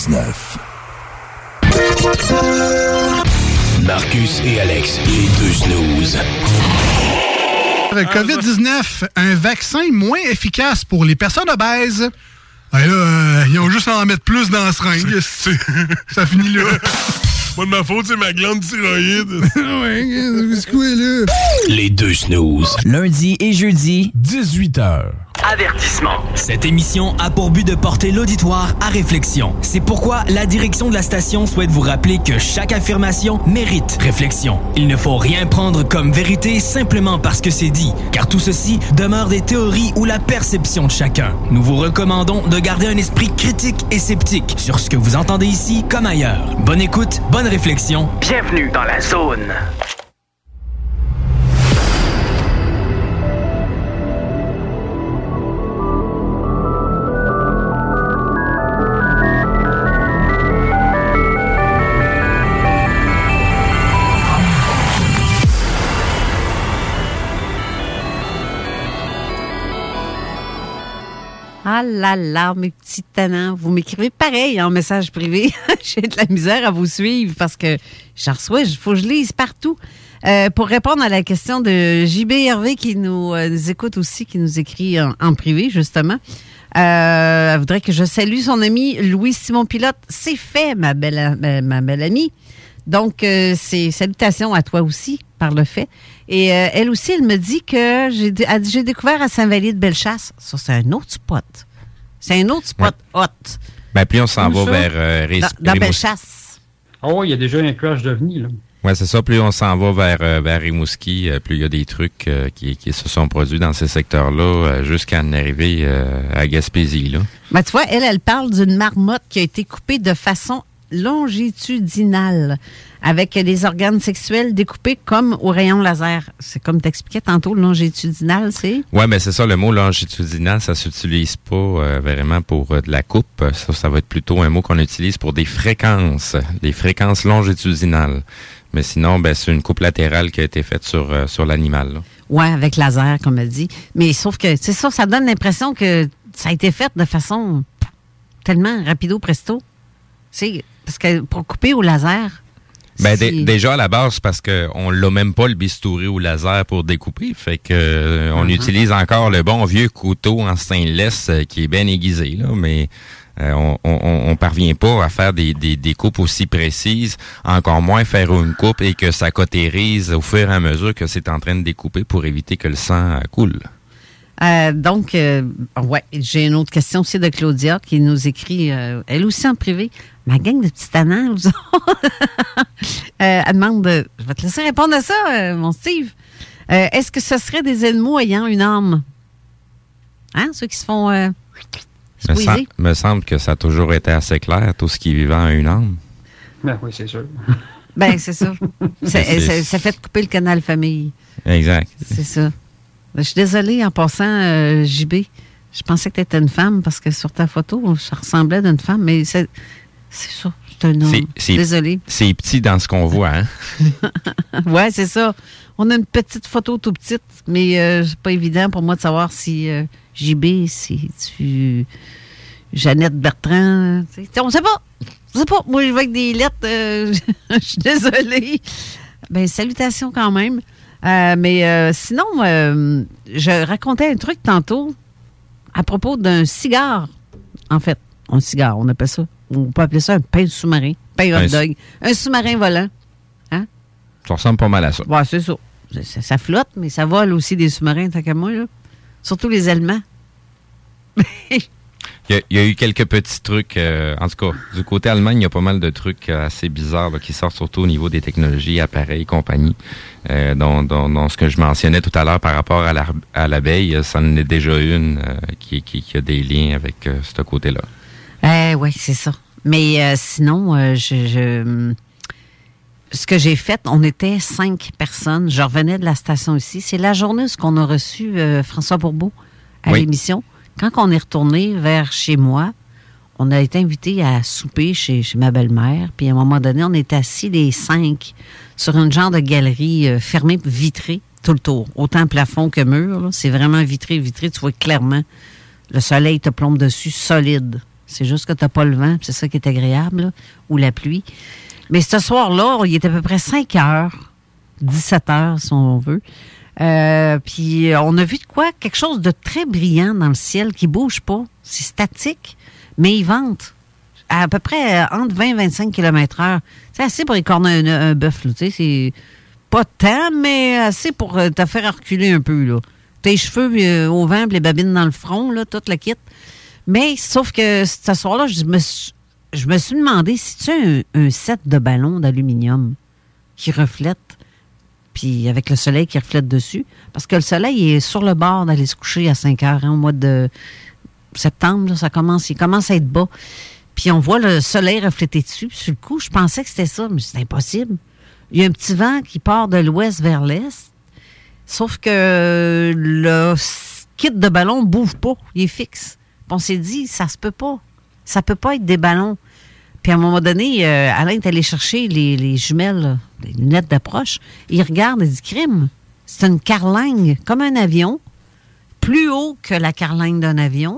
96.9. Marcus et Alex, les deux snooze.
COVID-19, un vaccin moins efficace pour les personnes obèses. Ben là, ils ont juste à en mettre plus dans la seringue. Ça finit là.
Pas de ma faute, c'est ma glande thyroïde.
Ouais, c'est quoi là?
Les deux snooze.
Lundi et jeudi,
18h.
Avertissement.
Cette émission a pour but de porter l'auditoire à réflexion. C'est pourquoi la direction de la station souhaite vous rappeler que chaque affirmation mérite réflexion. Il ne faut rien prendre comme vérité simplement parce que c'est dit, car tout ceci demeure des théories ou la perception de chacun. Nous vous recommandons de garder un esprit critique et sceptique sur ce que vous entendez ici comme ailleurs. Bonne écoute, bonne réflexion.
Bienvenue dans la zone.
Ah là là, mes petits tannants, vous m'écrivez pareil en message privé. J'ai de la misère à vous suivre parce que j'en reçois, il faut que je lise partout. Pour répondre à la question de JB Hervé qui nous écoute aussi, qui nous écrit en privé, justement. Elle voudrait que je salue son ami Louis-Simon Pilote. C'est fait, ma belle amie. Donc, c'est salutations à toi aussi, par le fait. Et elle aussi, elle me dit que j'ai découvert à Saint-Vallier-de-Bellechasse. Ça, c'est un autre spot. C'est un autre spot hot.
Ben, plus on s'en va vers
dans Bellechasse.
Oh, il y a déjà un crush d'OVNI, là.
Oui, c'est ça. Plus on s'en va vers Rimouski, plus il y a des trucs qui se sont produits dans ces secteurs-là jusqu'à en arriver à Gaspésie, là.
Ben, tu vois, elle parle d'une marmotte qui a été coupée de façon longitudinale, avec les organes sexuels découpés comme au rayon laser. C'est comme t'expliquais tantôt, le longitudinal, c'est?
Oui, mais c'est ça, le mot longitudinal, ça s'utilise pas vraiment pour de la coupe. Ça va être plutôt un mot qu'on utilise pour des fréquences longitudinales. Mais sinon, ben, c'est une coupe latérale qui a été faite sur l'animal.
Oui, avec laser, comme elle dit. Mais sauf que, c'est ça donne l'impression que ça a été fait de façon tellement rapido presto. C'est parce que pour couper au laser...
Ben déjà à la base, parce qu'on l'a même pas le bistouri au laser pour découper. Fait que on utilise encore le bon vieux couteau en stainless qui est bien aiguisé, là, mais on parvient pas à faire des coupes aussi précises, encore moins faire une coupe et que ça cautérise au fur et à mesure que c'est en train de découper pour éviter que le sang coule.
Donc, j'ai une autre question aussi de Claudia qui nous écrit, elle aussi en privé. Ma gang de petits tannants, elle demande, je vais te laisser répondre à ça, mon Steve. Est-ce que ce serait des animaux ayant une âme? Hein? Ceux qui se font squeezer.
Me semble que ça a toujours été assez clair, tout ce qui est vivant a une âme.
Ben oui, c'est sûr.
Ben, c'est ça. Ça fait couper le canal famille.
Exact.
C'est ça. Je suis désolée, en passant, JB. Je pensais que tu étais une femme parce que sur ta photo, ça ressemblait d'une femme, mais c'est ça. C'est un homme. Désolée.
C'est petit dans ce qu'on voit, hein?
Ouais, c'est ça. On a une petite photo tout petite, mais c'est pas évident pour moi de savoir si JB, si tu... Jeannette Bertrand, on sait pas. On sait pas. Moi, je vais avec des lettres. Je suis désolée. Ben, salutations quand même. Mais sinon, je racontais un truc tantôt à propos d'un cigare. En fait, un cigare, on appelle ça. On peut appeler ça un pain sous-marin. Pain hot dog. Un sous-marin volant. Hein?
Ça ressemble pas mal à ça.
Ouais, c'est ça. Ça flotte, mais ça vole aussi des sous-marins, tant qu'à moi, là. Surtout les Allemands.
Il y a eu quelques petits trucs, en tout cas, du côté allemand, il y a pas mal de trucs assez bizarres là, qui sortent surtout au niveau des technologies, appareils, compagnie, dont ce que je mentionnais tout à l'heure par rapport à l'abeille, ça en est déjà une qui a des liens avec ce côté-là.
Oui, c'est ça. Mais sinon, ce que j'ai fait, on était 5 personnes. Je revenais de la station ici. C'est la journée où on a reçu François Bourbeau à l'émission. Quand on est retourné vers chez moi, on a été invités à souper chez ma belle-mère. Puis à un moment donné, on est assis les 5 sur une genre de galerie fermée, vitrée, tout le tour. Autant plafond que mur. Là. C'est vraiment vitré. Tu vois clairement le soleil te plombe dessus solide. C'est juste que tu n'as pas le vent. C'est ça qui est agréable. Là, ou la pluie. Mais ce soir-là, il était à peu près 5 heures, 17 heures si on veut. Puis on a vu de quoi? Quelque chose de très brillant dans le ciel qui bouge pas. C'est statique, mais il vente à peu près entre 20 et 25 km/h. C'est assez pour écorner un bœuf. Tu sais, c'est pas tant, mais assez pour te faire reculer un peu. Là. Tes cheveux au vent, les babines dans le front, là, toute la kit. Mais sauf que ce soir-là, je me suis demandé si tu as un set de ballons d'aluminium qui reflète, puis avec le soleil qui reflète dessus, parce que le soleil est sur le bord d'aller se coucher à 5 heures, hein, au mois de septembre, là, il commence à être bas. Puis on voit le soleil refléter dessus, puis sur le coup, je pensais que c'était ça, mais c'est impossible. Il y a un petit vent qui part de l'ouest vers l'est, sauf que le kit de ballon ne bouge pas, il est fixe. Puis on s'est dit, ça se peut pas. Ça peut pas être des ballons. Puis à un moment donné, Alain est allé chercher les jumelles, là, les lunettes d'approche. Il regarde et dit, crime, c'est une carlingue, comme un avion, plus haut que la carlingue d'un avion,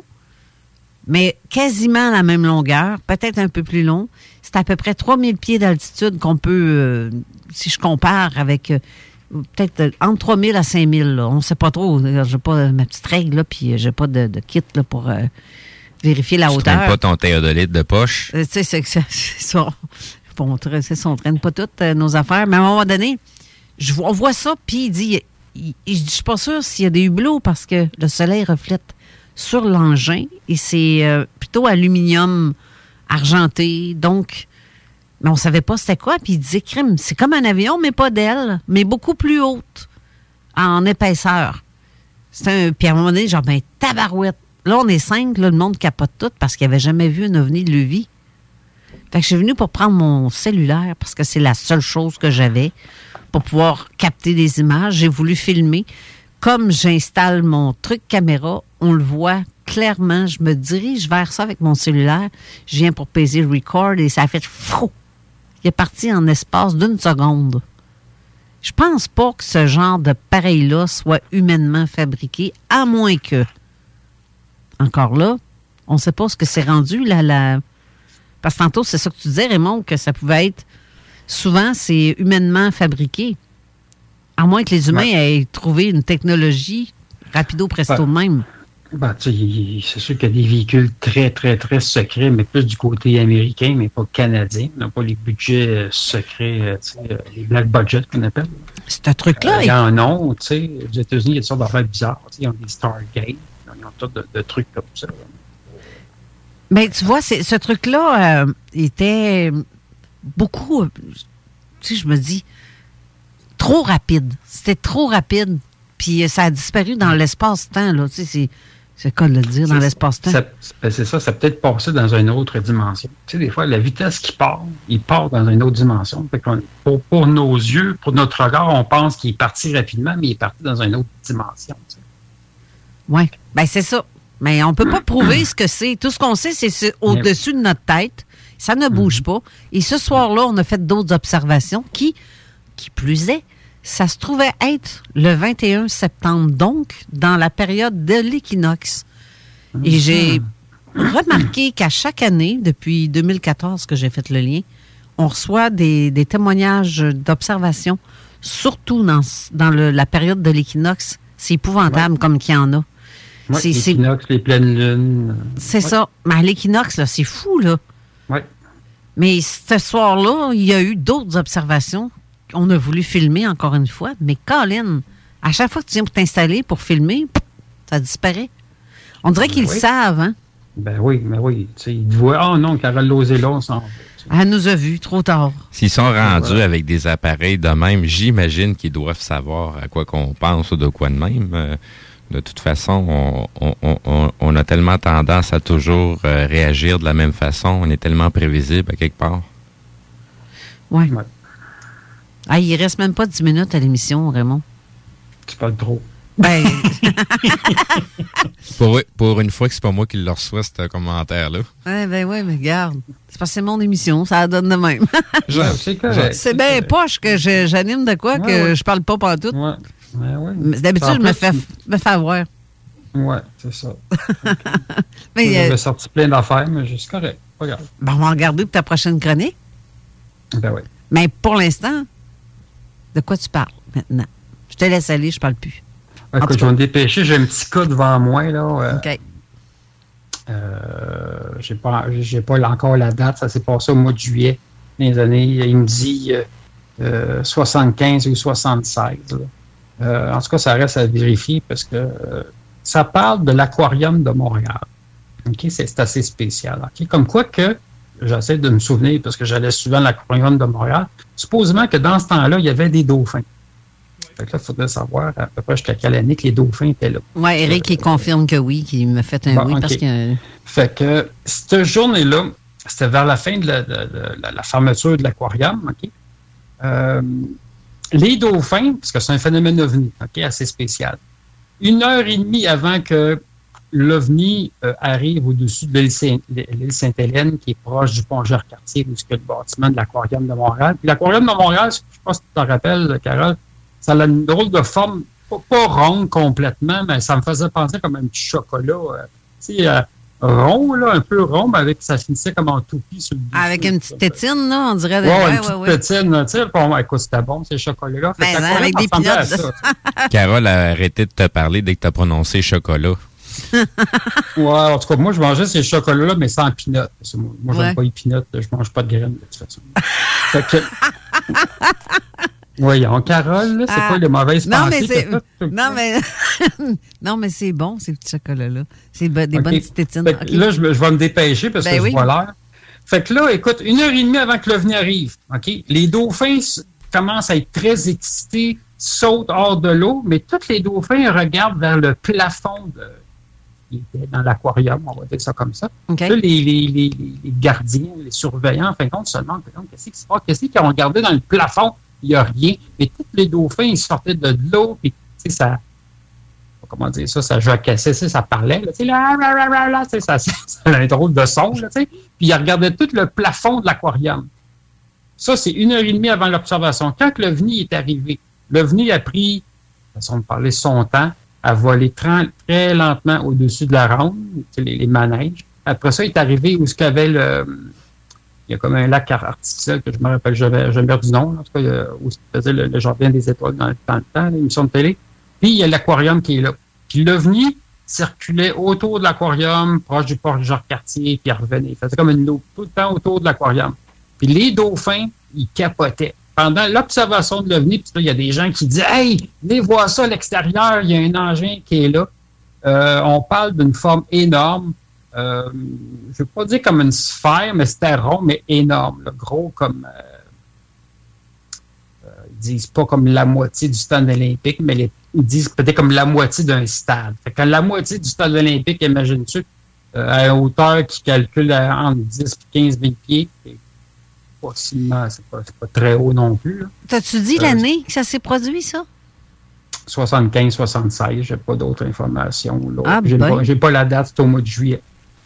mais quasiment la même longueur, peut-être un peu plus long. C'est à peu près 3000 pieds d'altitude qu'on peut, si je compare avec peut-être entre 3000 à 5000. Là. On ne sait pas trop. J'ai pas ma petite règle, là, puis j'ai pas de kit là, pour... vérifier la hauteur. Tu
traînes pas ton théodolite de poche.
Tu sais, c'est ça. Bon, on traîne pas toutes nos affaires. Mais à un moment donné, on voit ça, puis il dit, je suis pas sûr s'il y a des hublots parce que le soleil reflète sur l'engin et c'est plutôt aluminium argenté. Donc, mais on savait pas c'était quoi. Puis il disait, crime, c'est comme un avion, mais pas d'aile, mais beaucoup plus haute en épaisseur. Puis à un moment donné, genre, ben, tabarouette. Là, on est 5, là, le monde capote tout parce qu'il n'avait jamais vu un ovni de Lévis. Fait que je suis venue pour prendre mon cellulaire parce que c'est la seule chose que j'avais pour pouvoir capter des images. J'ai voulu filmer. Comme j'installe mon truc caméra, on le voit clairement. Je me dirige vers ça avec mon cellulaire. Je viens pour peser le record et ça a fait fou. Il est parti en espace d'1 seconde. Je pense pas que ce genre de pareil-là soit humainement fabriqué, à moins que... Encore là, on ne sait pas ce que c'est rendu. Parce que tantôt, c'est ça que tu disais, Raymond, que ça pouvait être... Souvent, c'est humainement fabriqué. À moins que les humains aient trouvé une technologie rapido presto même.
C'est sûr qu'il y a des véhicules très, très, très secrets, mais plus du côté américain, mais pas canadien. On n'a pas les budgets secrets, les black budgets qu'on appelle.
C'est un truc-là.
Ils en ont, tu sais. Aux États-Unis, il y a des sortes d'affaires bizarres. Ils ont des Stargate. Ils ont toutes de trucs comme ça.
Mais tu vois, ce truc-là était beaucoup, tu sais, je me dis, trop rapide. C'était trop rapide. Puis ça a disparu dans l'espace-temps, là. Tu sais, C'est quoi de le dire dans l'espace-temps?
C'est ça, ça peut être passé dans une autre dimension. Tu sais, des fois, la vitesse qu'il part, il part dans une autre dimension. Fait pour nos yeux, pour notre regard, on pense qu'il est parti rapidement, mais il est parti dans une autre dimension. Tu sais.
Oui, bien c'est ça. Mais on ne peut pas prouver ce que c'est. Tout ce qu'on sait, c'est au-dessus de notre tête. Ça ne bouge pas. Et ce soir-là, on a fait d'autres observations qui plus est, ça se trouvait être le 21 septembre, donc dans la période de l'équinoxe. Et j'ai remarqué qu'à chaque année, depuis 2014 que j'ai fait le lien, on reçoit des témoignages d'observation, surtout dans la période de l'équinoxe. C'est épouvantable comme qu'il y en a.
Ouais, l'équinoxe, les pleines lunes.
C'est ça. Mais à l'équinoxe, là, c'est fou, là.
Oui.
Mais ce soir-là, il y a eu d'autres observations. On a voulu filmer encore une fois, mais Colin, à chaque fois que tu viens pour t'installer pour filmer, ça disparaît. On dirait qu'ils le savent, hein?
Ben oui. Tu sais, ils te voient, oh non, Carole Lozé là, on s'en va.
Elle nous a vus, trop tard.
S'ils sont rendus avec des appareils de même, j'imagine qu'ils doivent savoir à quoi qu'on pense ou de quoi de même. De toute façon, on a tellement tendance à toujours réagir de la même façon. On est tellement prévisible à quelque part.
Oui. Ouais. Ah, il reste même pas 10 minutes à l'émission, Raymond.
Tu parles trop.
Ben...
pour une fois que c'est pas moi qui le reçois, ce commentaire-là.
Oui, mais regarde. C'est parce que c'est mon émission, ça la donne de même. C'est bien poche que j'anime de quoi que je parle pas partout.
Ouais.
Mais d'habitude, je me fais avoir.
Oui, c'est ça. J'avais sorti plein d'affaires, mais c'est correct. Pas grave.
Ben, on va regarder pour ta prochaine chronique.
Ben oui.
Mais pour l'instant, de quoi tu parles maintenant? Je te laisse aller, je parle plus.
Écoute, je vais me dépêcher. J'ai un petit cas devant moi, là.
OK.
J'ai pas encore la date. Ça s'est passé au mois de juillet, dans les années, il me dit 75 ou 76. En tout cas, ça reste à vérifier parce que ça parle de l'Aquarium de Montréal. Okay? C'est assez spécial. Okay? Comme quoi que, j'essaie de me souvenir parce que j'allais souvent à l'Aquarium de Montréal, supposément que dans ce temps-là, il y avait des dauphins. Fait que là, il faudrait savoir à peu près jusqu'à quelle année que les dauphins étaient là.
Oui, Eric, il confirme que oui, qu'il me fait un oui
okay.
parce que...
Fait que cette journée-là, c'était vers la fin de la fermeture de l'aquarium, OK? Les dauphins, parce que c'est un phénomène ovni, OK, assez spécial. 1h30 avant que l'ovni arrive au-dessus de l'île Sainte-Hélène, qui est proche du pont Jacques-Cartier, où c'est le bâtiment de l'aquarium de Montréal. Puis l'aquarium de Montréal, je ne sais pas si tu te rappelles, Carole, ça a une drôle de forme, pas ronde complètement, mais ça me faisait penser comme un petit chocolat, tu sais, rond, là, un peu rond, mais ça finissait comme en toupie sur le dessus.
Avec une petite tétine, là, on dirait.
Une petite tétine, tu sais. Bon, écoute, c'était bon, ces chocolats-là.
Ben, avec des pinottes.
Carole a arrêté de te parler dès que tu as prononcé chocolat.
Ouais, en tout cas, moi, je mangeais ces chocolats-là, mais sans pinottes. Moi, j'aime pas les pinottes, je mange pas de graines, de toute façon. Fait que... Voyons, Carole, là, c'est pas les mauvaises pensées.
Non, mais c'est bon, ces petits chocolats-là. C'est des bonnes petites tétines.
Okay. Là, je vais me dépêcher parce que je vois l'heure. Fait que là, écoute, 1h30 avant que l'OVNI arrive, OK? Les dauphins commencent à être très excités, sautent hors de l'eau, mais tous les dauphins regardent vers le plafond dans l'aquarium, on va dire ça comme ça.
Okay.
Là, les gardiens, les surveillants, en fin de compte, se demandent qu'est-ce qui se passe? Qu'est-ce qu'ils ont regardé dans le plafond? Il n'y a rien. Mais tous les dauphins, ils sortaient de l'eau, puis, tu sais, ça... Comment dire ça? Ça jacassait, ça parlait, là, tu sais, là, ça a un drôle de son, là, tu sais. Puis, ils regardaient tout le plafond de l'aquarium. Ça, c'est 1h30 avant l'observation. Quand l'OVNI est arrivé, l'OVNI a pris, façon de parler, son temps à voler très lentement au-dessus de la ronde, les manèges. Après ça, il est arrivé où il y avait il y a comme un lac artificiel que je me rappelle jamais du nom, en tout cas, où se faisait le jardin des étoiles dans le temps, l'émission de télé. Puis il y a l'aquarium qui est là. Puis l'OVNI circulait autour de l'aquarium, proche du port Jacques-Cartier, puis il revenait. Il faisait comme une loupe tout le temps autour de l'aquarium. Puis les dauphins, ils capotaient. Pendant l'observation de l'OVNI, puis là, il y a des gens qui disent « Hey, venez voir ça à l'extérieur, il y a un engin qui est là. » On parle d'une forme énorme. Je ne veux pas dire comme une sphère, mais c'était rond, mais énorme. Là, gros comme... Ils disent pas comme la moitié du stade olympique, mais ils disent peut-être comme la moitié d'un stade. Fait que la moitié du stade olympique, imagine-tu, à une hauteur qui calcule entre 10 et 15 000 pieds, c'est pas très haut non plus. Là.
T'as-tu dit l'année que ça s'est produit, ça?
75-76, j'ai pas d'autres informations. Là.
Ah,
j'ai pas la date, c'est au mois de juillet.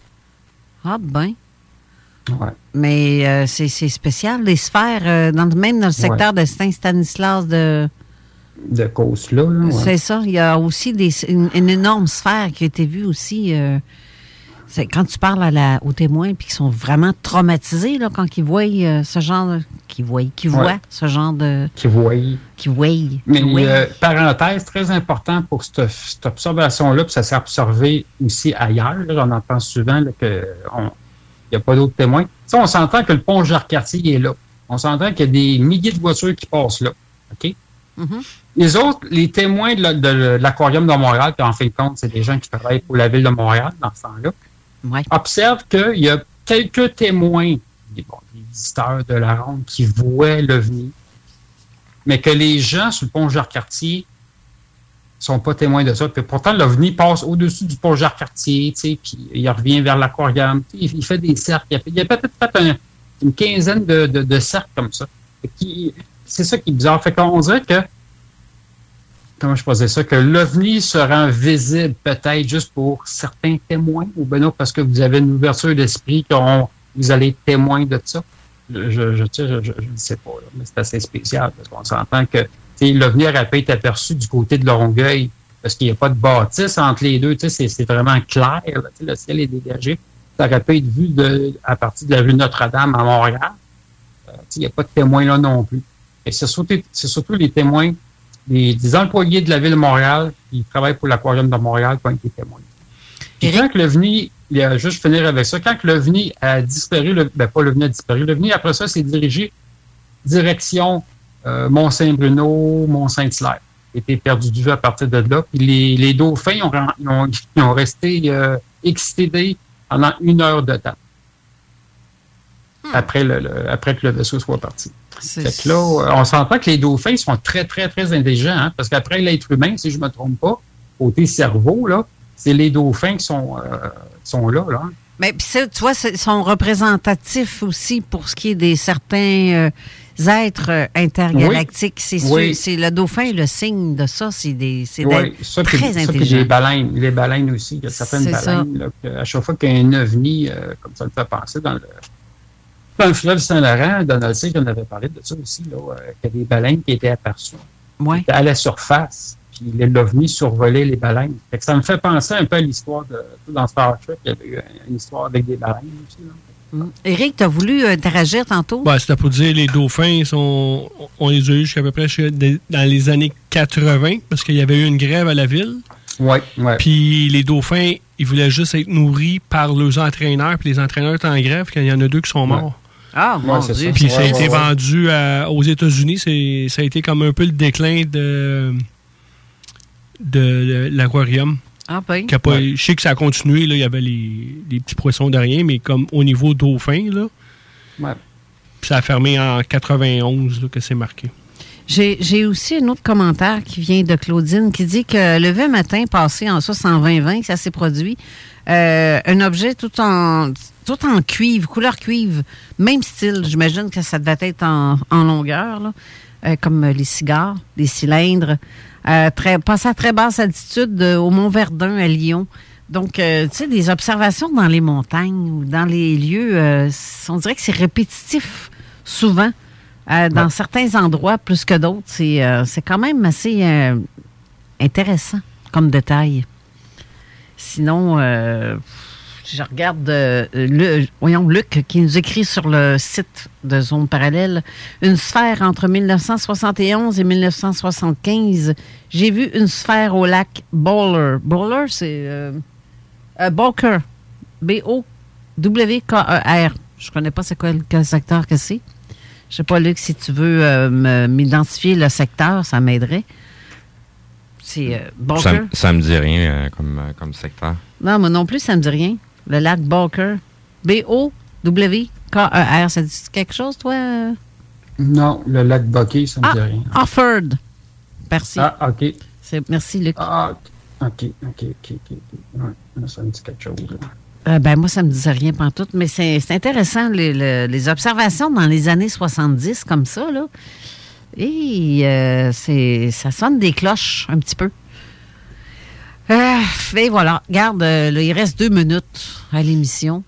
Ah ben.
Ouais.
Mais c'est spécial, les sphères, même dans le secteur de Saint-Stanislas de
Causse-là. Ouais.
C'est ça. Il y a aussi une énorme sphère qui a été vue aussi. C'est quand tu parles aux témoins puis qui sont vraiment traumatisés là, quand ils voient ce genre qui voient ce genre de
qui voient. Mais parenthèse très important pour cette observation-là, puis ça s'est observé aussi ailleurs. Là, on entend souvent qu'il n'y a pas d'autres témoins. Ça, on s'entend que le pont Jacques-Cartier est là. On s'entend qu'il y a des milliers de voitures qui passent là. OK?
Mm-hmm.
Les autres, les témoins de l'Aquarium de Montréal, puis en fin de compte, c'est des gens qui travaillent pour la Ville de Montréal dans ce temps-là, observent qu'il y a quelques témoins, des visiteurs de la ronde, qui voient l'OVNI, mais que les gens sur le pont Jacques-Cartier sont pas témoins de ça. Puis pourtant, l'OVNI passe au-dessus du pont Jacques-Cartier, puis il revient vers l'Aquarium. Il fait des cercles. Il a peut-être fait une quinzaine de cercles comme ça. C'est ça qui est bizarre. Fait qu'on dirait que, comment je posais ça, que l'OVNI se rend visible peut-être juste pour certains témoins, ou ben non, parce que vous avez une ouverture d'esprit, vous allez être témoin de ça. Je ne sais pas, là, mais c'est assez spécial, parce qu'on s'entend que l'OVNI aurait pu être aperçu du côté de Longueuil, parce qu'il n'y a pas de bâtisse entre les deux, c'est vraiment clair, là, le ciel est dégagé. Ça aurait pu être vu à partir de la rue Notre-Dame à Montréal. Il n'y a pas de témoins là non plus. Et c'est surtout les témoins, des employés de la Ville de Montréal qui travaillent pour l'Aquarium de Montréal qui ont été témoins. Puis quand l'OVNI, juste finir avec ça, quand l'OVNI a disparu, pas l'OVNI a disparu, l'OVNI après ça s'est dirigé direction Mont-Saint-Bruno, Mont-Saint-Hilaire. Il était perdu de vue à partir de là. Puis les dauphins ont resté excités pendant 1 heure de temps. Après que le vaisseau soit parti. Fait que là, on s'entend que les dauphins sont très, très, très intelligents, hein, parce qu'après l'être humain, si je ne me trompe pas, côté cerveau, là, c'est les dauphins qui sont là. Hein.
Mais puis tu vois, ils sont représentatifs aussi pour ce qui est des certains êtres intergalactiques. Oui. C'est le dauphin est le signe de ça. C'est très intelligent.
Ça, les baleines aussi. Il y a certaines baleines là, que, à chaque fois qu'il y a un ovni, comme ça le fait penser dans le fleuve Saint-Laurent, Donald C. j'en avait parlé de ça aussi, là, qu'il y a des baleines qui étaient aperçues. Qui étaient à la surface. Puis l'OVNI survolait les baleines. Fait que ça me fait penser un peu à l'histoire dans Star Trek. Il y avait eu une histoire avec des baleines aussi. Là.
Éric, tu as voulu interagir tantôt?
C'était pour dire les dauphins, on les a eu jusqu'à peu près dans les années 80, parce qu'il y avait eu une grève à la ville.
Oui.
Puis les dauphins, ils voulaient juste être nourris par leurs entraîneurs, puis les entraîneurs étaient en grève, puis il y en a 2 qui sont morts.
Ah, mon Dieu.
Puis ça a été vendu aux États-Unis. Ça a été comme un peu le déclin de l'aquarium.
Ah, ben.
Je sais que ça a continué. Là, il y avait les petits poissons de rien, mais comme au niveau dauphin, là.
Ouais.
Puis ça a fermé en 91, là, que c'est marqué.
J'ai aussi un autre commentaire qui vient de Claudine qui dit que le 20 matin passé en 2020, ça s'est produit. Un objet tout en cuivre, couleur cuivre, même style. J'imagine que ça devait être en longueur, là, comme les cigares, les cylindres. Passé à très basse altitude au Mont-Verdun à Lyon. Donc, tu sais, des observations dans les montagnes ou dans les lieux, on dirait que c'est répétitif souvent. Dans certains endroits plus que d'autres. C'est quand même assez intéressant comme détail. Sinon, je regarde Luc qui nous écrit sur le site de Zone Parallèle. Une sphère entre 1971 et 1975. J'ai vu une sphère au lac Bowler. Bowler, c'est Boker. B-O-W-K-E-R. Je connais pas c'est quoi quel secteur que c'est. Je sais pas, Luc, si tu veux m'identifier le secteur, ça m'aiderait. C'est Boker.
Ça me dit rien comme secteur.
Non, moi non plus, ça me dit rien. Le lac Boker. B-O-W-K-E-R. Ça dit quelque chose, toi?
Non, le lac Bucky, ça me dit rien.
Offord. Merci.
Ah, OK.
Merci, Luc.
Ah, OK. Ouais, ça me dit quelque chose.
Moi, ça me disait rien pantoute, mais c'est intéressant, les observations dans les années 70, comme ça, là. Et ça sonne des cloches, un petit peu. Et voilà. Regarde, là, il reste 2 minutes à l'émission.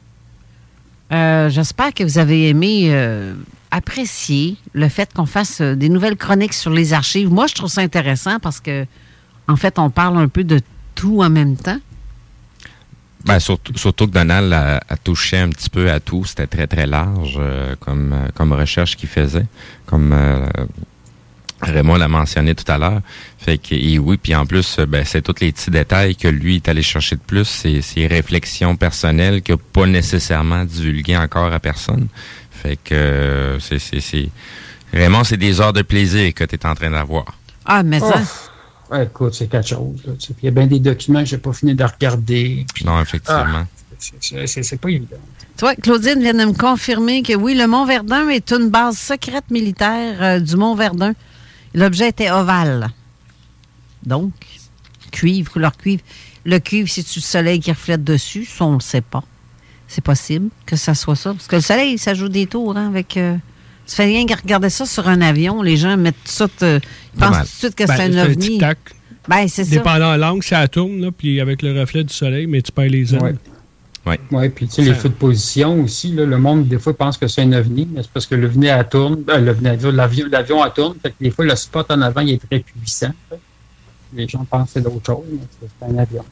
J'espère que vous avez aimé apprécier le fait qu'on fasse des nouvelles chroniques sur les archives. Moi, je trouve ça intéressant parce que, en fait, on parle un peu de tout en même temps.
Ben, surtout que Donald a touché un petit peu à tout. C'était très, très large comme recherche qu'il faisait. Comme Raymond l'a mentionné tout à l'heure. Fait que, et oui, puis en plus, c'est tous les petits détails que lui est allé chercher de plus. C'est ses réflexions personnelles qu'il n'a pas nécessairement divulguées encore à personne. Fait que Raymond, c'est des heures de plaisir que tu es en train d'avoir.
Ah, mais ça...
Ouais, écoute, c'est quelque chose. Il y a bien des documents que je n'ai pas fini de regarder.
Non, effectivement.
C'est pas évident.
Tu vois, Claudine vient de me confirmer que oui, le Mont-Verdun est une base secrète militaire du Mont-Verdun. L'objet était ovale. Donc, cuivre, couleur cuivre. Le cuivre, c'est-tu le soleil qui reflète dessus? Ça, on ne le sait pas. C'est possible que ça soit ça. Parce que le soleil, ça joue des tours avec... Ça fait rien qu'à regarder ça sur un avion. Les gens mettent tout ça... Ils pensent tout de suite que c'est un ovni.
Tic-tac.
C'est ça.
Dépendant de l'angle, ça tourne, là, puis avec le reflet du soleil, mais tu perds les ailes.
Oui, puis tu sais, les feux de position aussi, là, le monde, des fois, pense que c'est un ovni, mais c'est parce que l'ovni, elle tourne. L'avion, elle tourne. Fait que des fois, le spot en avant, il est très puissant. Fait. Les gens pensent que c'est d'autres choses, mais c'est un avion.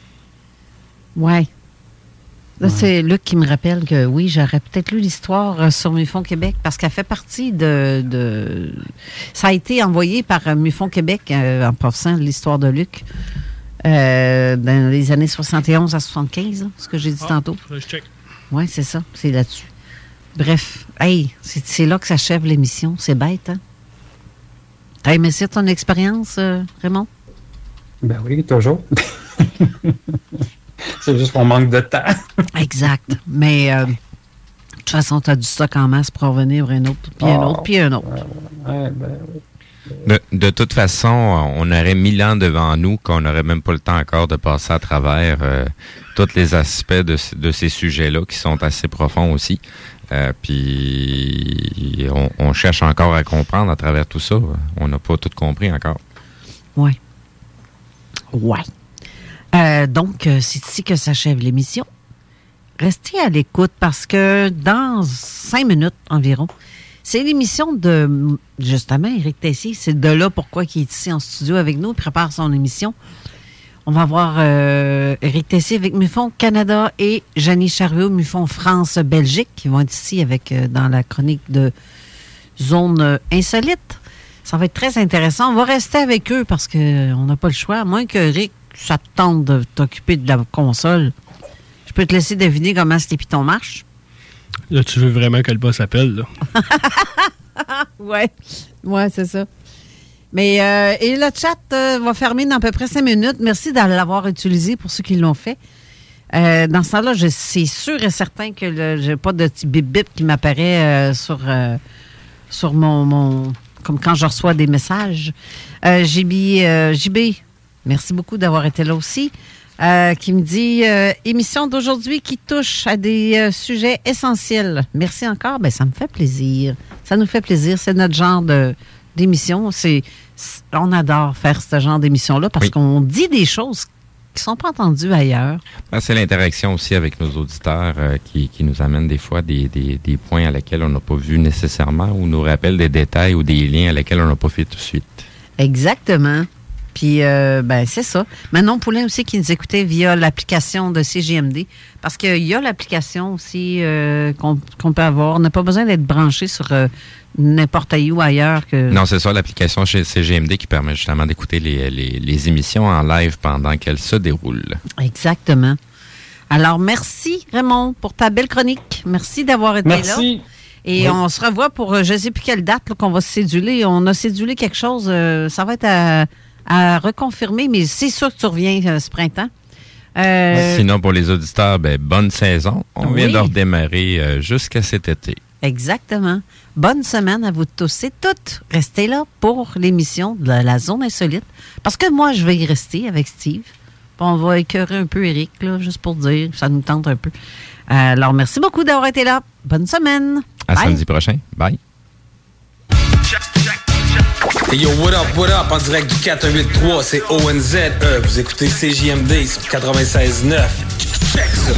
Oui. Là, c'est Luc qui me rappelle que oui, j'aurais peut-être lu l'histoire sur MUFON Québec parce qu'elle fait partie de... Ça a été envoyé par MUFON Québec, en passant l'histoire de Luc, dans les années 71 à 75, ce que j'ai dit tantôt. Oui, c'est ça, c'est là-dessus. Bref, hey, c'est là que s'achève l'émission. C'est bête, hein? T'as aimé ça, ton expérience, Raymond?
Ben oui, toujours. C'est juste qu'on manque de temps.
Exact. Mais de toute façon, tu as du stock en masse pour revenir un autre, puis un autre, puis un autre.
De toute façon, on aurait 1000 ans devant nous qu'on n'aurait même pas le temps encore de passer à travers tous les aspects de ces sujets-là qui sont assez profonds aussi. Puis on cherche encore à comprendre à travers tout ça. On n'a pas tout compris encore.
Oui. Ouais. Donc, c'est ici que s'achève l'émission. Restez à l'écoute parce que dans 5 minutes environ, c'est l'émission de, justement, Éric Tessier. C'est de là pourquoi il est ici en studio avec nous, il prépare son émission. On va voir Éric Tessier avec MUFON Canada et Jeannie Chariot, MUFON France-Belgique, qui vont être ici avec dans la chronique de Zone Insolite. Ça va être très intéressant. On va rester avec eux parce qu'on n'a pas le choix, à moins que Éric, ça te tente de t'occuper de la console. Je peux te laisser deviner comment ce Piton marche.
Là, tu veux vraiment que le boss appelle, là.
Ouais, c'est ça. Mais et le chat va fermer dans à peu près 5 minutes. Merci de l'avoir utilisé pour ceux qui l'ont fait. Dans ce temps-là, c'est sûr et certain que j'ai pas de petit bip-bip qui m'apparaît sur mon... Comme quand je reçois des messages. JB, merci beaucoup d'avoir été là aussi. Qui me dit émission d'aujourd'hui qui touche à des sujets essentiels. Merci encore. Ben, ça me fait plaisir. Ça nous fait plaisir. C'est notre genre d'émission. On adore faire ce genre d'émission-là parce qu'on dit des choses qui ne sont pas entendues ailleurs.
C'est l'interaction aussi avec nos auditeurs qui nous amène des fois des points à lesquels on n'a pas vu nécessairement ou nous rappelle des détails ou des liens à lesquels on n'a pas fait tout de suite.
Exactement. Puis, c'est ça. Manon Poulin aussi qui nous écoutait via l'application de CGMD. Parce qu'il y a l'application aussi qu'on peut avoir. On n'a pas besoin d'être branché sur n'importe où ailleurs.
Non, c'est ça, l'application chez CGMD qui permet justement d'écouter les émissions en live pendant qu'elles se déroulent.
Exactement. Alors, merci Raymond pour ta belle chronique. Merci d'avoir été là. Et on se revoit pour, je ne sais plus quelle date là, qu'on va se céduler. On a cédulé quelque chose. Ça va être à reconfirmer, mais c'est sûr que tu reviens ce printemps.
Sinon, pour les auditeurs, bonne saison. On vient de redémarrer jusqu'à cet été.
Exactement. Bonne semaine à vous tous et toutes. Restez là pour l'émission de la Zone Insolite. Parce que moi, je vais y rester avec Steve. On va écœurer un peu Eric, là, juste pour dire. Ça nous tente un peu. Alors, merci beaucoup d'avoir été là. Bonne semaine.
À samedi prochain. Bye.
Hey yo, what up, en direct du 483, c'est ONZ. Vous écoutez CJMD 96.9. Check ça.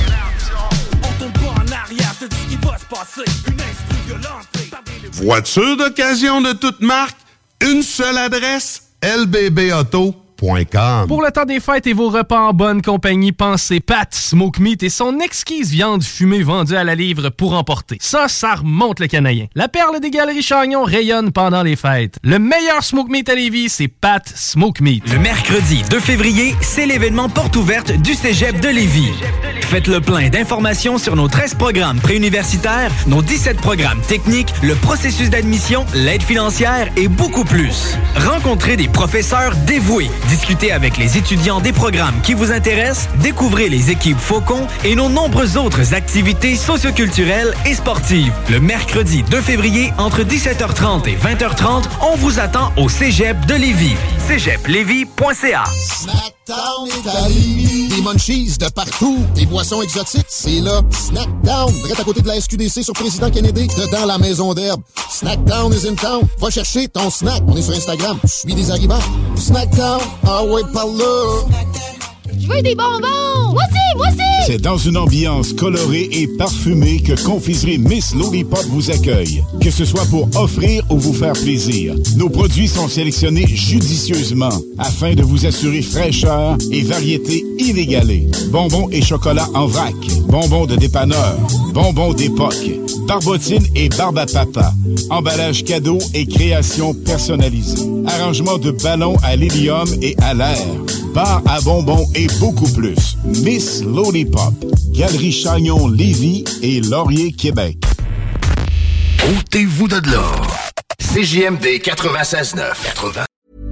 Voiture d'occasion de toute marque, une seule adresse, lbbauto.com.
Pour le temps des fêtes et vos repas en bonne compagnie, pensez Pat Smoke Meat et son exquise viande fumée vendue à la livre pour emporter. Ça remonte le canadien. La perle des Galeries Chagnon rayonne pendant les fêtes. Le meilleur Smoke Meat à Lévis, c'est Pat Smoke Meat.
Le mercredi 2 février, c'est l'événement porte ouverte du Cégep de Lévis. Faites le plein d'informations sur nos 13 programmes préuniversitaires, nos 17 programmes techniques, le processus d'admission, l'aide financière et beaucoup plus. Rencontrez des professeurs dévoués. Discutez avec les étudiants des programmes qui vous intéressent, découvrez les équipes Faucon et nos nombreuses autres activités socioculturelles et sportives. Le mercredi 2 février, entre 17h30 et 20h30, on vous attend au Cégep de Lévis. cégeplevy.ca.
Snackdown Italie, des munchies de partout, des boissons exotiques, c'est là. Snackdown, direct à côté de la SQDC sur Président Kennedy, dedans la maison d'herbe. Snackdown is in town. Va chercher ton snack. On est sur Instagram. Je suis des arrivants. Snackdown, ah ouais, par là.
Je veux des bonbons! Moi aussi!
C'est dans une ambiance colorée et parfumée que Confiserie Miss Lollipop vous accueille. Que ce soit pour offrir ou vous faire plaisir, nos produits sont sélectionnés judicieusement afin de vous assurer fraîcheur et variété inégalée. Bonbons et chocolat en vrac, bonbons de dépanneur, bonbons d'époque, barbotines et barbe à papa, emballage cadeau et création personnalisée, arrangement de ballons à l'hélium et à l'air, bar à bonbons et beaucoup plus. Miss Lollipop, Galerie Chagnon Lévis et Laurier Québec.
Ôtez-vous de l'or. CJMD 96.9.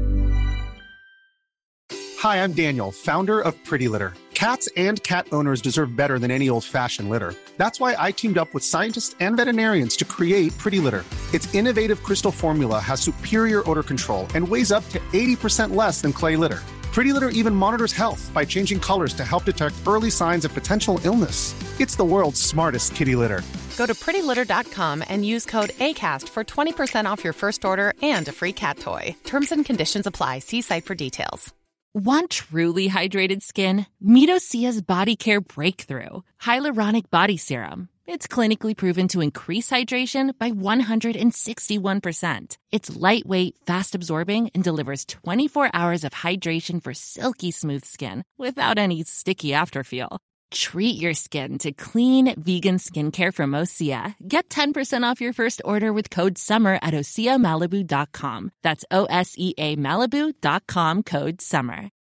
Hi, I'm Daniel, founder of Pretty Litter. Cats and cat owners deserve better than any old-fashioned litter. That's why I teamed up with scientists and veterinarians to create Pretty Litter. Its innovative crystal formula has superior odor control and weighs up to 80% less than clay litter. Pretty Litter even monitors health by changing colors to help detect early signs of potential illness. It's the world's smartest kitty litter.
Go to prettylitter.com and use code ACAST for 20% off your first order and a free cat toy. Terms and conditions apply. See site for details.
Want truly hydrated skin? Meet Osea's Body Care Breakthrough Hyaluronic Body Serum. It's clinically proven to increase hydration by 161%. It's lightweight, fast-absorbing, and delivers 24 hours of hydration for silky smooth skin without any sticky afterfeel. Treat your skin to clean, vegan skincare from Osea. Get 10% off your first order with code SUMMER at OseaMalibu.com. That's OSEA Malibu.com, code SUMMER.